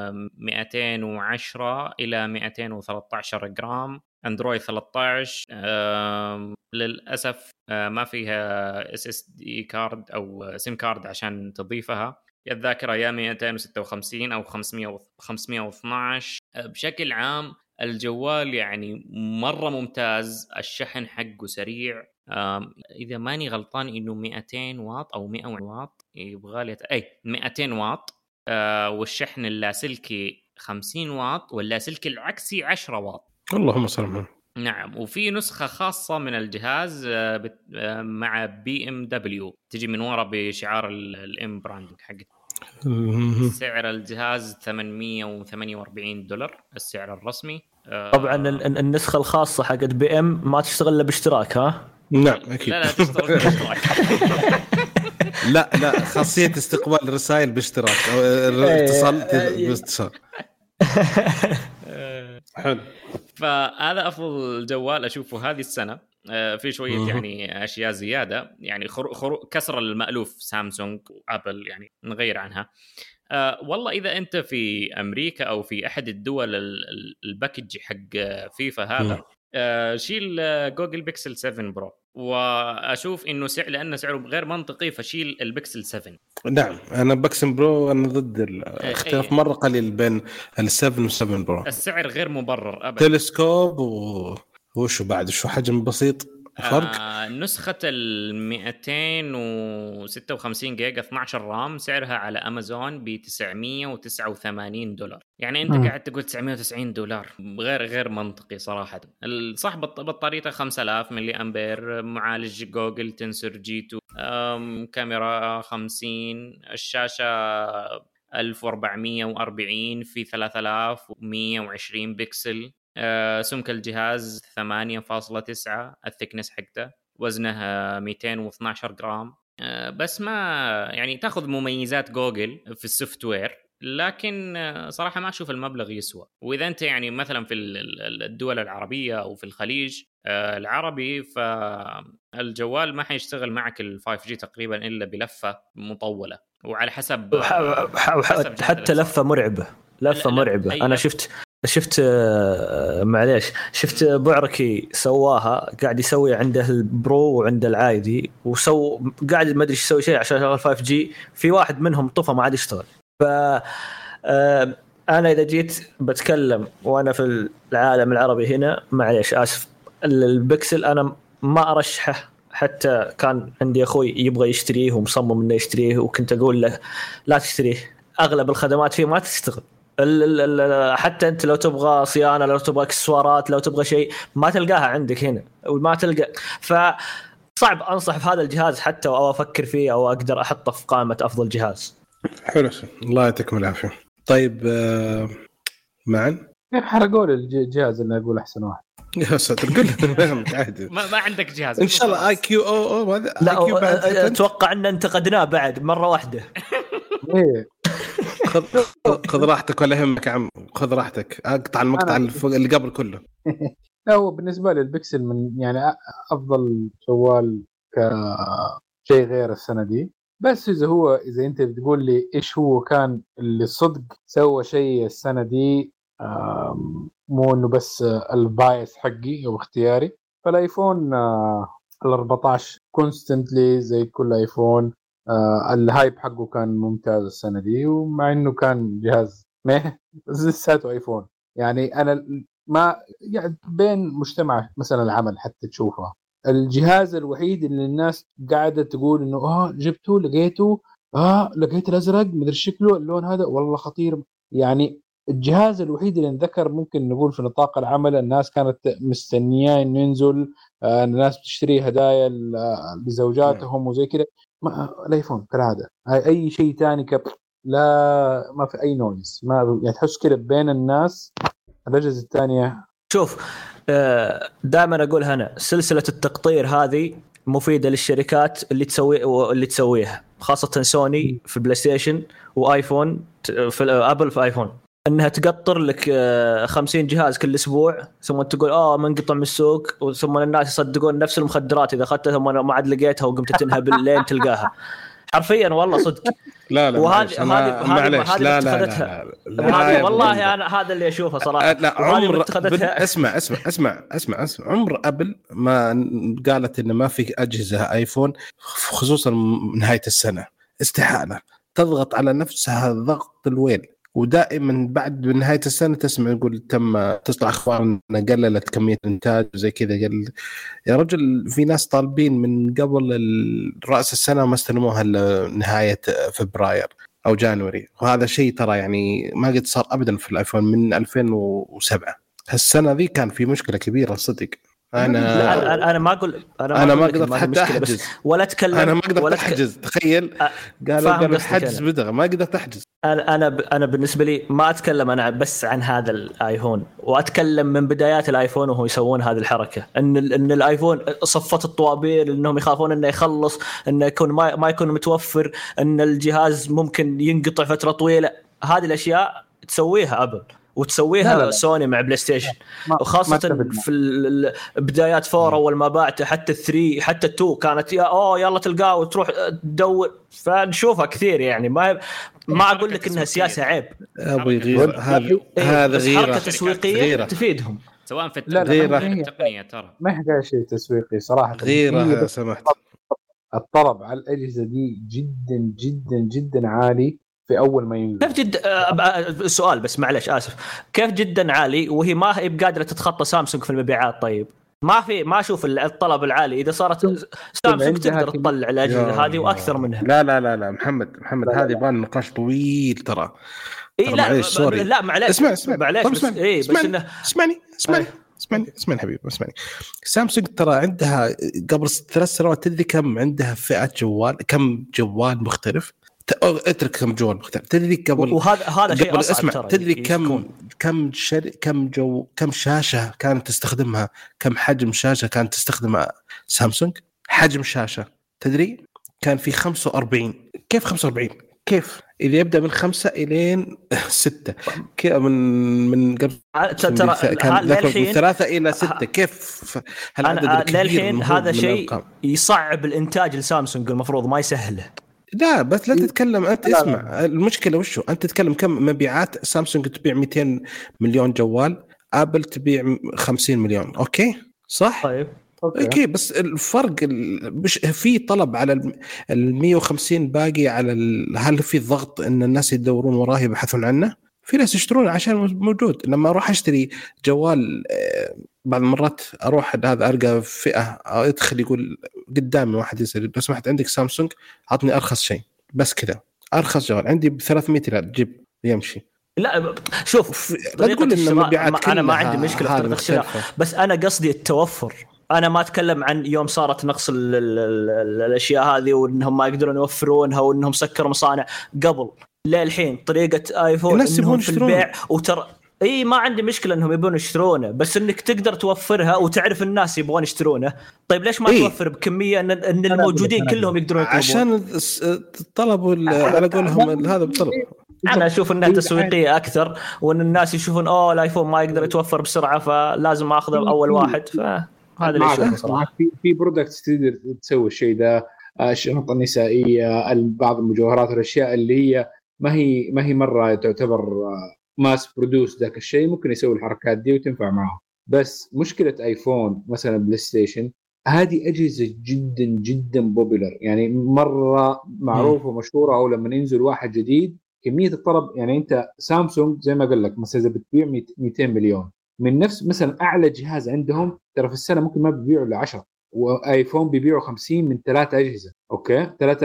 C: 210 إلى 213 جرام. اندرويد 13. للأسف ما فيها SSD كارد أو سيم كارد عشان تضيفها. الذاكرة يا 256 أو 512. بشكل عام الجوال يعني مرة ممتاز. الشحن حقه سريع. إذا ماني غلطان إنه 200 واط أو 100 واط يبغالي 200 واط. والشحن اللاسلكي 50 واط واللاسلكي العكسي 10 واط.
A: اللهم صل على. نعم.
C: وفي نسخة خاصة من الجهاز مع BMW تجي من ورا بشعار الام براندنج حقه. سعر الجهاز $848 السعر الرسمي.
B: طبعا النسخة الخاصة حقت BM ما تشتغل الا باشتراك. ها
A: نعم اكيد.
C: لا تشتغل باشتراك.
A: لا خاصية استقبال الرسائل باشتراك او الاتصال باتصال. حلو.
C: فهذا افضل جوال اشوفه هذه السنة. في شوية يعني اشياء زيادة يعني كسر المألوف سامسونج وابل يعني نغير عنها. والله إذا أنت في أمريكا أو في أحد الدول الباكج حق فيفا هذا شيل جوجل بيكسل 7 برو. وأشوف إنه لأنه سعره غير منطقي فشيل البيكسل 7.
A: نعم أنا بيكسل برو أنا ضد الاختلاف مرة قليل بين ال7 و7 برو.
C: السعر غير مبرر أبدا.
A: تلسكوب وشو بعد شو حجم بسيط فرق.
C: نسخة 256 جيجا 12 رام سعرها على أمازون $989. يعني أنت قاعد تقول $990 غير منطقي صراحة. صح بطاريته 5000 ملي أمبير. معالج جوجل تنسر G2. كاميرا 50. الشاشة 1440 في 3120 بكسل. سمك الجهاز 8.9. الثكنس حقته. وزنه 212 جرام. بس ما يعني تاخذ مميزات جوجل في السوفت وير لكن صراحة ما أشوف المبلغ يسوى. وإذا أنت يعني مثلا في الدول العربية أو في الخليج العربي فالجوال ما حيشتغل معك ال 5G تقريبا إلا بلفة مطولة وعلى حسب
B: حتى لفة مرعبة. مرعبة. أنا شفت معليش شفت بعركي سواها قاعد يسوي عنده البرو وعنده العادي قاعد ما ادري ايش يسوي شيء عشان يشغل 5G. في واحد منهم طفى ما عاد يشتغل. ف انا اذا جيت بتكلم وانا في العالم العربي هنا معليش اسف البكسل انا ما ارشحه. حتى كان عندي اخوي يبغى يشتريه ومصمم انه يشتريه وكنت اقول له لا تشتريه. اغلب الخدمات فيه ما تشتغل. حتى انت لو تبغى صيانه لو تبغى اكسسوارات لو تبغى شيء ما تلقاها عندك هنا وما تلقى. فصعب انصح بهذا الجهاز حتى او افكر فيه او اقدر احطه في قائمه افضل جهاز.
A: حلو الله يعطيكم العافيه. طيب معن
E: كيف حرقوا لي الجهاز اللي اقول احسن واحد
A: يا ساتر قل فهمت عادي.
C: ما عندك جهاز
A: ان شاء الله IQ هذا
B: لا اتوقع ان انتقدناه بعد مره واحده.
E: ايه
A: خذ راحتك ولا يهمك يا عم خذ راحتك. اقطع المقطع اللي قبل كله.
E: هو بالنسبه لي البكسل من يعني افضل جوال كشيء غير السنه دي. بس اذا انت بتقول لي ايش هو كان اللي صدق سوى شيء السنه دي مو انه بس البايس حقي او اختياري فالايفون ال14 كونستنتلي زي كل ايفون. الهايب حقه كان ممتاز السنة دي ومع انه كان جهاز لساته ايفون. يعني انا ما يعني بين مجتمع مثلا العمل حتى تشوفها الجهاز الوحيد اللي الناس قاعدة تقول انه جبته لقيته لقيت الازرق مدري شكله اللون هذا والله خطير. يعني الجهاز الوحيد اللي انذكر ممكن نقول في نطاق العمل الناس كانت مستنياه انه ينزل. الناس بتشتري هدايا لزوجاتهم وزي كده. الايفون كالعاده اي شيء تاني لا ما في اي نويز ما يعني تحس كده بين الناس. الاجهزه الثانيه
B: شوف دائما اقول هنا سلسله التقطير هذه مفيده للشركات اللي تسويها خاصه سوني في بلاي ستيشن وايفون في ابل في ايفون انها تقطر لك 50 جهاز كل اسبوع ثم تقول منقطع من السوق ثم الناس يصدقون نفس المخدرات اذا اخذتها ثم ما عاد لقيتها وقمت تنهب لين تلقاها حرفيا والله صدق.
A: لا
B: وهذه
A: معليش لا
B: والله انا هذا اللي اشوفه صراحه.
A: لا عمر اسمع عمر ابل ما قالت انه ما في اجهزه ايفون خصوصا نهايه السنه، استحاله تضغط على نفسها ضغط الويل، ودائما بعد نهايه السنه تسمع يقول تطلع اخبار ان قللت كميه الانتاج زي كذا. يا رجل في ناس طالبين من قبل راس السنه وما استلموها نهايه فبراير او جانوري، وهذا شيء ترى يعني ما قد صار ابدا في الايفون من 2007. هالسنه ذي كان في مشكله كبيره صدق.
B: انا ما اقول
A: انا ما قدرت حتى احجز
B: ولا اتكلم،
A: انا ما قدرت احجز. تخيل قالوا الحجز بدغ ما قدرت احجز.
B: انا بالنسبه لي ما اتكلم انا بس عن هذا الايفون، واتكلم من بدايات الايفون وهو يسوون هذه الحركه ان الايفون صفت الطوابير انهم يخافون انه يخلص، انه يكون ما يكون متوفر، ان الجهاز ممكن ينقطع فتره طويله. هذه الاشياء تسويها ابل وتسويها لا. سوني مع بلاي ستيشن، وخاصة في بدايات 4 أول ما باعته، حتى 3 حتى 2 كانت يلا تلقاه وتروح تدور، فنشوفها كثير يعني. ما أقول لك إنها سياسة عيب
A: أبوي غير هذا غير
B: حركة تسويقية تفيدهم
C: سواء في التقنية ترى
E: ما يحتاج شيء تسويقي صراحة.
A: غير سمحت
E: الطلب على الأجهزة دي جدا جدا جدا عالي في أول ما ينزل.
B: كيف جدا سؤال بس معلش آسف، كيف جدا عالي وهي ما هي بقادرة تتخطى سامسونج في المبيعات؟ طيب ما أشوف الطلب العالي إذا صارت سامسونج تقدر تطلع الأجهزة هذه وأكثر منها.
A: لا محمد هذه يبغى نقاش طويل ترى.
B: لا معلش
A: اسمع
B: معلش بس إنه
A: اسمعني حبيبي اسمعني. سامسونج ترى عندها قبل 3 سنوات تدري كم عندها فئة جوال، كم جوال مختلف، اترك كم جوال مختلف. تدري قبل
B: وهذا شيء
A: اسمع تدري كم شاشة كانت تستخدمها، كم حجم شاشة كانت تستخدمها سامسونج؟ حجم شاشة تدري كان في 45. كيف 45؟ كيف إذا يبدأ من 5 إلى 6 كيف من قبل
B: ترى
A: من 3 إلى 6 كيف
B: هالعدد للحين هذا شيء يصعب الإنتاج لسامسونج، المفروض ما يسهله.
A: لا بس لا تتكلم أنت اسمع المشكلة وشو، أنت تتكلم كم مبيعات سامسونج تبيع 200 مليون جوال، أبل تبيع 50 مليون. أوكي صح؟
B: طيب
A: اوكي بس الفرق مش في طلب على 150 باقي على هل في ضغط ان الناس يدورون وراه يبحثون عنه؟ في ناس يشترون عشان موجود. لما اروح اشتري جوال بعض المرات اروح هذا القى فئه يدخل يقول قدامي واحد يسأل لو سمحت عندك سامسونج عطني ارخص شيء بس كذا، ارخص جوال عندي ب 300 ريال جيب يمشي.
B: لا شوف
A: لا تقول ان المبيعات
B: انا ما عندي مشكله في بس انا قصدي التوفر. أنا ما أتكلم عن يوم صارت نقص الأشياء هذه وإنهم ما يقدرون يوفرونها وإنهم سكروا مصانع. قبل للحين طريقة آيفون إنهم في البيع وترى ما عندي مشكلة إنهم يبون يشترونه، بس إنك تقدر توفرها وتعرف الناس يبغون يشترونه. طيب ليش ما توفر بكمية إن الموجودين كلهم يقدرون يطلبون؟
A: عشان طلبوا على قولهم هذا بالطلب.
B: أنا أشوف إنها تسويقية أكثر، وإن الناس يشوفون الآيفون ما يقدر يتوفر بسرعة فلازم أخذه أول واحد. هذا اللي يشوفه صراحة.
E: في برودكتس تقدر تسوي الشيء ده، الشنطة النسائية، بعض المجوهرات والأشياء اللي هي ما هي مرة تعتبر ماس برودوس ذاك الشيء، ممكن يسوي الحركات دي وتنفع معه. بس مشكلة آيفون مثلا بلاي ستيشن هذه أجهزة جدا جدا بوبيلر، يعني مرة معروفة ومشهورة، أو لما ينزل واحد جديد كمية الطلب. يعني أنت سامسونج زي ما قال لك مثلا بتبيع 200 مليون من نفس مثلا أعلى جهاز عندهم ترى في السنة ممكن ما بيبيعوا إلا 10، وآيفون بيبيعوا 50 من 3 أجهزة. أوكي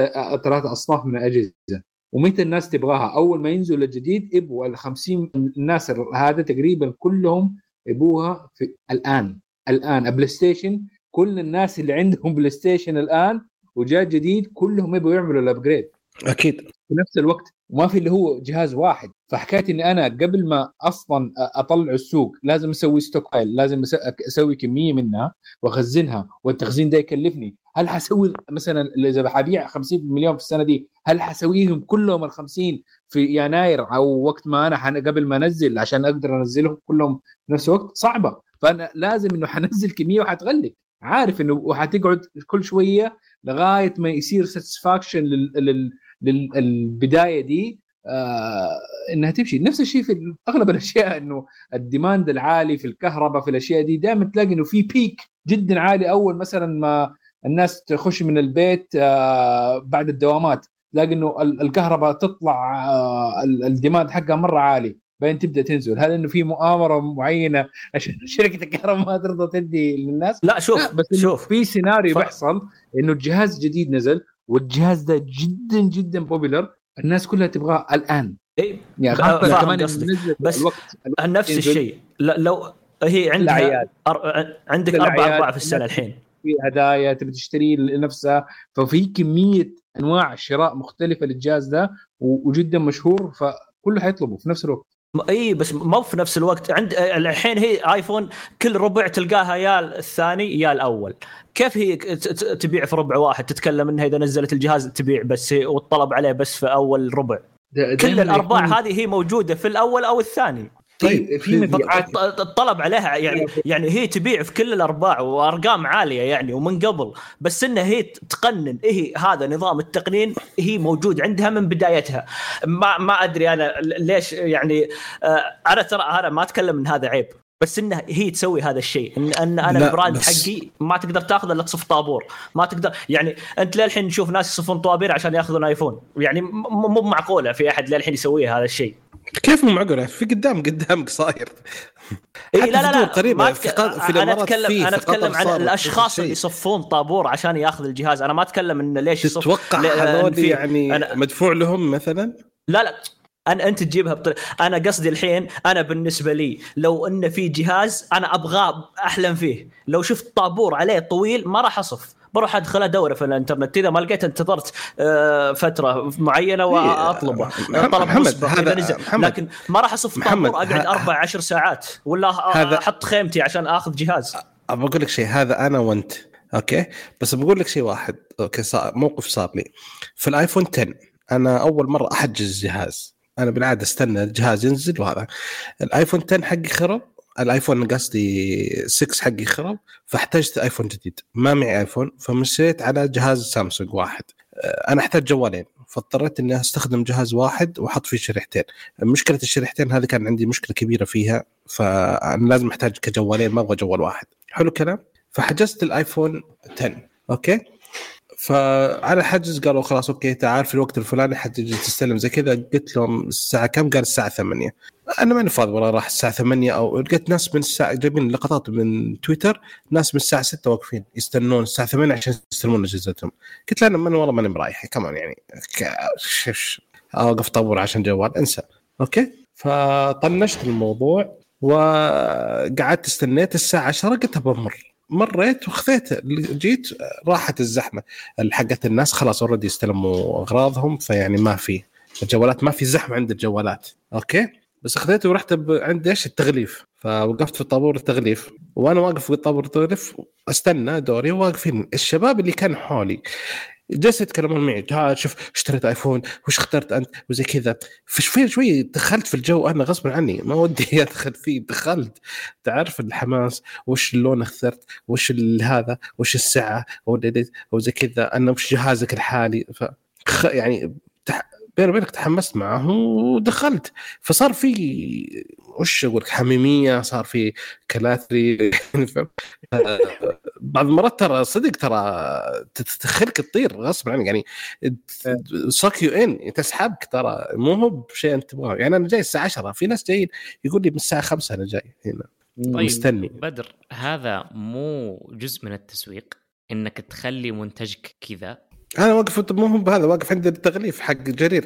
E: 3 أصناف من الأجهزة، ومتى الناس تبغاها؟ أول ما ينزل الجديد يبغوا 50 الناس هذا تقريبا كلهم يبوها في الآن بلاي ستيشن. كل الناس اللي عندهم بلاي ستيشن الآن وجاء جديد كلهم يبغوا يعملوا الأبجريد.
A: اكيد
E: في نفس الوقت، وما في اللي هو جهاز واحد. فحكايه اني انا قبل ما اصلا اطلع السوق لازم اسوي ستوك بايل، لازم اسوي كميه منها واخزنها، والتخزين ده يكلفني. هل حسوي مثلا اذا بحبيع 50 مليون في السنه دي، هل حسويهم كلهم ال50 في يناير او وقت ما انا قبل ما انزل عشان اقدر انزلهم كلهم في نفس الوقت؟ صعبه. فانا لازم انه حنزل كميه وحتغلق، عارف انه وحتقعد كل شويه لغايه ما يصير ساتسفاكشن للبدايه دي انها تمشي. نفس الشيء في اغلب الاشياء، انه الديماند العالي في الكهرباء في الاشياء دي دائما تلاقي انه في بيك جدا عالي اول مثلا ما الناس تخش من البيت بعد الدوامات، تلاقي انه الكهرباء تطلع الديماند حقها مره عالي، بعدين تبدا تنزل. هل انه في مؤامره معينه عشان شركه الكهرباء ما ترضى تدي للناس؟
B: لا شوف،
E: بس
B: شوف
E: في سيناريو بيحصل انه الجهاز جديد نزل والجهاز ده جدا جدا بوبيلر، الناس كلها تبغاه الان.
B: إيه؟
E: يعني خاصه كمان
B: بس الوقت نفس الشيء. لو هي عندها عندك 4 في السنه الحين،
E: في هدايا تبي تشتري لنفسها، ففي كميه انواع شراء مختلفه للجهاز ده وجدا مشهور، فكله حيطلبه في نفس الوقت.
B: اي بس مو في نفس الوقت. عند الحين هي ايفون كل ربع تلقاها يا الثاني يا الاول. كيف هي تبيع في ربع واحد؟ تتكلم انها اذا نزلت الجهاز تبيع بس والطلب عليه بس في اول ربع. كل الارباع هذه هي موجوده في الاول او الثاني.
E: طيب في مبيعات
B: الطلب عليها يعني هي تبيع في كل الارباع وارقام عاليه يعني ومن قبل، بس انها هي تقنن. هذا نظام التقنين هي موجود عندها من بدايتها. ما ادري انا ليش يعني. انا ترى انا ما اتكلم ان هذا عيب، بس انها هي تسوي هذا الشيء. ان انا البراند حقي ما تقدر تاخذ الا تصف طابور. ما تقدر يعني انت للحين نشوف ناس يصفون طوابير عشان ياخذون ايفون، يعني مو معقوله في احد للحين يسوي هذا الشيء.
A: كيف مو معقوله؟ في قدامك صاير.
B: إيه لا
A: قريبة
B: انا اتكلم عن الاشخاص اللي يصفون طابور عشان ياخذ الجهاز. انا ما اتكلم ان ليش
A: تتوقع هذول يعني مدفوع لهم مثلا.
B: لا انت تجيبها انا قصدي الحين انا بالنسبه لي لو ان في جهاز انا ابغاه احلم فيه، لو شفت طابور عليه طويل ما راح اصف، بروح ادخل ادور في الانترنت. اذا ما لقيت انتظرت فتره معينه واطلبه طلب مسبق اذا نزل، لكن ما راح اصف طابور اقعد 4-10 ساعات ولا احط خيمتي عشان اخذ جهاز.
A: ابى اقول لك شيء، هذا انا وانت اوكي، بس بقول لك شيء واحد. اوكي موقف صار لي في الايفون 10. انا اول مره احجز جهاز، انا بالعاده استنى الجهاز ينزل، وهذا الايفون 10 حقي خرب، الايفون قصدي 6 حقي خرب، فاحتجت ايفون جديد. ما معي ايفون، فمشيت على جهاز سامسونج واحد. انا احتاج جوالين، فاضطريت اني استخدم جهاز واحد واحط فيه شريحتين. مشكله الشريحتين هذه كان عندي مشكله كبيره فيها، فانا لازم احتاج كجوالين، ما ابغى جوال واحد. حلو الكلام. فحجزت الايفون 10 اوكي. فعلى حجز قالوا خلاص اوكي تعال في الوقت الفلاني حتجي تستلم زي كذا. قلت لهم الساعه كم؟ قال الساعه 8. انا ماني فاضي والله، راح الساعه 8. او لقيت ناس من الساعه جايبين لقطات من تويتر، ناس من الساعه 6 واقفين يستنون الساعه 8 عشان يستلمون اجهزتهم. قلت له انا والله ماني مرايح كمان يعني اوقف طابور عشان جوال، انسى. اوكي. فطنشت الموضوع وقعدت استنيت الساعه 10. قلت مريت وخذيت، جيت راحت الزحمه حقت الناس، خلاص اوريدي استلموا اغراضهم، فيعني ما في الجوالات، ما في زحمه عند الجوالات. اوكي. بس خذيته ورحت عند ايش التغليف، فوقفت في طابور التغليف. وانا واقف في طابور التغليف استنى دوري، واقفين الشباب اللي كانوا حولي جلسوا يتكلمون معي، ها شوف اشتريت ايفون، وش اخترت انت وزي كذا. شوي دخلت في الجو، انا غصب عني ما ودي ادخل فيه، دخلت. تعرف الحماس، وش اللون اخترت، وش هذا، وش السعه وزي كذا، انا وش جهازك الحالي. يعني بيني وبينك تحمست معه ودخلت. فصار في وش اقول حميميه، صار في كلاثري. بعض المرات ترى صدق ترى تخلك تطير غصب عنك يعني، ساك يو ان تسحبك، ترى مو هو بشيء انت تبغاه. يعني انا جاي الساعه 10، في ناس جايين يقول لي من الساعه 5 انا جاي هنا.
C: طيب
A: مستني.
C: بدر، هذا مو جزء من التسويق انك تخلي منتجك كذا؟
A: انا واقف مو هم بهذا، واقف عند التغليف حق جرير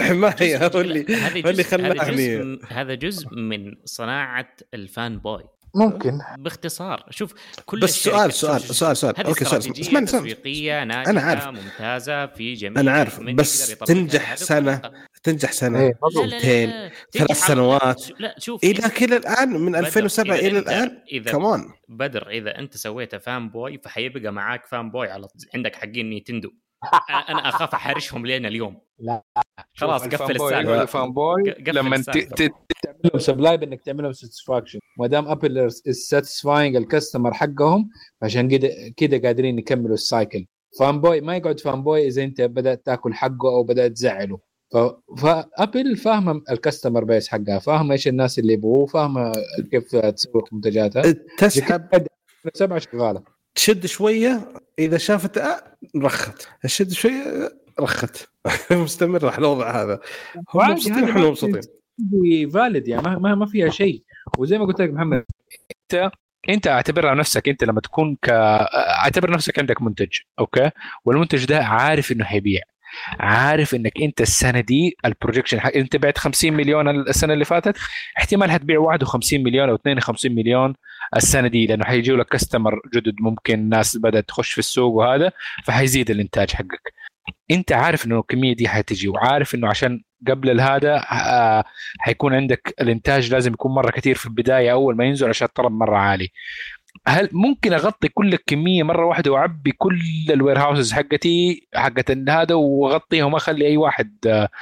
A: الحمايه، هو اللي خلاني.
C: هذا جزء من صناعه الفان بوي.
E: ممكن.
C: باختصار شوف كل
A: بس سؤال اوكي
C: اسمعني تسويقيه ناجحه
A: انا عارف
C: ممتازه في جميع
A: انا عارف بس تنجح سنه سنتين 3 سنوات الى كده الان من 2007 الى الان كمان
C: بدر اذا انت سويت فان بوي فحيبقى معاك فان بوي على عندك حقين نينتندو. انا اخاف احرشهم لنا اليوم.
E: لا
C: خلاص قفل السالفه.
D: الفان بوي لما
E: تعمل لهم سبلاي انك تعمل لهم ساتسفاكشن، ما دام ابل ساتسفاينج الكاستمر حقهم عشان كده قادرين يكملوا السايكل. فان بوي ما يقعد فان بوي اذا انت بدات تاكل حقه او بدات تزعله. فابل فاهمه الكاستمر بيس حقها، فاهمه ايش الناس اللي يبغوه، فاهمه كيف تسوق منتجاتها.
A: تسحب
E: 7 شغاله،
A: تشد شويه اذا شافت رخت، تشد شويه رخت مستمر على الوضع هذا. هم مبسوطين
E: فاليد يعني ما فيها شيء. وزي ما قلت لك محمد
D: انت اعتبر نفسك انت لما تكون اعتبر نفسك عندك منتج اوكي، والمنتج ده عارف انه هيبيع، عارف انك انت السنه دي البروجكشن انت بعت 50 مليون السنه اللي فاتت، احتمال هتبيع 51 مليون او 52 مليون السنه دي، لانه حيجوا لك كاستمر جدد، ممكن ناس بدات تخش في السوق وهذا، فحيزيد الانتاج حقك. انت عارف انه الكميه دي حتجي، وعارف انه عشان قبل هذا حيكون عندك الانتاج لازم يكون مره كثير في البدايه اول ما ينزل عشان الطلب مره عالي. هل ممكن اغطي كل الكميه مره واحده واعبي كل الوير هاوسز حقت هذا واغطيها وما اخلي اي واحد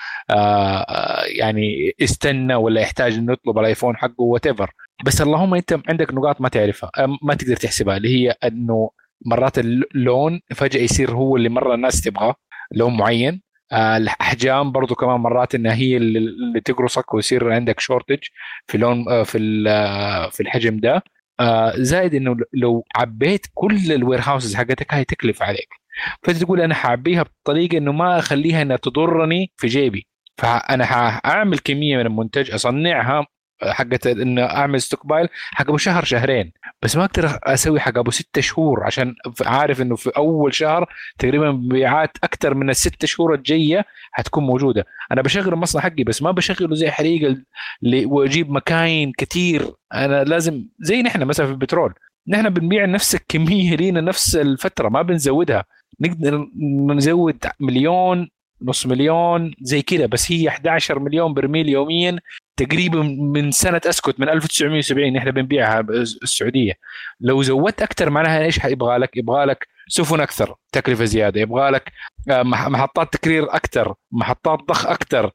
D: يعني استنى ولا يحتاج انه يطلب الايفون حقه واتيفر؟ بس اللهم انت عندك نقاط ما تعرفها، ما تقدر تحسبها، اللي هي انه مرات اللون فجاه يصير هو اللي مره الناس تبغاه، لون معين. الاحجام برضو كمان مرات انها هي اللي تقرصك ويصير عندك شورتج في لون في الحجم ده. زائد انه لو عبيت كل الوير هاوسز حقتك هاي تكلف عليك، فتقول انا حعبيها بطريقه انه ما اخليها انها تضرني في جيبي، فانا حاعمل كميه من المنتج اصنعها حقت انه اعمل ستوك بايل حق ابو شهر شهرين، بس ما اقدر اسوي حق ابو 6 شهور عشان عارف انه في اول شهر تقريبا مبيعات اكثر من ال6 شهور الجايه حتكون موجوده. انا بشغل المصنع حقي بس ما بشغله زي حريقه واجيب مكاين كثير. انا لازم زي نحن مثلا في البترول، نحن بنبيع نفس الكميه لينا نفس الفتره ما بنزودها، نقدر نزود مليون نص مليون زي كده، بس هي 11 مليون برميل يوميا تقريبا من سنة أسكت من 1970 إحنا بنبيعها بالسعودية. لو زودت أكتر معناها إيش حيبغى لك؟ يبغى لك سفن أكثر تكلفة زيادة، يبغى لك محطات تكرير أكثر، محطات ضخ أكثر،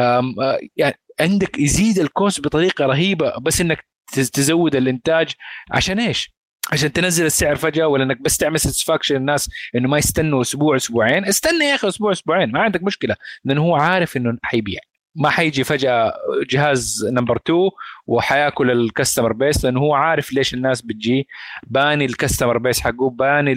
D: يعني عندك يزيد الكوست بطريقة رهيبة بس إنك تزود الإنتاج. عشان إيش؟ عشان تنزل السعر فجأة، ولا انك بس تعمل ساتسفاكشن الناس انه ما يستنوا اسبوع اسبوعين؟ استنى يا اخي اسبوع اسبوعين ما عندك مشكلة، لانه هو عارف انه حيبيع، ما حيجي فجأة جهاز نمبر 2 وحياكل الكاستمر بيس، لانه هو عارف ليش الناس بتجي، باني الكاستمر بيس حقه، باني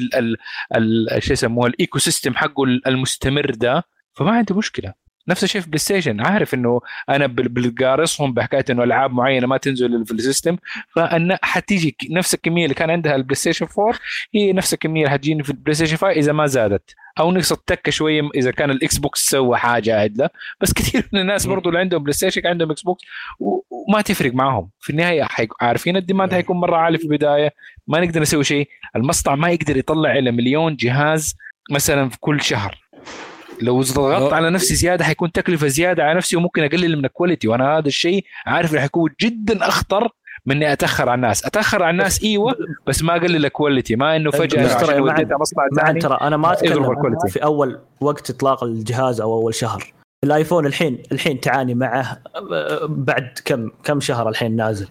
D: شو يسموه الايكو سيستم حقه المستمر ده، فما عنده مشكلة. نفس الشيء في بلاي ستيشن، عارف انه انا بالقارصهم بحكايه انه العاب معينه ما تنزل في السيستم، فان حتيجي نفس الكميه اللي كان عندها البلاي ستيشن 4 هي نفس الكميه اللي حتجيني في البلاي ستيشن 5 اذا ما زادت او نقصت تكه شويه اذا كان الاكس بوكس سوى حاجه عدله. بس كثير من الناس برضو اللي عندهم بلاي ستيشن عندهم اكس بوكس وما تفرق معهم في النهايه، عارفين الديماند حيكون مره عالي في البدايه، ما نقدر نسوي شيء. المصنع ما يقدر يطلع الا مليون جهاز مثلا في كل شهر، لو ضغطت على نفسي زياده حيكون تكلفه زياده على نفسي وممكن اقلل من الكواليتي، وانا هذا الشيء عارف راح يكون جدا اخطر من اني اتاخر على الناس ايوه بس ما اقلل الكواليتي، ما انه فجاه عشان وديت مصنع ثاني.
B: ترى انا ما اتكلم في اول وقت اطلاق الجهاز او اول شهر. الايفون الحين تعاني معه بعد كم شهر الحين نازل.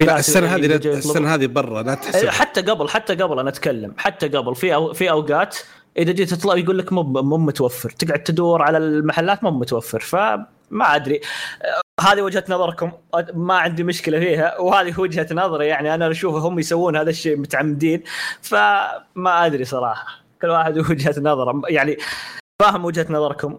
A: السنه هذه برا لا تحسب،
B: حتى قبل انا اتكلم، حتى قبل في اوقات اذا جيت تطلع يقول لك مو متوفر، تقعد تدور على المحلات مو متوفر. فما ادري، هذه وجهة نظركم ما عندي مشكلة فيها، وهذه وجهة نظري يعني انا اشوف هم يسوون هذا الشيء متعمدين، فما ادري صراحة، كل واحد وجهة نظره يعني. فاهم وجهة نظركم،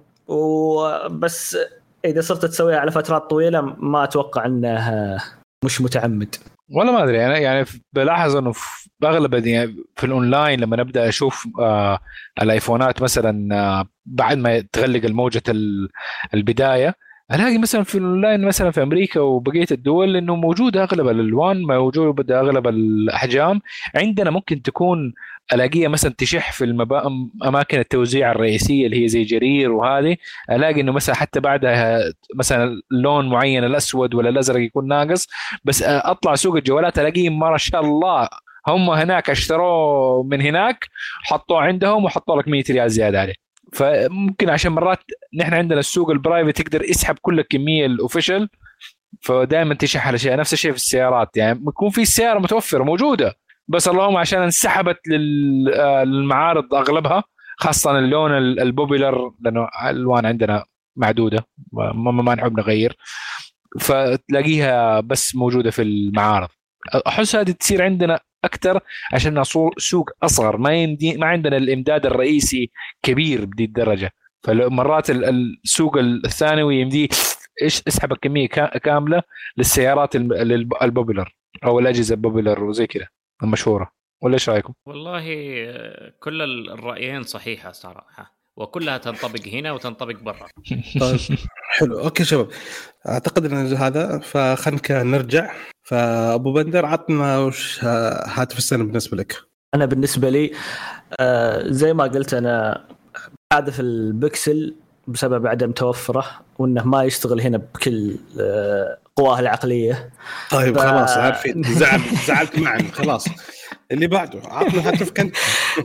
B: وبس اذا صرت تسويها على فترات طويلة ما اتوقع انه مش متعمد.
D: ولا ما ادري، انا يعني بلاحظ انه في اغلب في الاونلاين لما نبدا اشوف الايفونات مثلا بعد ما تغلق الموجه البدايه الاقي مثلا في الاونلاين مثلا في امريكا وبقيه الدول انه موجوده اغلب الالوان، موجوده اغلب الاحجام. عندنا ممكن تكون الاقيها مثلا تشح في اماكن التوزيع الرئيسيه اللي هي زي جرير وهذه، الاقي انه مثلا حتى بعدها مثلا لون معين الاسود ولا الازرق يكون ناقص. بس اطلع سوق الجوالات الاقيهم ما شاء الله هم هناك اشتروه من هناك، حطوه عندهم وحطوا لك 100 ريال زياده عليه. فممكن عشان مرات نحن عندنا السوق البرايفت تقدر يسحب كل الكميه الاوفيشال، فدائما تشحن الاشياء. نفس الشيء في السيارات، يعني بيكون في السياره متوفره موجوده، بس اللهم عشان انسحبت للمعارض اغلبها، خاصه اللون البوبيلر لانه الالوان عندنا معدوده ما نحب نغير، فتلاقيها بس موجوده في المعارض. احس هذه تصير عندنا اكثر عشان سوق اصغر، ما عندنا الامداد الرئيسي كبير بدي الدرجه. فمرات السوق الثانوي يمدي اسحب الكميه كامله للسيارات البوبولر او الاجهزه البوبولر وزي كذا المشهوره. ولا ايش رايكم؟
C: والله كل الرايين صحيحه صراحه، وكلها تنطبق هنا وتنطبق برا.
A: طيب حلو، اوكي شباب، اعتقد ان هذا، فخلنا نرجع. فابو بندر عطنا وش هاتف السنه بالنسبه لك؟
B: انا بالنسبه لي زي ما قلت، انا هدف البكسل بسبب عدم توفره وانه ما يشتغل هنا بكل قواه العقليه.
A: طيب خلاص عارفين، زعلت معنا خلاص. اللي بعده عطنا هاتفك انت.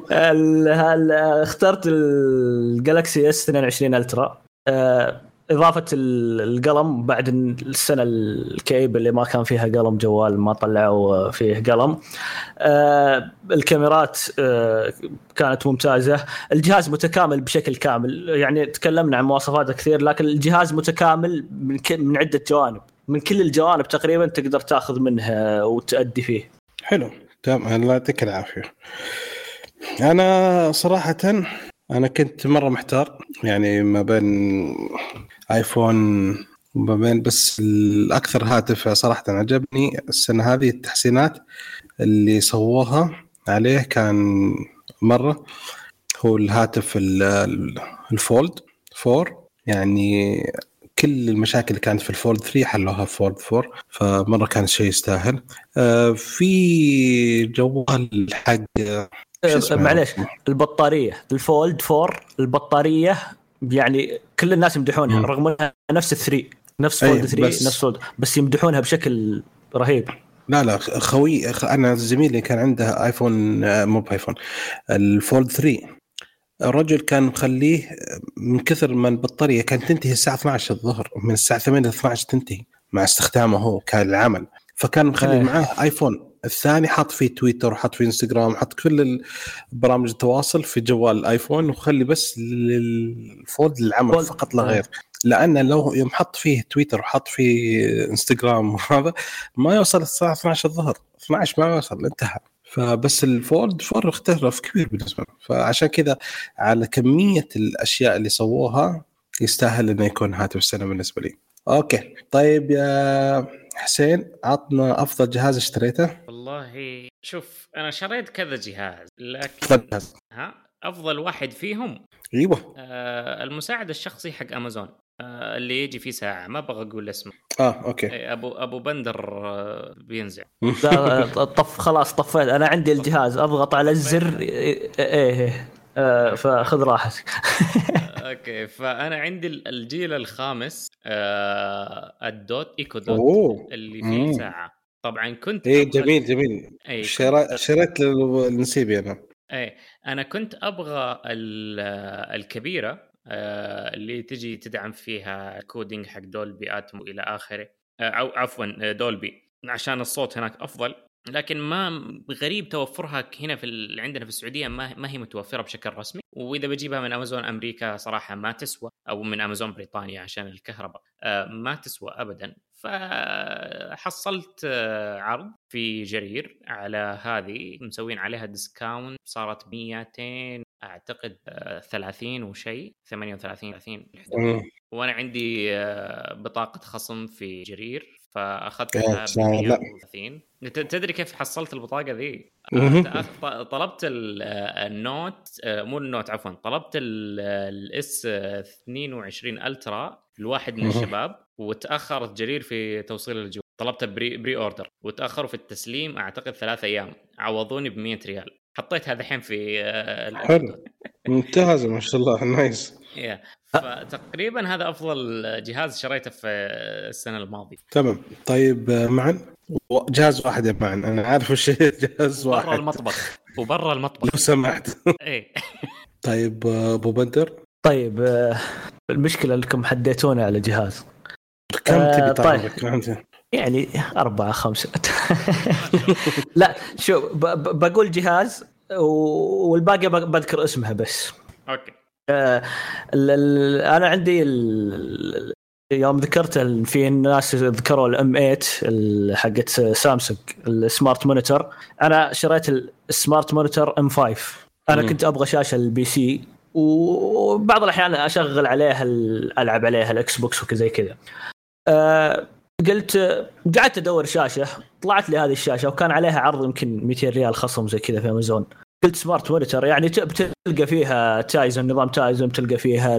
B: اخترت الجالكسي اس 22 الترا. إضافة القلم بعد السنة الكئيبة اللي ما كان فيها قلم جوال، ما طلعوا فيه قلم. الكاميرات كانت ممتازة. الجهاز متكامل بشكل كامل، يعني تكلمنا عن مواصفاته كثير، لكن الجهاز متكامل من عدة جوانب، من كل الجوانب تقريبا تقدر تأخذ منها وتأدي فيه.
A: حلو تمام، الله يعطيك العافية. أنا صراحة أنا كنت مرة محتار، يعني ما بين آيفون وما بين، بس الأكثر هاتف صراحة عجبني السنة هذه التحسينات اللي سووها عليه كان مرة، هو الهاتف الفولد 4. يعني كل المشاكل اللي كانت في الفولد 3 حلوها في فولد 4، فمرة كان شيء يستاهل. في جوال حق
B: معليش، البطارية الفولد 4 البطارية يعني كل الناس يمدحونها، رغم انها نفس الثري، نفس فولد 3 نفس فولد، بس يمدحونها بشكل رهيب.
A: لا خوي، انا زميلي كان عنده ايفون، مو بايفون، الفولد 3. الرجل كان مخليه من كثر ما البطارية كانت تنتهي الساعة 12 الظهر، من الساعة 8 ل 12 تنتهي مع استخدامه هو كان العمل. فكان مخلي معاه ايفون الثاني، حط فيه تويتر وحط فيه انستغرام، حط كل برامج التواصل في جوال الايفون، وخلي بس للفولد للعمل فقط لا غير. لأن لو يوم حط فيه تويتر وحط فيه انستغرام وهذا ما يوصل الساعة 12 الظهر، 12 ما يوصل، انتهى. فبس الفولد 4 اختلاف كبير بالنسبة له، فعشان كذا على كمية الأشياء اللي سووها يستاهل إنه يكون هاتف السنة بالنسبة لي. أوكي طيب يا حسين، عطنا أفضل جهاز اشتريته.
C: والله شوف، أنا شريت كذا جهاز، لكن أفضل واحد فيهم
A: أيوه
C: المساعد الشخصي حق أمازون، اللي يجي فيه ساعة، ما بغى أقول اسمه.
A: أوكي.
C: أبو بندر بينزع.
B: خلاص طفيت، أنا عندي الجهاز أضغط على الزر فخذ راحتك.
C: اوكي، فانا عندي الجيل الخامس، الدوت ايكو دوت اللي فيه ساعه. طبعا كنت
A: جميل شريت للنسيبي
C: انا كنت ابغى الكبيره، اللي تجي تدعم فيها كودينج حق دولبي اتمو الى اخره، او عفوا دولبي، عشان الصوت هناك افضل. لكن ما غريب توفرها هنا عندنا في السعوديه ما هي متوفره بشكل رسمي، واذا بجيبها من امازون امريكا صراحه ما تسوى، او من امازون بريطانيا عشان الكهرباء ما تسوى ابدا. فحصلت عرض في جرير على هذه، مسوين عليها ديسكاونت، صارت 200 اعتقد 30 وشيء، 38 الحدود. وانا عندي بطاقه خصم في جرير، فاخذتها ب 130. تدري كيف حصلت البطاقه ذي؟ طلبت النوت، مو النوت عفوا، طلبت الاس 22 الترا الواحد من الشباب وتاخرت جرير في توصيل الجوال، طلبت بري اوردر وتاخروا في التسليم اعتقد 3 ايام، عوضوني ب100 ريال. حطيت هذا الحين في
A: حلو ممتاز ما شاء الله نايس.
C: فتقريبا هذا افضل جهاز شريته في السنه الماضيه.
A: تمام. طيب معا جهاز واحد يا معا، انا عارف وش جهاز واحد
C: برا المطبخ وبرا المطبخ
A: لو سمحت.
C: ايه
A: طيب ابو بدر.
B: طيب المشكله انكم حديتونا على جهاز
A: كم تبي؟
B: طيب يعني 4 5 لا شو بقول جهاز والباقي بذكر اسمها بس.
C: اوكي.
B: انا عندي يوم ذكرت في الناس ذكروا الام 8 حقت سامسونج السمارت مونيتور، انا شريت السمارت مونيتور ام 5. انا كنت ابغى شاشه البي سي وبعض الاحيان اشغل عليها العب عليها الاكس بوكس وكذا كذا. قلت قعدت ادور شاشه، طلعت لي هذه الشاشه وكان عليها عرض يمكن 200 ريال خصم زي كذا في امازون. قلت سمارت مونيتور يعني بتلقى فيها تايزن، نظام تايزن، تلقى فيها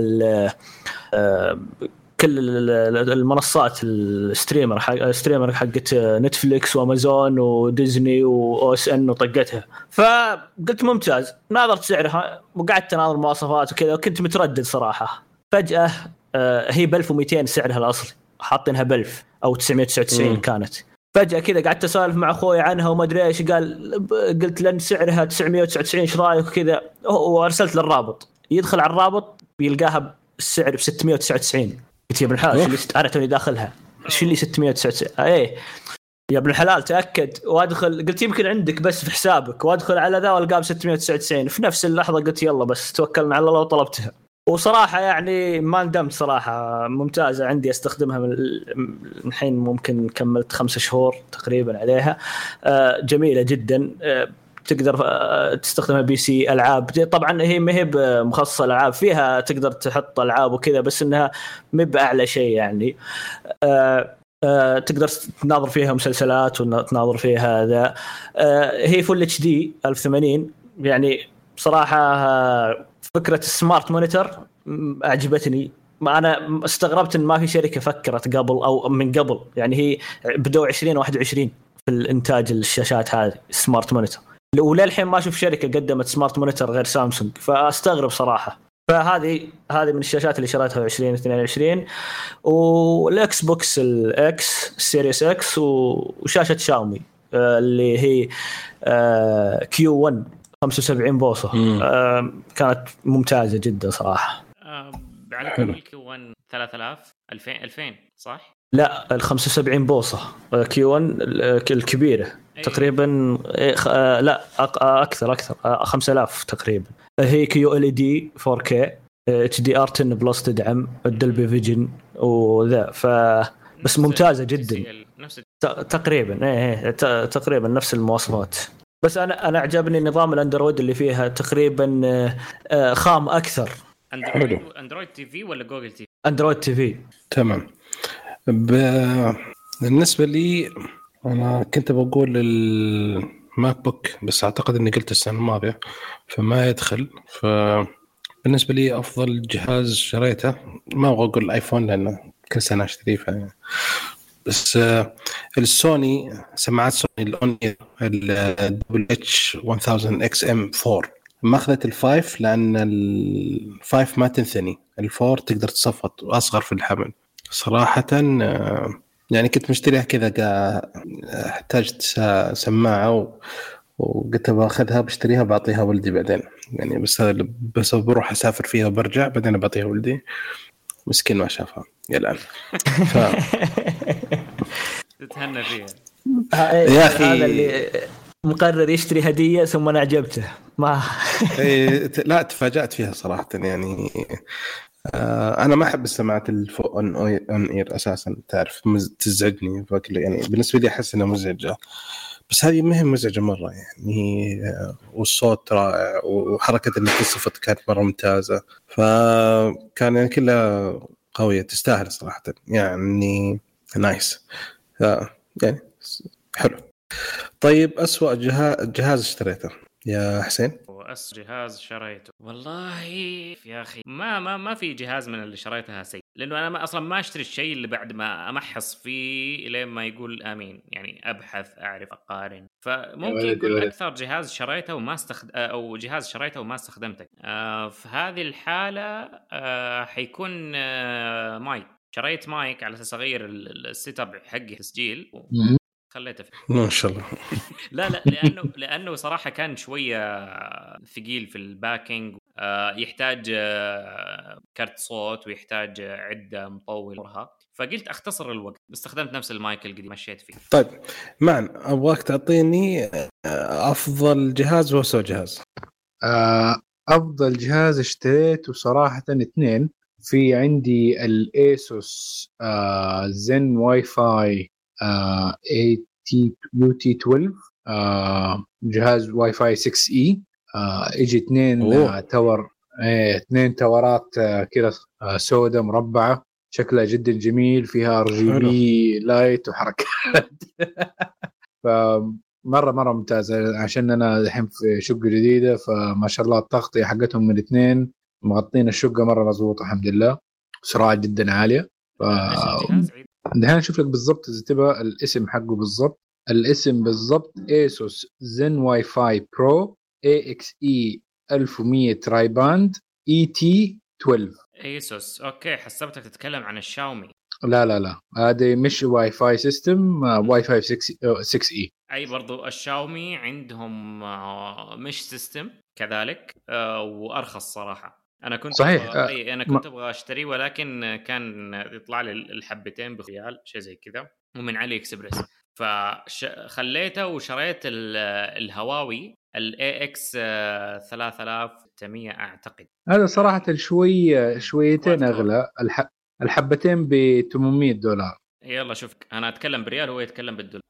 B: كل المنصات الستريمر حقت نتفليكس وامازون وديزني واو اس ان وطقتها. فقلت ممتاز، ناظرت سعرها وقعدت اناظر مواصفات وكذا وكنت متردد صراحه. فجاه هي ب 1200 سعرها الاصلي، حاطينها ب 1000 او 999 كانت. فجأة كذا قعدت أسولف مع أخوي عنها وما أدري إيش، قلت لأن سعرها 999 إيش رأيك وكذا، وأرسلت للرابط. يدخل على الرابط بيلقاها السعر ب 699. قلت يا ابن الحلال اللي أنا توني داخلها إيش اللي 699؟ إيه يا ابن الحلال تأكد وأدخل. قلت يمكن عندك بس في حسابك، وأدخل على ذا والقاه ب 699. في نفس اللحظة قلت يلا بس توكلنا على الله وطلبتها. وصراحة يعني ما ندمت صراحة، ممتازة عندي أستخدمها من الحين ممكن كملت 5 شهور تقريبا عليها. جميلة جدا، تقدر تستخدمها بي سي ألعاب. طبعا هي ما هي مخصصة الألعاب، فيها تقدر تحط ألعاب وكذا بس إنها ما بأعلى شيء يعني. تقدر تناظر فيها مسلسلات وتناظر فيها هذا. هي فول اتش دي 1080 يعني. بصراحة فكرة السمارت مونيتور أعجبتني. أنا استغربت إن ما في شركة فكرت قبل أو من قبل، يعني هي بدوا 2021 في الإنتاج الشاشات هذه السمارت مونيتور، وللحين ما أشوف شركة قدمت سمارت مونيتور غير سامسونج، فأستغرب صراحة. فهذه من الشاشات اللي شريتها 2022. والإكس بوكس الإكس السيريس إكس وشاشة شاومي اللي هي Q1 75 بوصة. كانت ممتازة جدا صراحة.
C: على كم Q1 3000 2000 صح؟
B: لا 75 بوصة Q1 الكبيرة تقريبا. لا أكثر 5000 تقريبا. هي QLED 4K HDR 10 بلس، تدعم الدولبي فيجن وذا. بس ممتازة جدا تقريبا. تقريبا نفس المواصفات. بس أنا أعجبني نظام الأندرويد اللي فيها تقريبا خام أكثر.
C: أندرويد تي في ولا جوجل تي في؟
B: أندرويد تي في.
A: تمام. بالنسبة لي أنا كنت بقول الماك بوك، بس أعتقد أني قلت السنة الماضية فما يدخل. فبالنسبة لي أفضل جهاز شريته، ما أبغى أقول الآيفون لأنه كل سنة أشتريه بس السوني، سماعات سوني الأونير WH-1000XM4. ما أخذت الفايف لأن الفايف ما تنثني، الفور تقدر تصفط وأصغر في الحمل صراحة. يعني كنت مشتريها كذا، احتاجت سماعة وقلت بأخذها بشتريها بعطيها ولدي بعدين، يعني بس بروح أسافر فيها وبرجع بعدين بعطيها ولدي. مسكين ما شافها الآن.
C: تتهنى فيها
A: يا أخي.
B: هذا اللي مقرر يشتري هدية ثم أنا عجبته ما
A: لا تفاجأت فيها صراحة. يعني أنا ما أحب السماعات الأون إير أساسا، تعرف تزعجني يعني بالنسبة لي أحس إنها مزعجة، بس هذه ما هي مزعجة مرة يعني. والصوت رائع وحركة اللي تصفت كانت مرة ممتازة، فكان يعني كلها قوية تستاهل صراحة يعني. نايس يعني حلو. طيب أسوأ جهاز اشتريته يا حسين؟
C: جهاز شريته والله يا أخي ما في جهاز من اللي شريتها سيء. لانه انا اصلا ما اشتري الشيء اللي بعد ما امحص فيه لين ما يقول امين، يعني ابحث اعرف اقارن. فممكن يقول اكثر جهاز شريته وما او جهاز شريته وما استخدمته. في هذه الحاله حيكون مايك. شريت مايك على اساس اغير السيت اب حقي تسجيل خليته
A: ما شاء الله.
C: لا لانه صراحه كان شويه ثقيل في الباكينج. يحتاج كارت صوت ويحتاج عده مطولها، فقلت اختصر الوقت استخدمت نفس المايك القديم مشيت فيه.
A: طيب معن ابغاك تعطيني افضل جهاز واسوء جهاز.
E: افضل جهاز اشتريته صراحه 2. في عندي الايسوس زن واي فاي UT12 جهاز واي فاي 6E. اجي 2 تاور 2 تاورات كذا سوداء مربعه شكلها جدا جميل، فيها RGB لايت وحركات فمره ممتازه. عشان انا الحين في شقه جديده فما شاء الله التغطيه حقتهم من 2 مغطين الشقه مره مظبوطه الحمد لله، سرعه جدا عاليه. دحين نشوف لك بالضبط اذا تبغى الاسم حقه بالضبط. الاسم بالضبط Asus Zen Wi-Fi Pro AXE 1100 تراي باند ET12.
C: Asus اوكي، حسبتك تتكلم عن الشاومي.
E: لا هذا مش واي فاي سيستم، واي فاي 6E.
C: اي برضو الشاومي عندهم مش سيستم كذلك وارخص صراحه. انا كنت
E: صحيح
C: انا كنت ابغى اشتري، ولكن كان يطلع لي الحبتين بخيال شيء زي كذا ومن علي اكسبرس، فخليته وشريت الهواوي AX 3600 اعتقد.
E: هذا صراحه شويتين اغلى، الحبتين ب $800.
C: يلا شوفك انا اتكلم بريال وهو يتكلم بالدولار.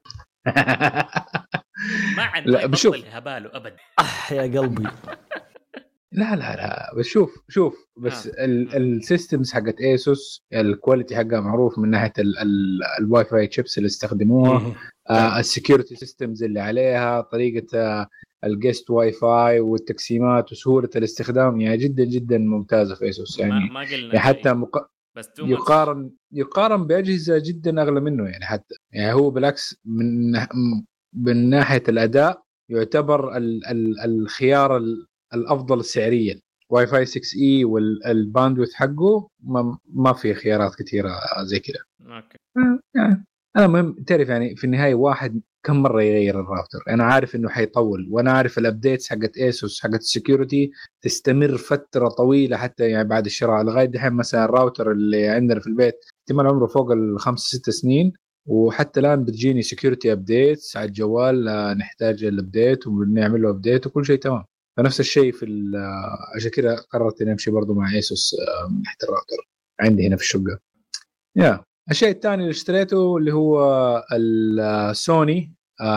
C: ما عاد
E: لا
C: بشوف هباله ابد.
B: يا قلبي
E: لا بس شوف بس السيستمز حقت ايسوس الكواليتي حقها معروف من ناحيه الواي فاي تشيبس اللي استخدموها، السكيورتي سيستمز اللي عليها، طريقه الجست واي فاي والتقسيمات وسهوله الاستخدام، يعني جدا جدا ممتازه في ايسوس. يعني
C: ما قلنا
E: حتى يقارن باجهزه جدا اغلى منه، يعني حتى يعني هو بالعكس من ناحيه الاداء يعتبر الخيار الافضل سعريا. واي فاي 6E والباندويث حقه ما في خيارات كثيره زي كذا.
C: اوكي
E: يعني انا مهم تعرف يعني في النهايه واحد كم مره يغير الراوتر. انا عارف انه حيطول، وانا عارف الابديتس حقت ايسوس حقت السكيورتي تستمر فتره طويله حتى يعني بعد الشراء. لغايه دحين مثلا الراوتر اللي عندنا في البيت احتمال عمره فوق 5-6 سنين، وحتى الان بتجيني سكيورتي ابديتس على الجوال، نحتاج الابديت ونعمل له ابديت وكل شيء تمام. فنفس الشيء في عشان كده قررت اني امشي برضو مع ايسوس من ناحيه الراوتر عندي هنا في الشقه. الشيء الثاني اللي اشتريته اللي هو السوني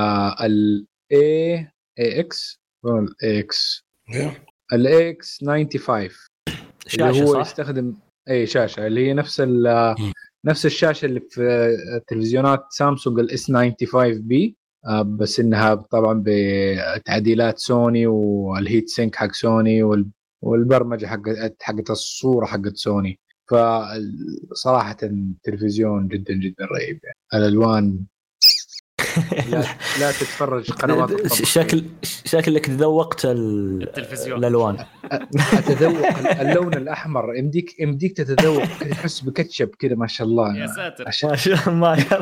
E: AX 95 اللي هو يستخدم شاشه اللي هي نفس الشاشه اللي في تلفزيونات سامسونج S95B، بس انها طبعا بتعديلات سوني والهيت سينك حق سوني والبرمجه حقت الصوره حقت سوني. فصراحه التلفزيون جدا جدا رهيب، يعني الالوان لا تتفرج قنوات
B: شكلك تذوقت التلفزيون الالوان.
E: اتذوق اللون الاحمر، يمديك تتذوق كذا، تحس بكاتشب كذا ما شاء الله.
C: يا ساتر
B: ما شاء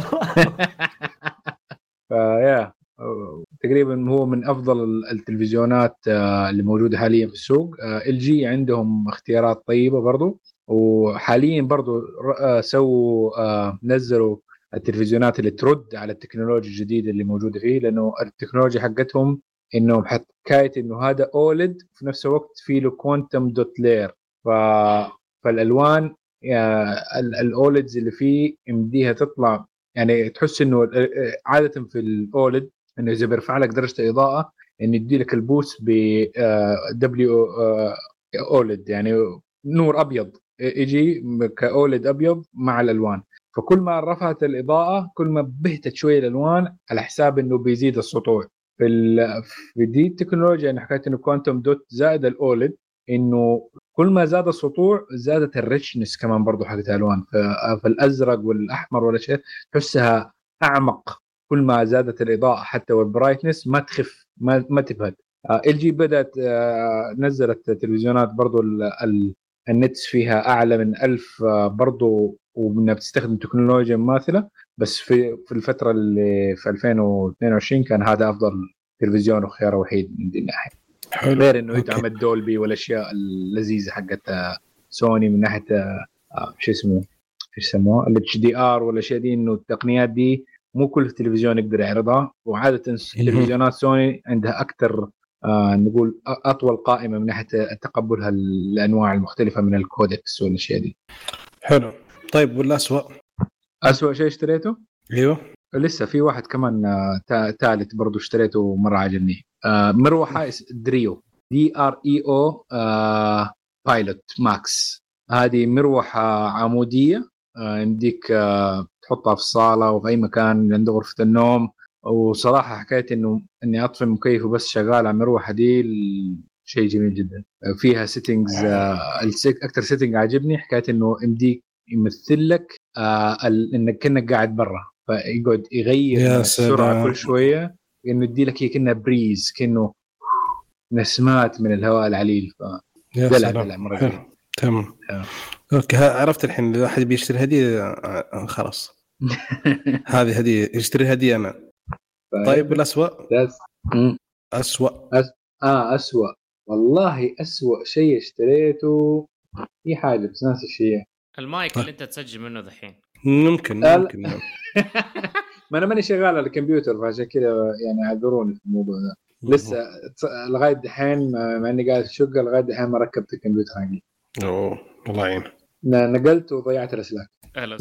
E: الله. تقريبا هو من افضل التلفزيونات اللي موجوده حاليا في السوق. LG عندهم اختيارات طيبه برضو، وحاليا برضو نزلوا التلفزيونات اللي ترد على التكنولوجيا الجديده اللي موجوده فيه، لانه التكنولوجيا حقتهم انهم حكايه انه هذا اولد في نفس الوقت في له كوانتم دوت لير. فالالوان الاولدز اللي فيه يمديها تطلع، يعني تحس انه عاده في الاولد انه اذا بيرفع لك درجه الاضاءه انه يدي لك البوست ب دبليو اولد، يعني نور ابيض يجي كاولد ابيض مع الالوان. فكل ما رفعت الاضاءه كل ما بهتت شويه الالوان على حساب انه بيزيد السطوع. في دي التكنولوجيا يعني حكايه انه كوانتم دوت زائد الاولد انه كل ما زاد السطوع زادت الريتشنس كمان برضو حقت الالوان. فالازرق والاحمر ولا شيء تحسها اعمق كل ما زادت الاضاءه حتى والبرايتنس ما تخف ما تبهد. ال جي بدات نزلت تلفزيونات برضو النتس فيها اعلى من 1000 برضو وبنها بتستخدم تكنولوجيا مماثله. بس في الفتره اللي في 2022 كان هذا افضل تلفزيون وخيار وحيد من دي الناحيه. غير انه يدعم الدولبي والاشياء اللذيذه حقت سوني من ناحيه شو اسمه ايش يسموه الاتش دي ار والاشياء دي، انه التقنيات دي مو كل تلفزيون يقدر يعرضها. وعاده تلفزيونات سوني عندها اكثر نقول اطول قائمه من ناحيه تقبلها الانواع المختلفه من الكودكس والاشياء دي.
A: حلو. طيب والاسوأ
E: شيء اشتريته؟
A: ايوه
E: لسه في واحد كمان ثالث برضو اشتريته مره عجبني. مروحه دريو DREO بايلوت ماكس. هذه مروحه عموديه يمديك تحطها في الصاله وفي اي مكان عند غرفه النوم. وصراحه حكايه اني اطفي المكيف وبس شغال على المروحه دي شيء جميل جدا. فيها سيتنجز اكثر سيتنج عجبني حكايه انه يمديك يمثل لك انك كأنك قاعد برا، فيقعد يغير السرعه كل شويه انه يدي لك هي كأنها بريز كأنه نسمات من الهواء العليل.
A: دلع مره. تمام اوكي عرفت الحين. اذا احد بيشتري هديه خلاص هذه هديه يشتري هديه انا. طيب والاسوأ؟
E: اسوأ والله اسوأ شيء اشتريته في حاجه بس ناس الشيء
C: المايك اللي انت تسجل منه دحين.
A: ممكن
E: ما انا ماني شغال على الكمبيوتر فعشان كذا يعني اعذروني في الموضوع ده. لسه لغايه دحين مع اني قاعد الشقه لغايه دحين ما ركبت الكمبيوتر حقي.
A: اوه الله يعين.
E: نقلت وضيعت الاسلاك.
C: اهلا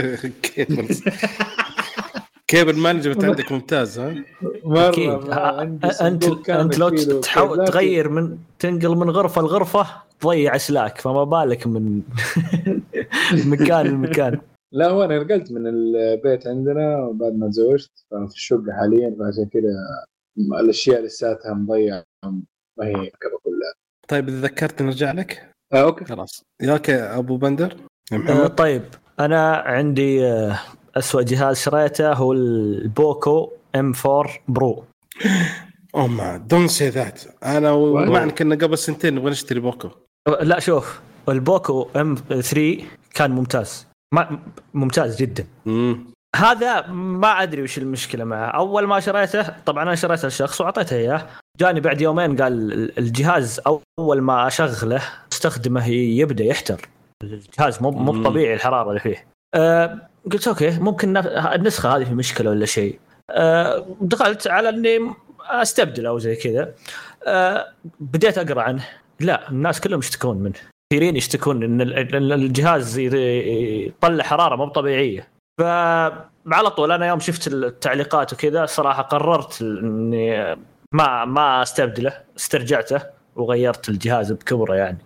A: كيبل مانجمنت عندك ممتاز. ها
E: مره
B: انت لو تحاول تغير من تنقل من غرفه لغرفه تضيع اسلاك، فما بالك من مكان لمكان.
E: لا هو انا نقلت من البيت عندنا بعد ما تزوجت في الشقه حاليا، فعشان كده الاشياء لساتها مضيعه ما هي كذا كلها.
A: طيب اذا ذكرت نرجع لك.
E: اوكي
A: خلاص ياك ابو بندر.
B: طيب انا عندي أسوأ جهاز شريته هو البوكو M4 برو.
A: ما دون سي ذات. انا ومعنى كنا قبل سنتين نبغى نشتري بوكو.
B: لا شوف البوكو M3 كان ممتاز جدا. هذا ما أدري وش المشكلة معه. أول ما شريته طبعا أنا شريته الشخص وعطيته إياه، جاني بعد يومين قال الجهاز أول ما أشغله استخدمه يبدأ يحتر الجهاز، مو طبيعي الحرارة اللي فيه. قلت أوكي ممكن النسخة هذه في مشكلة ولا شيء. دخلت على إني أستبدل أو زي كذا. بديت أقرأ عنه، لا الناس كلهم يشتكون منه، كثيرين يشتكون إن الجهاز يطلع حرارة مو طبيعية. فعلى طول أنا يوم شفت التعليقات وكذا صراحة قررت إني ما استبدله، استرجعته وغيرت الجهاز بكبره يعني.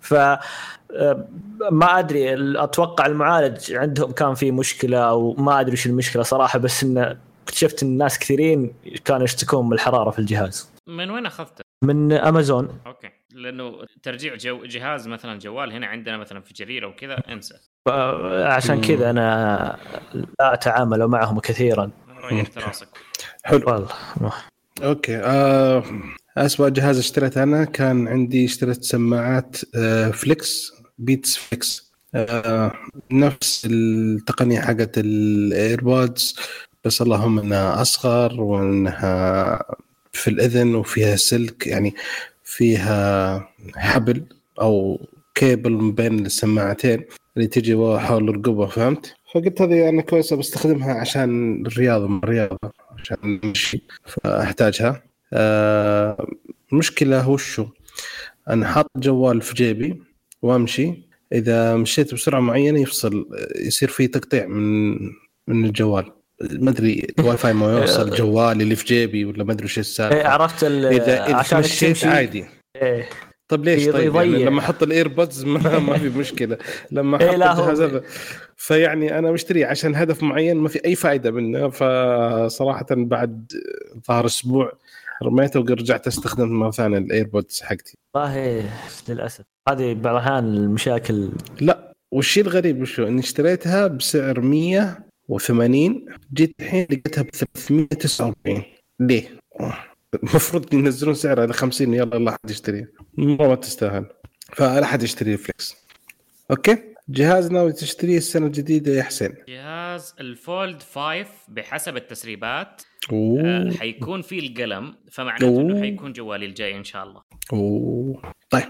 B: ما أدري أتوقع المعالج عندهم كان فيه مشكلة أو ما أدري وش المشكلة صراحة، بس إن اكتشفت إن الناس كثيرين كانوا يشتكون من الحرارة في الجهاز.
C: من وين أخذته؟
B: من أمازون.
C: أوكي، لأنه ترجيع جهاز مثلا جوال هنا عندنا مثلا في جريرة وكذا انسى.
B: عشان كذا أنا لا أتعامل معهم كثيرا.
C: ريحت راسك.
A: حلو
B: والله.
A: أوكي أسوأ جهاز اشتريته أنا كان عندي اشتريت سماعات فليكس بيتس فليكس، نفس التقنية حقت الإيربودز، بس اللهم أنها أصغر وأنها في الأذن وفيها سلك، يعني فيها حبل أو كيبل بين السماعتين اللي تجي حول الرقبة، فهمت؟ فقلت هذه أنا كويسة بستخدمها عشان الرياضة عشان المشي فأحتاجها. المشكلة هو شو، أنا حاط جوال في جيبي وأمشي، إذا مشيت بسرعة معينة يصير فيه تقطيع من الجوال، ما أدري الواي فاي ما يوصل جوالي اللي في جيبي ولا ما أدري إيش السالفة.
B: عرفت
A: إذا
B: عشان
A: مشيت عادي. طب ليش طيب يعني لما أحط الإيربودز ما في مشكلة، لما أحط الجهاز هذا فيعني أنا مشتري عشان هدف معين ما في أي فائدة منه. فصراحة بعد ظهر أسبوع رميته ورجعت استخدم مرة ثانية الايربودز حقتي.
B: والله للاسف هذه بعض الاحيان المشاكل.
A: لا والشيء الغريب وشو اني اشتريتها بسعر 180 جيت الحين لقيتها ب 349. ليه؟ المفروض ينزلون سعرها على 50 يلا الله حد يشتريها ما تستاهل فلا حد يشتري فليكس. اوكي جهاز ناوي تشتريه السنة الجديدة يا حسين؟
C: جهاز الفولد 5 بحسب التسريبات حيكون فيه القلم فمعناته انه حيكون جوالي الجاي ان شاء الله.
A: طيب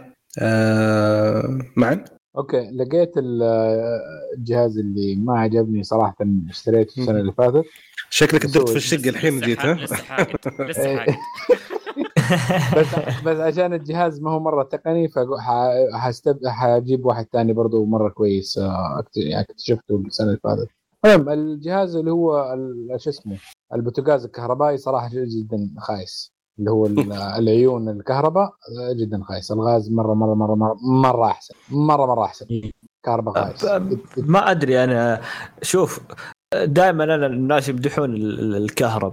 A: معن
E: اوكي لقيت الجهاز اللي ما عجبني صراحة اشتريته السنة اللي فاتت.
A: شكلك درت في الشقة الحين جيت ها
C: لسه
E: بس عشان الجهاز ما هو مرة تقني فحجيب واحد تاني برضو مرة كويس اكتشفته السنة اللي فاتت. المهم الجهاز اللي هو شو اسمه البوتاجاز الكهربائي صراحة جدا خايس اللي هو العيون الكهرباء جدا خايس. الغاز مرة أحسن مرة أحسن كهرباء خايس.
B: ما أدري أنا شوف دائما أنا الناس يمدحون الكهرب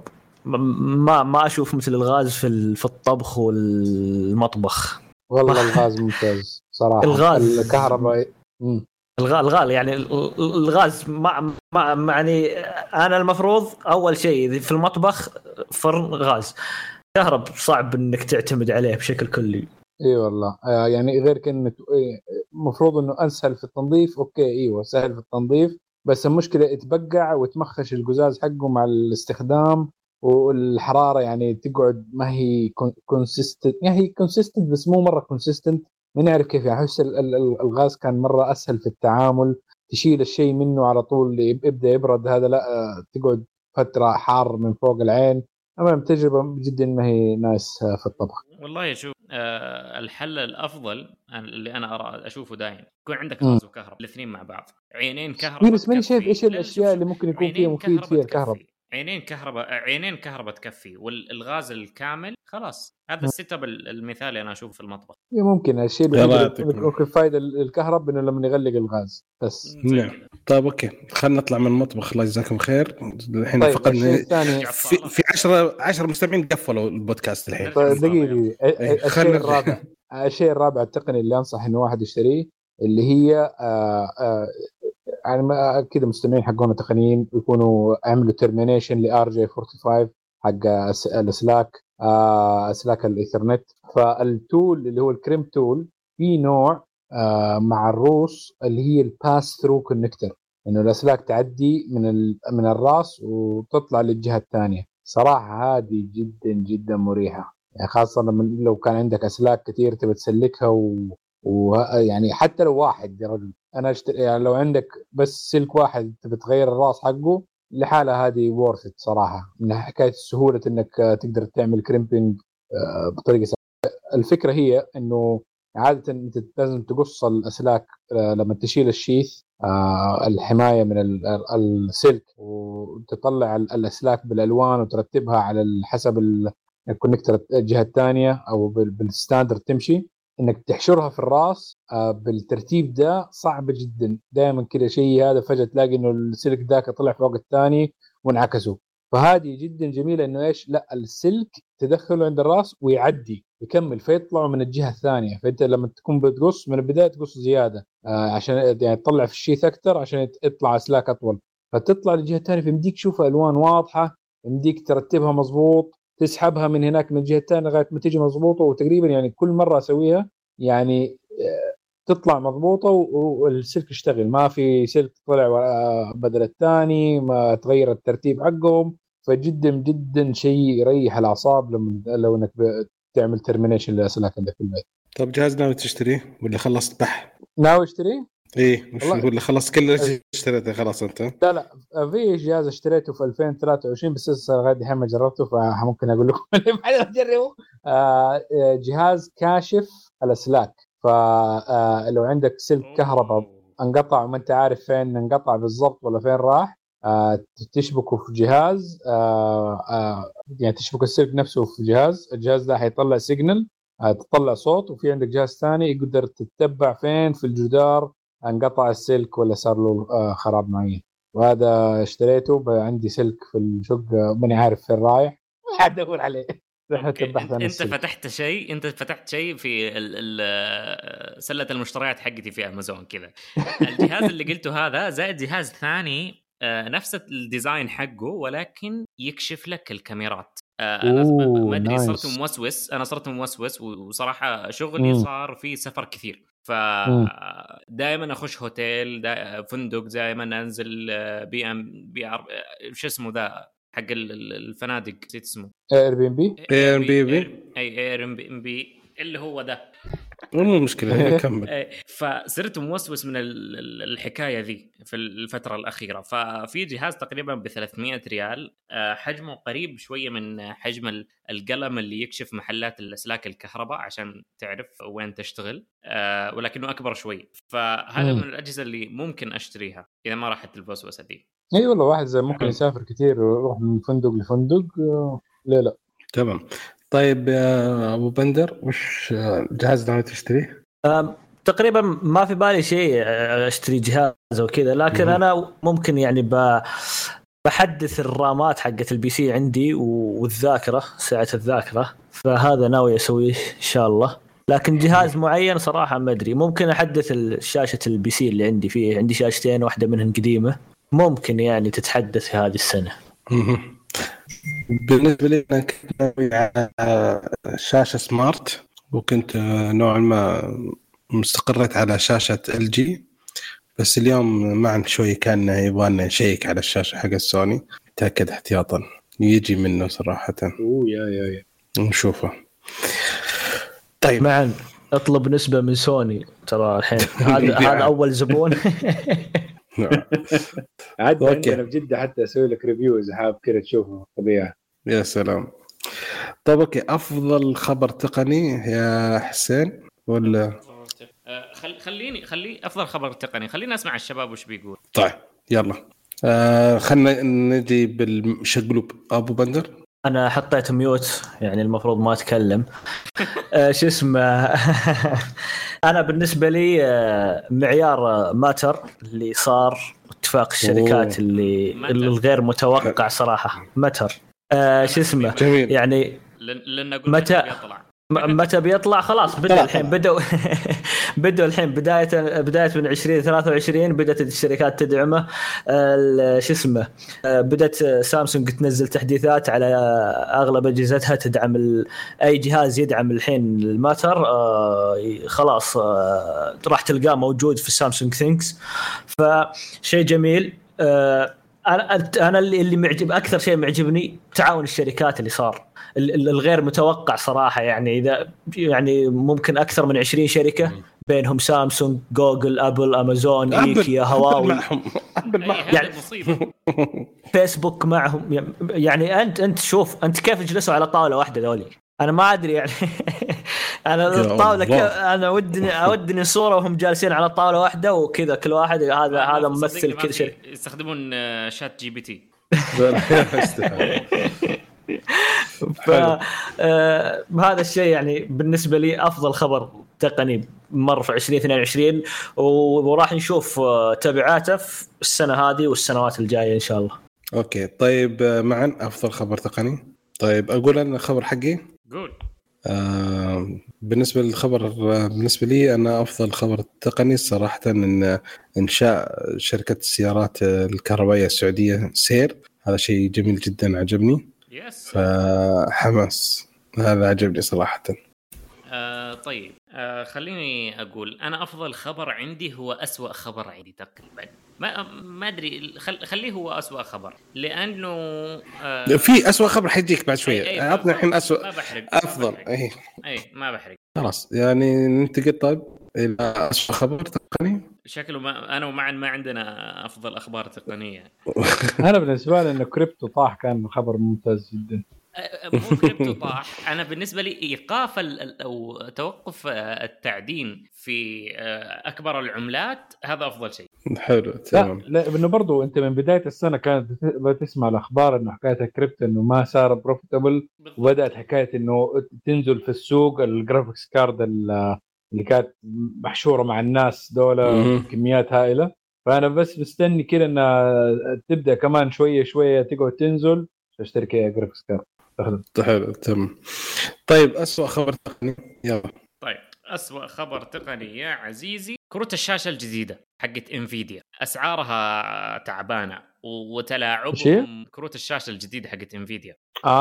B: ما أشوف مثل الغاز في الطبخ والمطبخ.
E: والله الغاز ممتاز صراحة.
B: الغاز
E: الكهرباء
B: الغاز يعني الغاز ما يعني أنا المفروض أول شيء في المطبخ فرن غاز. كهرب صعب انك تعتمد عليه بشكل كلي.
E: اي والله يعني غير كأنه المفروض انه اسهل في التنظيف. اوكي ايوه سهل في التنظيف بس المشكله يتبقع وتمخش القزاز حقه مع الاستخدام والحراره يعني تقعد ما هي كونسيستنت. يعني هي كونسيستنت بس مو مره كونسيستنت. ما نعرف كيف. احس الغاز كان مره اسهل في التعامل. تشيل الشيء منه على طول يبدا يبرد. هذا لا تقعد فتره حار من فوق العين. أمام تجربة جدا ما هي ناس في الطبخ.
C: والله شوف الحل الأفضل اللي أنا أشوفه دائما يكون عندك غاز وكهرباء الاثنين مع بعض. عينين كهرباء
E: بس ماني شايف إيش الأشياء اللي ممكن يكون فيها مفيد فيها الكهرباء.
C: عينين كهرباء تكفي والغاز الكامل خلاص. هذا السيت اب المثالي أنا أشوفه في المطبخ.
E: ممكن الشيء اللي ممكن فايدة الكهرباء إنه لما يغلق الغاز بس.
A: نعم طيب أوكي خلنا نطلع من المطبخ. الله يجزاكم خير. الحين طيب فقدنا في 10 مستمعين قفلوا البودكاست الحين.
E: طيب دقيقة الشيء الرابع التقني اللي أنصح إنه واحد يشتريه اللي هي يعني ما كده مستمعين حقونا تقنيين يكونوا عملوا ترمينيشن لRJ45 حق الاسلاك اسلاك الايثرنت. فالتول اللي هو الكريم تول في نوع مع الروس اللي هي الباس ثرو كونكتر انه الاسلاك تعدي من الراس وتطلع للجهه الثانيه. صراحه هذه جدا جدا مريحه يعني خاصه لو كان عندك اسلاك كثير تبي تسلكها ويعني حتى لو واحد يا رجل انا يعني لو عندك بس سلك واحد بتغير الراس حقه لحالة هذه وورثت صراحة من حكاية السهولة انك تقدر تعمل كريمبينج بطريقة سهلة. الفكرة هي انه عادة انت لازم تقص الاسلاك لما تشيل الشيث الحماية من السلك وتطلع الاسلاك بالالوان وترتبها على حسب الكونكتر الجهة الثانية او بالستاندرد تمشي. انك تحشرها في الراس بالترتيب ده صعب جدا. دائما كده شيء هذا فجأة تلاقي انه السلك ذاك طلع فوق الثاني وانعكسوا. فهذه جدا جميلة انه ايش لا السلك تدخله عند الراس ويعدي يكمل فيطلعوا من الجهة الثانية. فانت لما تكون بتقص من البداية تقص زيادة عشان يعني تطلع في الشيث اكثر عشان يطلع اسلاك اطول فتطلع للجهة الثانية. فيمديك تشوف الوان واضحة يمديك ترتبها مظبوط تسحبها من هناك من الجهة الثانية لغاية ما تيجي مظبوطة. وتقريبا يعني كل مرة أسويها يعني تطلع مضبوطة والسلك يشتغل ما في سلك طلع بدل الثاني ما تغير الترتيب حقهم. فجدا جدا شيء يريح الأعصاب لو إنك تعمل ترمينيشن للأسلاك عندك في البيت.
A: طب جهاز ناوي تشتريه ولا خلصت بح؟
E: ناوي اشتريه؟
A: ايه ولا خلص كل اللي اشتريته خلاص انت؟
E: لا في جهاز اشتريته في 2023 بس لسه لغايه الحين ما جربته فممكن اقول لكم اللي بعد اجربه. جهاز كاشف الاسلاك. فلو عندك سلك كهرباء انقطع وما انت عارف فين انقطع بالضبط ولا فين راح تشبكه في جهاز يعني تشبك السلك نفسه في الجهاز ده حيطلع سيجنال تطلع صوت. وفي عندك جهاز ثاني يقدر تتبع فين في الجدار انقطع السلك ولا صار له خراب معين. وهذا اشتريته عندي سلك في الشقة ماني عارف فين رايح حد اقول عليه رحلة البحث عن
C: انت فتحت شيء في سلة المشتريات حقتي في امازون كذا. الجهاز اللي قلته هذا زائد جهاز ثاني نفس الديزاين حقه ولكن يكشف لك الكاميرات. انا ما ادري صرت موسوس وصراحه شغلي صار في سفر كثير، فدائما اخش هوتيل فندق، دائما انزل بي ار شو اسمه ذا حق الفنادق نسيت اسمه،
E: اير بي ام
C: بي اللي هو ده
A: مو مشكلة كمل.
C: فصرت موسوس من الحكاية ذي في الفترة الأخيرة. ففي جهاز تقريبا ب300 ريال، حجمه قريب شوية من حجم القلم اللي يكشف محلات الأسلاك الكهرباء عشان تعرف وين تشتغل، ولكنه أكبر شوي. فهذا من الأجهزة اللي ممكن أشتريها إذا ما راحت الوسوسة دي.
E: اي والله واحد زي ممكن يسافر كتير ويروح من فندق لفندق، لا
A: تمام. طيب يا ابو بندر، وش جهاز ناوي تشتريه؟
B: تقريبا ما في بالي شيء اشتري جهاز او كذا، لكن انا ممكن يعني بحدث الرامات حقت البي سي عندي والذاكره، سعه الذاكره، فهذا ناوي اسويه ان شاء الله. لكن جهاز معين صراحه ما ادري. ممكن احدث شاشه البي سي اللي عندي، فيه عندي شاشتين، واحده منهم قديمه، ممكن يعني تتحدث في هذه السنه.
A: بالنسبة لي أنا كنت ناوي على شاشة سمارت، وكنت نوعا ما مستقرت على شاشة LG، بس اليوم معا شوي كان يبغانا نشيك على الشاشة حق السوني، تأكد احتياطا يجي منه صراحة.
E: يا
A: نشوفه. طيب
B: معا اطلب نسبة من سوني ترى الحين. هذا أول زبون.
E: عاد عندنا بجدة حتى أسوي لك ريفيو إذا حاب كده تشوفه طبيعي.
A: يا سلام. طب اوكي، افضل خبر تقني يا حسين ولا
C: خلي افضل خبر تقني، خلينا نسمع الشباب وش بيقول.
A: طيب يلا خلنا نجي بالشقلوب. ابو بندر،
B: انا حطيت ميوت يعني المفروض ما اتكلم. شو اسمه. انا بالنسبه لي معيار ماتر اللي صار اتفاق الشركات اللي الغير متوقع صراحه. ماتر شو اسمه
A: جميل.
B: يعني
C: لأن
B: متى بيطلع خلاص بدأ الحين بدأوا الحين بداية من 2023 بدأت الشركات تدعمه. شو اسمه بدأت سامسونج تنزل تحديثات على أغلب أجهزتها تدعم أي جهاز يدعم الحين الماتر خلاص راح تلقاه موجود في سامسونج ثينكس، فشيء جميل. أنا اللي معجب أكثر شيء معجبني تعاون الشركات اللي صار الغير متوقع صراحة. يعني إذا يعني ممكن أكثر من 20 شركة بينهم سامسونج، جوجل، أبل، أمازون، إيكيا، هواوي، يعني فيسبوك معهم. يعني أنت شوف أنت كيف جلسوا على طاولة واحدة ذولي. أنا ما أدري يعني. أنا الطاولة أنا ودني صورة وهم جالسين على طاولة واحدة وكذا كل واحد هذا ممثل كذا شركة.
C: يستخدمون شات جي بي تي.
B: هذا الشيء يعني بالنسبة لي أفضل خبر تقني مر في 2022 وراح نشوف تبعاته في السنة هذه والسنوات الجاية إن شاء الله.
A: أوكي طيب معا أفضل خبر تقني. طيب أقول أنا خبر حقي.
C: قول.
A: بالنسبة للخبر بالنسبة لي أنا أفضل خبر تقني صراحة إن إنشاء شركة السيارات الكهربائية السعودية سير. هذا شيء جميل جدا عجبني. فحماس هذا عجبني صراحة.
C: طيب خليني أقول أنا أفضل خبر عندي هو أسوأ خبر عندي تقريبا. ما أدري خليه هو أسوأ خبر لأنه
A: في أسوأ خبر حيجيك بعد شوية. عطنا الحين أسوأ أفضل.
C: ما بحرق
A: خلاص يعني ننتقل طيب إلى أسوأ خبر تقني.
C: شكله أنا ومعا ما عندنا أفضل أخبار تقنية.
E: أنا بالنسبة لي إنه كريبتو طاح كان خبر ممتاز جدا.
C: مو كريبتو طاح. أنا بالنسبة لي إيقاف أو توقف التعدين في أكبر العملات هذا أفضل شيء.
A: حلو تمام.
E: لا إنه برضو أنت من بداية السنة كانت بتسمع الأخبار إنه حكاية الكريبتو إنه ما صار بروفيتابل، وبدأت حكاية إنه تنزل في السوق الجرافيكس كارد اللي كانت محشورة مع الناس دولة كميات هائلة. فأنا بس مستني كده إنها تبدأ كمان شوية تقعد تنزل اشتري جرافيكس كارد. تستخدم.
A: حلو تمام. طيب أسوأ خبر تقني يلا.
C: طيب أسوأ خبر تقني يا عزيزي، كروت الشاشة الجديدة حقت انفيديا أسعارها تعبانة وتلاعبهم. كروت الشاشة الجديدة حقت انفيديا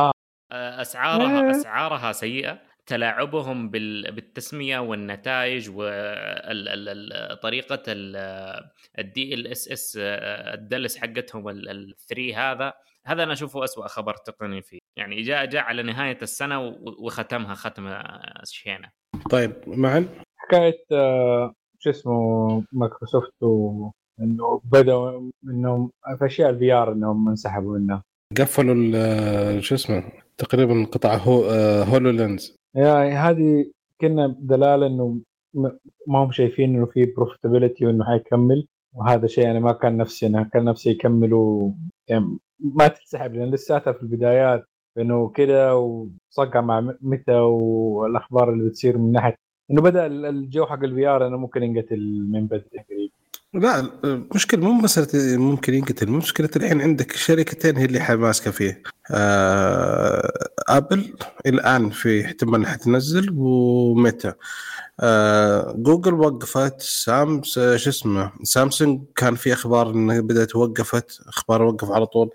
C: أسعارها سيئة، تلاعبهم بالتسمية والنتائج وطريقة الدي ال اس اس الدلس حقتهم ال3. هذا أنا أشوفه أسوأ خبر تقني فيه، يعني جاء على نهاية السنة وختمها ختمة شينة.
A: طيب معا
E: حكاية شو اسمه مايكروسوفت انه بدأوا انهم في اشياء الفي ار انهم انسحبوا منها،
A: قفلوا شو اسمه تقريبا قطع هولو لينز.
E: يعني هذه كنا دلالة انه ما هم شايفين انه في بروفيتابيلتي وانه حيكمل، وهذا شيء انا ما كان نفسي، انا كان نفسي يكملوا يعني ما تنسحب لان لساتها في البدايات انه كده وصقع مع متى والاخبار اللي بتصير من ناحيه انه بدا الجو حق الفي ار انه ممكن ينقتل من بدري قريب.
A: لا مشكلة مو مسألة ممكن ينقتل، مشكلة الحين عندك شركتين هي اللي ماسكة فيه. أبل الآن في احتمال انها تنزل، وميتا. جوجل وقفت، سامسونج كان في أخبار إنها بدأت وقفت، أخبار وقف على طول.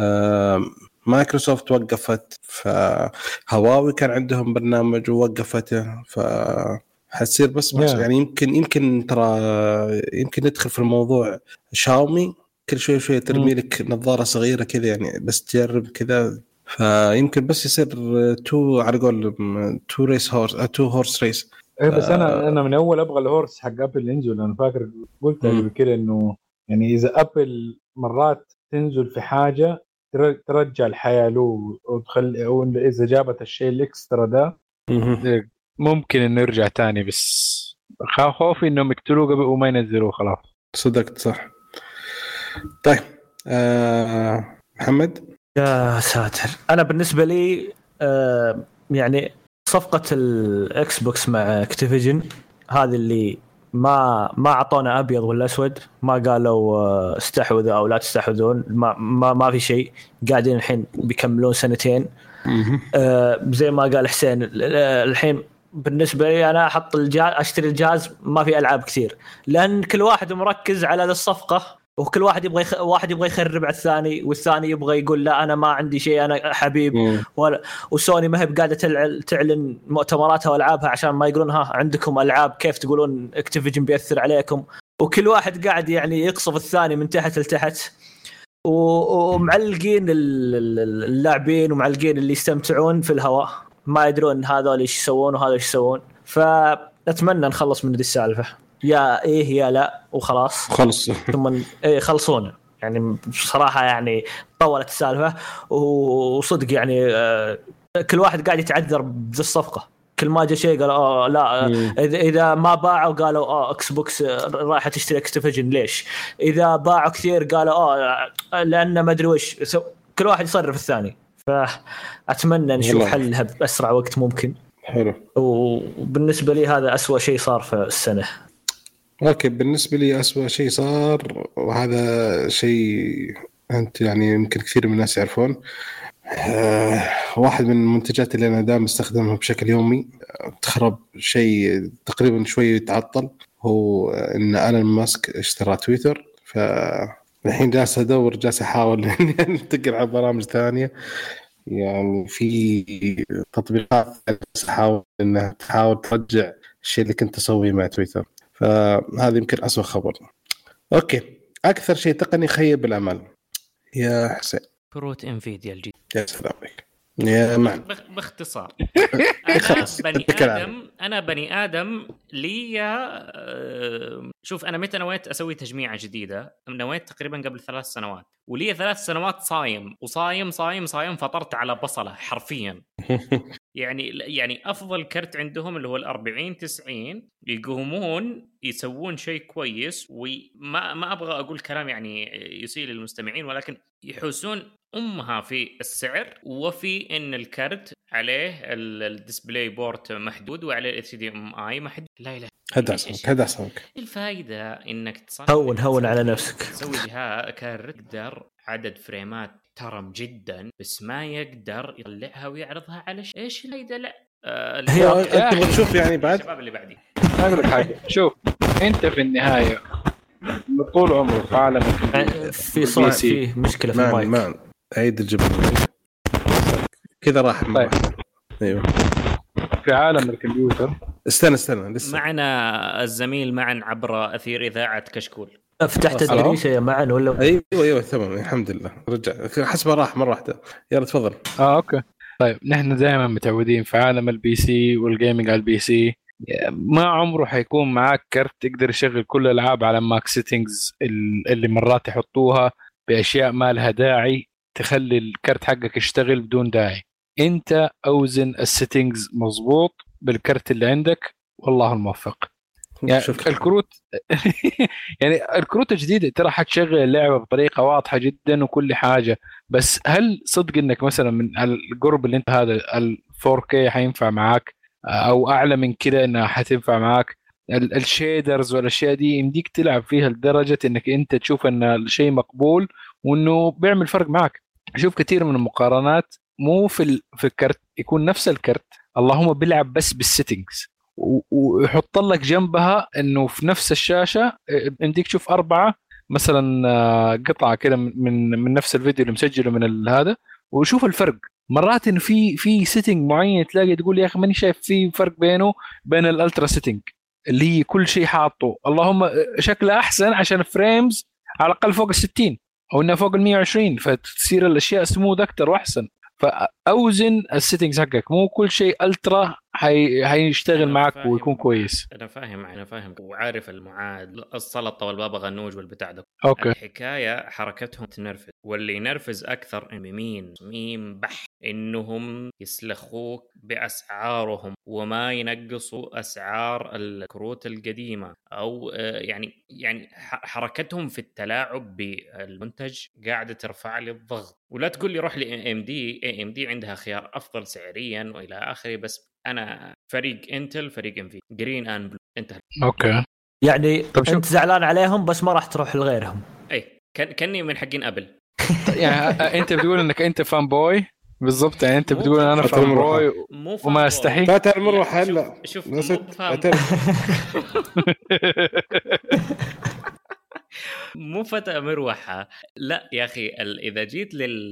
A: مايكروسوفت وقفت، فهواوي كان عندهم برنامج ووقفته، حتصير بس يعني يمكن ترى يمكن ندخل في الموضوع. شاومي كل شوي ترمي لك نظارة صغيرة كذا يعني بس تجرب كذا، فيمكن بس يصير تو على قول تو هورس ريس.
E: بس انا من اول ابغى الهورس حق ابل ينزل. انا فاكر قلت قبل كده انه يعني اذا ابل مرات تنزل في حاجة ترجع الحياة له وتخلي، او اذا جابت الشيء الاكسترا ده
D: ممكن انه يرجع تاني، بس خوفي انهم يقتلوه قبل وما ينزلوه. خلاص
A: صدقت صح. طيب محمد.
B: يا ساتر، انا بالنسبه لي يعني صفقه الاكس بوكس مع اكتيفيجن هذه اللي ما اعطونا ابيض ولا اسود، ما قالوا استحوذوا او لا تستحوذون، ما في شيء. قاعدين الحين بيكملون سنتين. زي ما قال حسين الحين بالنسبه لي انا احط اشتري الجهاز ما في العاب كثير، لان كل واحد مركز على الصفقه، وكل واحد يبغى يخرب على الثاني، والثاني يبغى يقول لا انا ما عندي شيء انا حبيب. وسوني ما هي بقاعده تعلن مؤتمراتها والعابها عشان ما يقولون ها عندكم العاب كيف تقولون اكتيفيجن بيأثر عليكم. وكل واحد قاعد يعني يقصف الثاني من تحت لتحت، ومعلقين اللاعبين ومعلقين اللي يستمتعون في الهواء، ما يدرون هذول ايش يسوون وهذا ايش يسوون. فأتمنى نخلص من هذه السالفة، يا ايه يا لا وخلاص.
A: خلص
B: ثم خلصون يعني بصراحة، يعني طولت السالفة وصدق يعني كل واحد قاعد يتعذر بذي الصفقة. كل ما جاء شيء قال لا اذا ما باعوا قالوا اكس بوكس رايحه تشتري اكتيفيجن ليش، اذا باعوا كثير قالوا لان ما ادري وش. كل واحد يصرف الثاني. فاتمنى نشوف حلها باسرع وقت ممكن.
A: حلو.
B: وبالنسبه لي هذا أسوأ شيء صار في السنه.
A: اوكي بالنسبه لي أسوأ شيء صار، وهذا شيء انت يعني يمكن كثير من الناس يعرفون. واحد من المنتجات اللي أنا دائما استخدمها بشكل يومي تخرب شيء تقريبا شوي يتعطل، هو إن ألان ماسك اشترى تويتر. فالحين جالس أدور، جالس أحاول إني أنتقل على برامج ثانية، يعني في تطبيقات أحاول إنها تحاول ترجع الشيء اللي كنت أسويه مع تويتر. فهذا يمكن أسوأ خبر. أوكي أكثر شيء تقني خيب الأمل يا حسين.
C: كروت انفيديا الجديد.
A: يا سلام عليك يا مان.
C: باختصار أنا بني آدم لي. شوف أنا متى نويت أسوي تجميعة جديدة؟ نويت تقريبا قبل 3 سنوات، ولي 3 سنوات صايم فطرت على بصلة حرفيا. يعني أفضل كرت عندهم اللي هو 4090 يقومون يسوون شيء كويس، وما أبغى أقول كلام يعني يسيء للمستمعين، ولكن يحوسون أمها في السعر وفي إن الكرت عليه الديسبلاي بورت محدود وعليه HDMI محدود. لا إله
A: هذا أصلاً
C: الفائدة إنك
B: هون على نفسك
C: تسوي بها كرت تقدر عدد فريمات محترم جدا بس ما يقدر يطلعها ويعرضها على ايش هيدا لا
A: انت بتشوف يعني بعد
C: الشباب اللي بعدي.
D: اقول لك حاجه، شوف انت في النهايه طول عمرك في عالم
B: في صوت فيه مشكله في المايك.
A: مان عيد الجبل كذا راح.
D: طيب.
A: ايوه
D: في عالم الكمبيوتر.
A: استنى لسه
C: معنا الزميل معا عبر اثير اذاعه كشكول.
B: فتحت الدريشه يا معن ولا؟
A: ايوه تمام الحمد لله رجع حسب راح مره واحده. يلا تفضل.
D: اوكي طيب، نحن دائما متعودين في عالم البي سي والجيمنج على البي سي ما عمره حيكون معاك كرت تقدر يشغل كل الالعاب على ماك سيتنجز اللي مرات يحطوها باشياء ما لها داعي تخلي الكرت حقك يشتغل بدون داعي. انت اوزن السيتنجز مظبوط بالكرت اللي عندك والله الموفق. يعني الكروت يعني الكروت الجديده ترى حتشغل اللعبه بطريقه واضحه جدا وكل حاجه، بس هل صدق انك مثلا من القرب اللي انت هذا ال 4K حينفع معاك او اعلى من كده انها حتنفع معاك؟ الشيدرز والاشياء دي يمديك تلعب فيها لدرجه انك انت تشوف ان الشيء مقبول وانه بيعمل فرق معك. اشوف كثير من المقارنات مو في الكرت يكون نفس الكرت، اللهم بيلعب بس بالسيتنجز ويحط لك جنبها انه في نفس الشاشه عندك تشوف 4 مثلا قطعه كده من نفس الفيديو اللي مسجله من هذا، وشوف الفرق. مرات انه في سيتنج معين تلاقي تقول يا اخي ماني شايف في فرق بينه بين الالترا سيتنج اللي هي كل شيء حاطه اللهم شكله احسن عشان فريمز على الاقل فوق ال60 او انها فوق ال120 فتصير الاشياء سموث اكثر واحسن. فاوزن السيتنجز حقك، مو كل شيء الترا هيشتغل معك ويكون كويس.
C: انا فاهم وعارف المعاد السلطه والبابا غنوج والبتاع ده.
D: أوكي.
C: الحكايه حركتهم تنرفز، واللي ينرفز اكثر ميم بح انهم يسلخوك باسعارهم وما ينقصوا اسعار الكروت القديمه او يعني حركتهم في التلاعب بالمنتج قاعده ترفع لي الضغط. ولا تقول لي روح لي ام دي عندها خيار افضل سعريا والى اخره، بس انا فريق انتل فريق انفي جرين ان بلو انتهى.
D: اوكي
B: يعني انت زعلان عليهم بس ما راح تروح لغيرهم.
C: اي كاني من حقين ابل.
D: يعني انت بتقول انك انت فان بوي بالضبط، يعني انت بتقول انا فان بوي وما استحي
A: فاتح المروحه هلا.
C: شوف مو فتى مروحه لا يا اخي. اذا جيت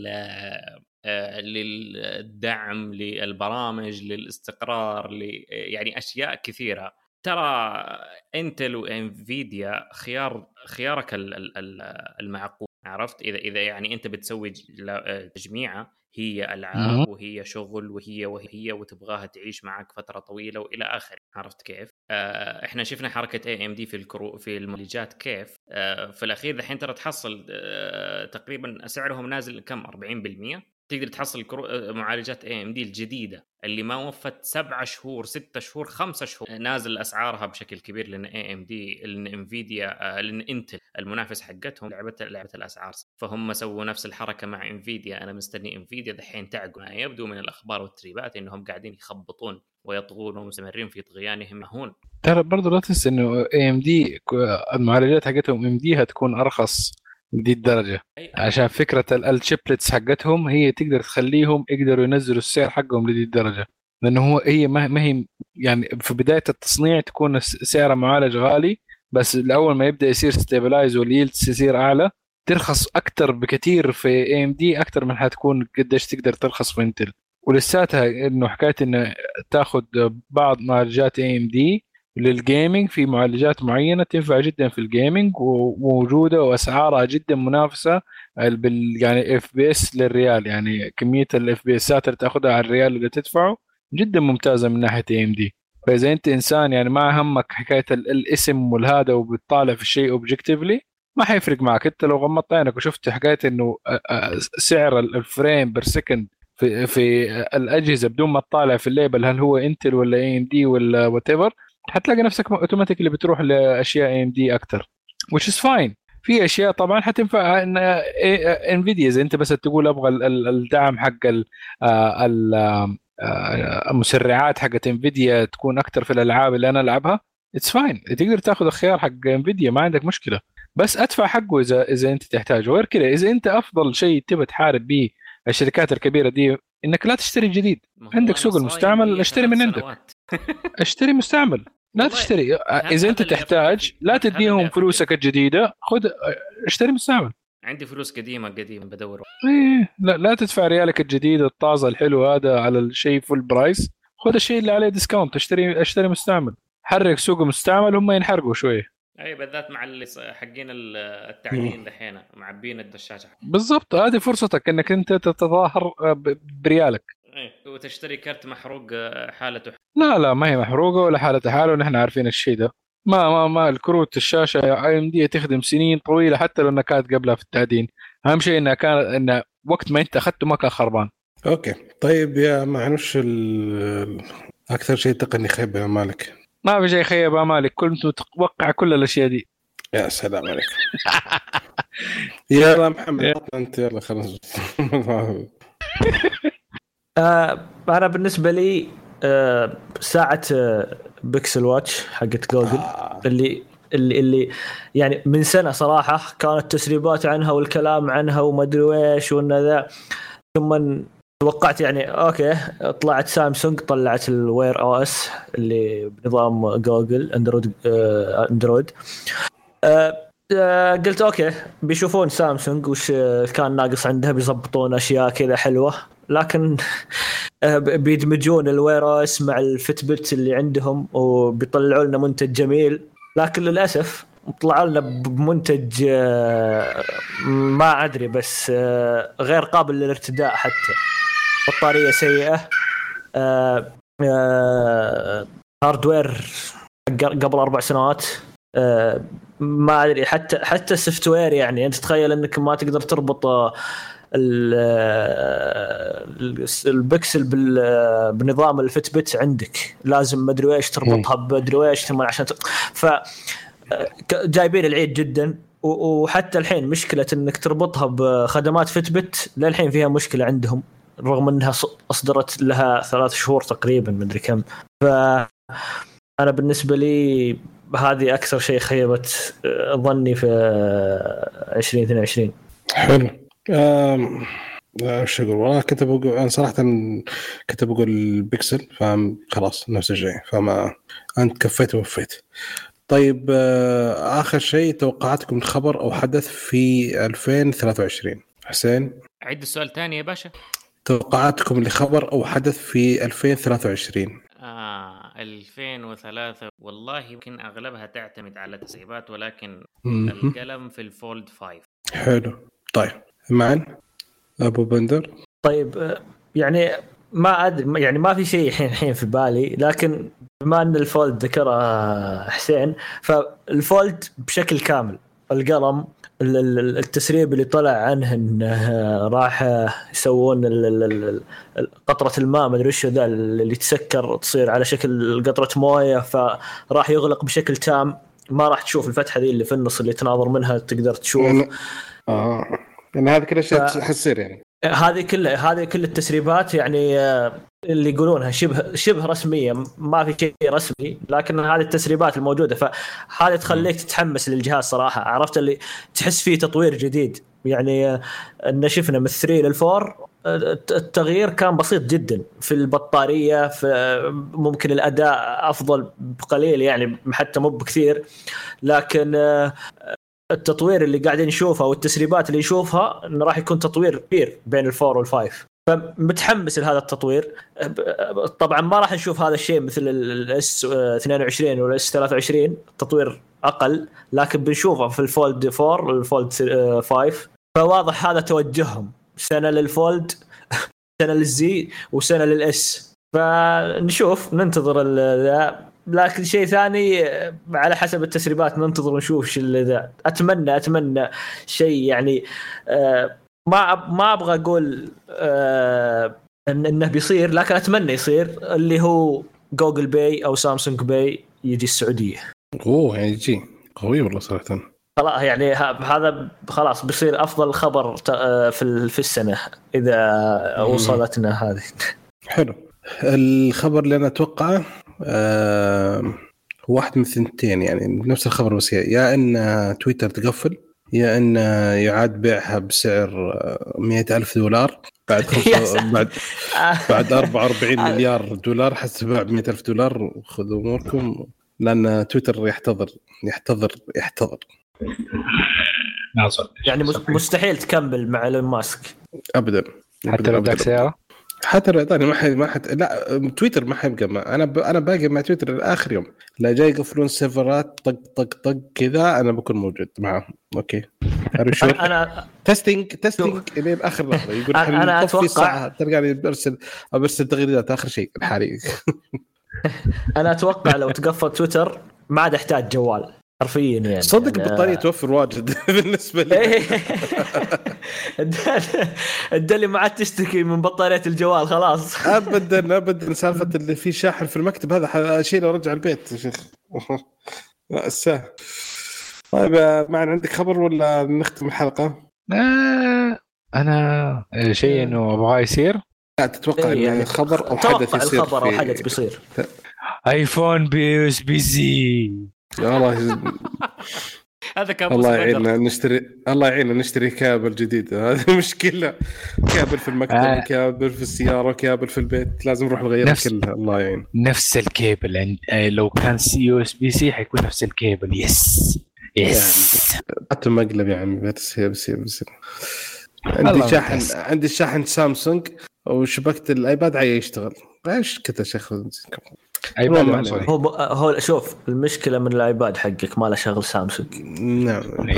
C: للدعم للبرامج للاستقرار يعني اشياء كثيره، ترى انتل وانفيديا خيارك المعقول. عرفت؟ اذا يعني انت بتسوي تجميعه هي العاب وهي شغل وهي وتبغاها تعيش معك فتره طويله والى اخره. عرفت كيف؟ احنا شفنا حركه اي ام دي في المعالجات كيف في الاخير. الحين ترى تحصل تقريبا سعرهم نازل كم 40%. تقدر تحصل معالجات اي ام دي الجديده اللي ما وفت 7 شهور 6 شهور 5 شهور نازل اسعارها بشكل كبير، لان اي ام دي لان انفيديا لان انتل المنافس حقتهم لعبه الاسعار، فهم سووا نفس الحركه مع انفيديا. انا مستني انفيديا دحين تعقل. ما يبدو من الاخبار والتريبات انهم قاعدين يخبطون ويطغون ومستمرين في طغيانهم هون.
D: ترى برضه لا تنسى انه اي ام دي المعالجات حقتهم ام دي هتكون ارخص دي الدرجة عشان فكرة الشيبلتس حقتهم هي تقدر تخليهم يقدروا ينزلوا السعر حقهم لدي الدرجة، لأنه هي ما هي يعني في بداية التصنيع تكون سعر معالج غالي، بس الأول ما يبدأ يصير ستابلايز واليلدز يصير أعلى ترخص أكتر بكتير في AMD أكتر من حتكون قديش تقدر ترخص في انتل. ولساتها إنه حكاية إنه تاخد بعض معالجات AMD للجيمينج في معالجات معينة تنفع جدا في الجيمينج وموجودة وأسعارها جدا منافسة يعني FPS للريال، يعني كمية الFPSات اللي تأخذها على الريال اللي تدفعه جدا ممتازة من ناحية AMD. فإذا أنت إنسان يعني ما همك حكاية الاسم والهذا وبتطالع في الشيء اوبجكتيفلي ما حيفرق معك. أنت لو غمضت عينك وشفت حكاية إنه سعر الفريم بير سكند في الأجهزة بدون ما تطالع في الليبل هل هو انتل ولا AMD ولا whatever حتلاقي نفسك اوتوماتيكلي بتروح لاشياء AMD اكثر which is fine. في اشياء طبعا حتنفع انفيديا اذا انت بس تقول ابغى الدعم حق المسرعات حقت انفيديا تكون اكثر في الالعاب اللي انا العبها it's fine. تقدر تاخذ الخيار حق انفيديا ما عندك مشكله. بس ادفع حقه اذا انت تحتاجه. غير كذا اذا انت افضل شيء تبى تحارب به الشركات الكبيره دي انك لا تشتري جديد. عندك سوق المستعمل، اشتري من عندك. اشتري مستعمل، لا تشتري. اذا انت تحتاج لا تديهم فلوسك الجديده، خذ اشتري مستعمل.
C: عندي فلوس قديمه بدور.
D: ايه لا تدفع ريالك الجديد الطازه الحلو هذا على الشيء فول برايس. خذ الشيء اللي عليه ديسكاونت. اشتري مستعمل. حرك سوق مستعمل، هم ينحرقوا شويه.
C: اي بالذات مع اللي حقين التعدين دحين معبين الدشاشه.
D: بالضبط، هذه فرصتك انك انت تتظاهر بريالك.
C: وتشتري كرت محروق حالته.
D: لا ما هي محروقه ولا حالته حاله، ونحن عارفين الشيء ده. ما الكروت الشاشه اي ام دي تخدم سنين طويله حتى لو انها كانت قبلها في التعدين. اهم شيء انها كانت ان وقت ما انت اخذته ما كان خربان.
A: اوكي طيب يا معنوش اكثر شيء تقني خيب يا مالك؟
D: ما في شيء خيب امالك، كنت متوقع كل الاشياء دي.
A: يا سلام عليك. يلا محمد انت يلا خلاص.
B: انا بالنسبه لي ساعه بيكسل واتش حقت جوجل اللي يعني من سنه صراحه كانت تسريبات عنها والكلام عنها وما ادري ايش وان ذا، ثم توقعت يعني اوكي طلعت سامسونج طلعت الوير او اس اللي بنظام جوجل اندرويد. قلت اوكي بيشوفون سامسونج وش كان ناقص عندها، بيضبطون اشياء كذا حلوه، لكن بيدمجون الوير او اس مع الفيتبت اللي عندهم وبيطلعوا لنا منتج جميل. لكن للاسف طلعوا لنا بمنتج ما ادري بس غير قابل للارتداء، حتى بطاريه سيئه، هاردوير قبل 4 سنوات، ما ادري حتى السوفت وير. يعني انت تخيل انك ما تقدر تربط البكسل بنظام الفيتبت عندك، لازم ما ادري ايش تربطها بادري ايش ثم عشان ف جايبين العيد جدا. وحتى الحين مشكله انك تربطها بخدمات فيتبت للحين فيها مشكله عندهم، رغم انها اصدرت لها 3 شهور تقريبا ما ادري كم. فانا بالنسبه لي هذه اكثر شيء خيبت ظني في 2022.
A: حلو. ايش اقول والله كنت بقول انا صراحه كنت بقول البكسل، فاهم خلاص نفس الشيء، فما انت كفيت ووفيت. طيب اخر شيء توقعاتكم الخبر او حدث في 2023 حسين؟
C: عيد السؤال ثاني يا باشا.
A: توقعاتكم لخبر او حدث في 2023.
C: 2003 والله يمكن اغلبها تعتمد على تسريبات، ولكن القلم في الفولد 5. حلو.
A: طيب معن ابو بندر.
B: طيب يعني ما ادري، يعني ما في شيء الحين في بالي، لكن بما ان الفولد ذكرها حسين، فالفولد بشكل كامل القلم التسريب اللي طلع عنه انه راح يسوون قطرة الماء ما ادري ايش ذا اللي تسكر تصير على شكل قطرة مويه، فراح يغلق بشكل تام، ما راح تشوف الفتحة ذي اللي في النص اللي تناظر منها تقدر تشوف.
A: يعني هذا كل شيء حتصير، يعني هذه
B: كل التسريبات يعني اللي يقولونها شبه رسمية، ما في شيء رسمي، لكن هذه التسريبات الموجودة، فهذا تخليك تتحمس للجهاز صراحة. عرفت اللي تحس فيه تطوير جديد، يعني إن شفنا من 3 لل4 التغيير كان بسيط جدا في البطارية، في ممكن الأداء أفضل بقليل يعني حتى مو بكثير، لكن التطوير اللي قاعدين نشوفه والتسريبات اللي نشوفها إنه راح يكون تطوير كبير بين ال4 وال5، فمتحمس لهذا التطوير. طبعا ما راح نشوف هذا الشيء مثل الاس 22 ولا اس 23 تطوير اقل، لكن بنشوفه في الفولد 4 والفولد 5. فواضح هذا توجههم، سنه للفولد سنه للزي وسنه للاس، فنشوف ننتظر لكن شيء ثاني على حسب التسريبات ننتظر ونشوف شو اللي ذا. اتمنى شيء يعني ما ابغى اقول انه بيصير، لكن اتمنى يصير، اللي هو جوجل باي او سامسونج باي يجي السعوديه.
A: يعني يجي قوي والله صراحه.
B: خلاص يعني هذا خلاص بيصير افضل خبر في السنه اذا وصلتنا هذه.
A: حلو. الخبر اللي انا اتوقعه هو واحد من الثنتين يعني نفس الخبر، بس يا ان تويتر تقفل يا ان يعاد بيعها بسعر $100,000 بعد 44 مليار دولار حتى ب $100,000. وخذوا اموركم لان تويتر يحتضر
B: يعني مستحيل تكمل مع إيلون ماسك
A: ابدا،
D: حتى لو بدك سيارة،
A: حتى لو اعطاني ما حد لا تويتر ما حيبقى انا باقي مع تويتر لاخر يوم. لا جاي يقفلون سيرفرات طق كذا انا بكون موجود معهم. اوكي انا تيستينج الى اخر لحظه. يقول
B: انا اتوقع
A: ترجع لي برسل تغريدات اخر شيء الحالي. انا
B: اتوقع لو تقفل تويتر ما عاد احتاج جوال حرفيا يعني.
A: صدق يعني بطارية توفر واجد بالنسبة لي.
B: الدلي ما عاد تشتكي من بطارية الجوال خلاص.
A: أبدا سالفة اللي فيه شاحن في المكتب هذا شيء ارجع البيت يا شيخ. طيب ما عندك خبر ولا نختم الحلقة؟
D: أنا شيء إنه أبغى يصير.
A: لا تتوقع يعني خبر أو حدث يصير؟
B: الخبر أو حدث بيصير.
D: آيفون USB-C.
A: والله
C: هذا كان
A: الله يعيننا نشتري كابل جديد. هذه مشكلة. كابل في المكتب كابل في السيارة كابل في البيت لازم نروح نغير كلها. الله يعين.
D: نفس الكابل عند لو كان USB-C حيكون نفس الكابل. يس
A: حتى مقلب يعني بس عندي شاحن سامسونج وشبكة الايباد عايز يشتغل. ايش كذا شيخ
B: هو شوف المشكله من الايباد حقك ما له شغل سامسونج.
A: نعم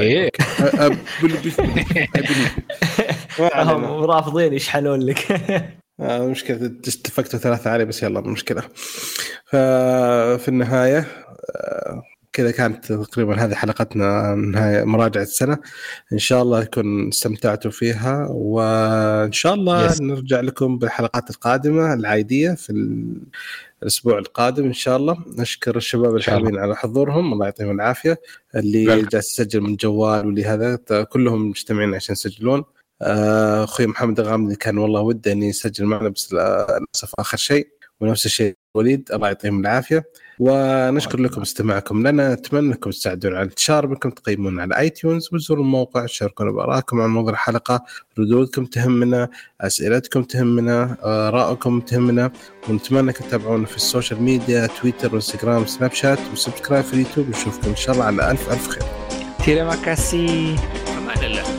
B: هم رافضين يشحنون لك.
A: مشكله اتفقتوا 3 عليه بس يلا المشكله. ففي النهايه كذا كانت تقريبا هذه حلقتنا نهاية مراجعة السنة. إن شاء الله يكون استمتعتوا فيها وإن شاء الله نرجع لكم بالحلقات القادمة العادية في الأسبوع القادم إن شاء الله. نشكر الشباب الحابين على حضورهم الله يعطيهم العافية. اللي جالس يسجل من جوال واللي هذا كلهم مجتمعين عشان يسجلون. أخوي محمد الغامدي كان والله وده أن يسجل معنا بس للأسف آخر شيء. ونفس الشيء وليد الله يعطيهم العافية. ونشكر لكم استماعكم لنا. نتمنى انكم تساعدونا على الانتشار بكم تقيمون على ايتونز وزوروا الموقع شاركونا بآرائكم عن موضوع الحلقة. ردودكم تهمنا اسئلتكم تهمنا آرائكم تهمنا. ونتمنى انكم تتابعونا في السوشيال ميديا تويتر وانستغرام سناب شات وسبسكرايب في اليوتيوب. نشوفكم ان شاء الله على الف خير.
D: تيرا ماكاسي.
C: أمان الله.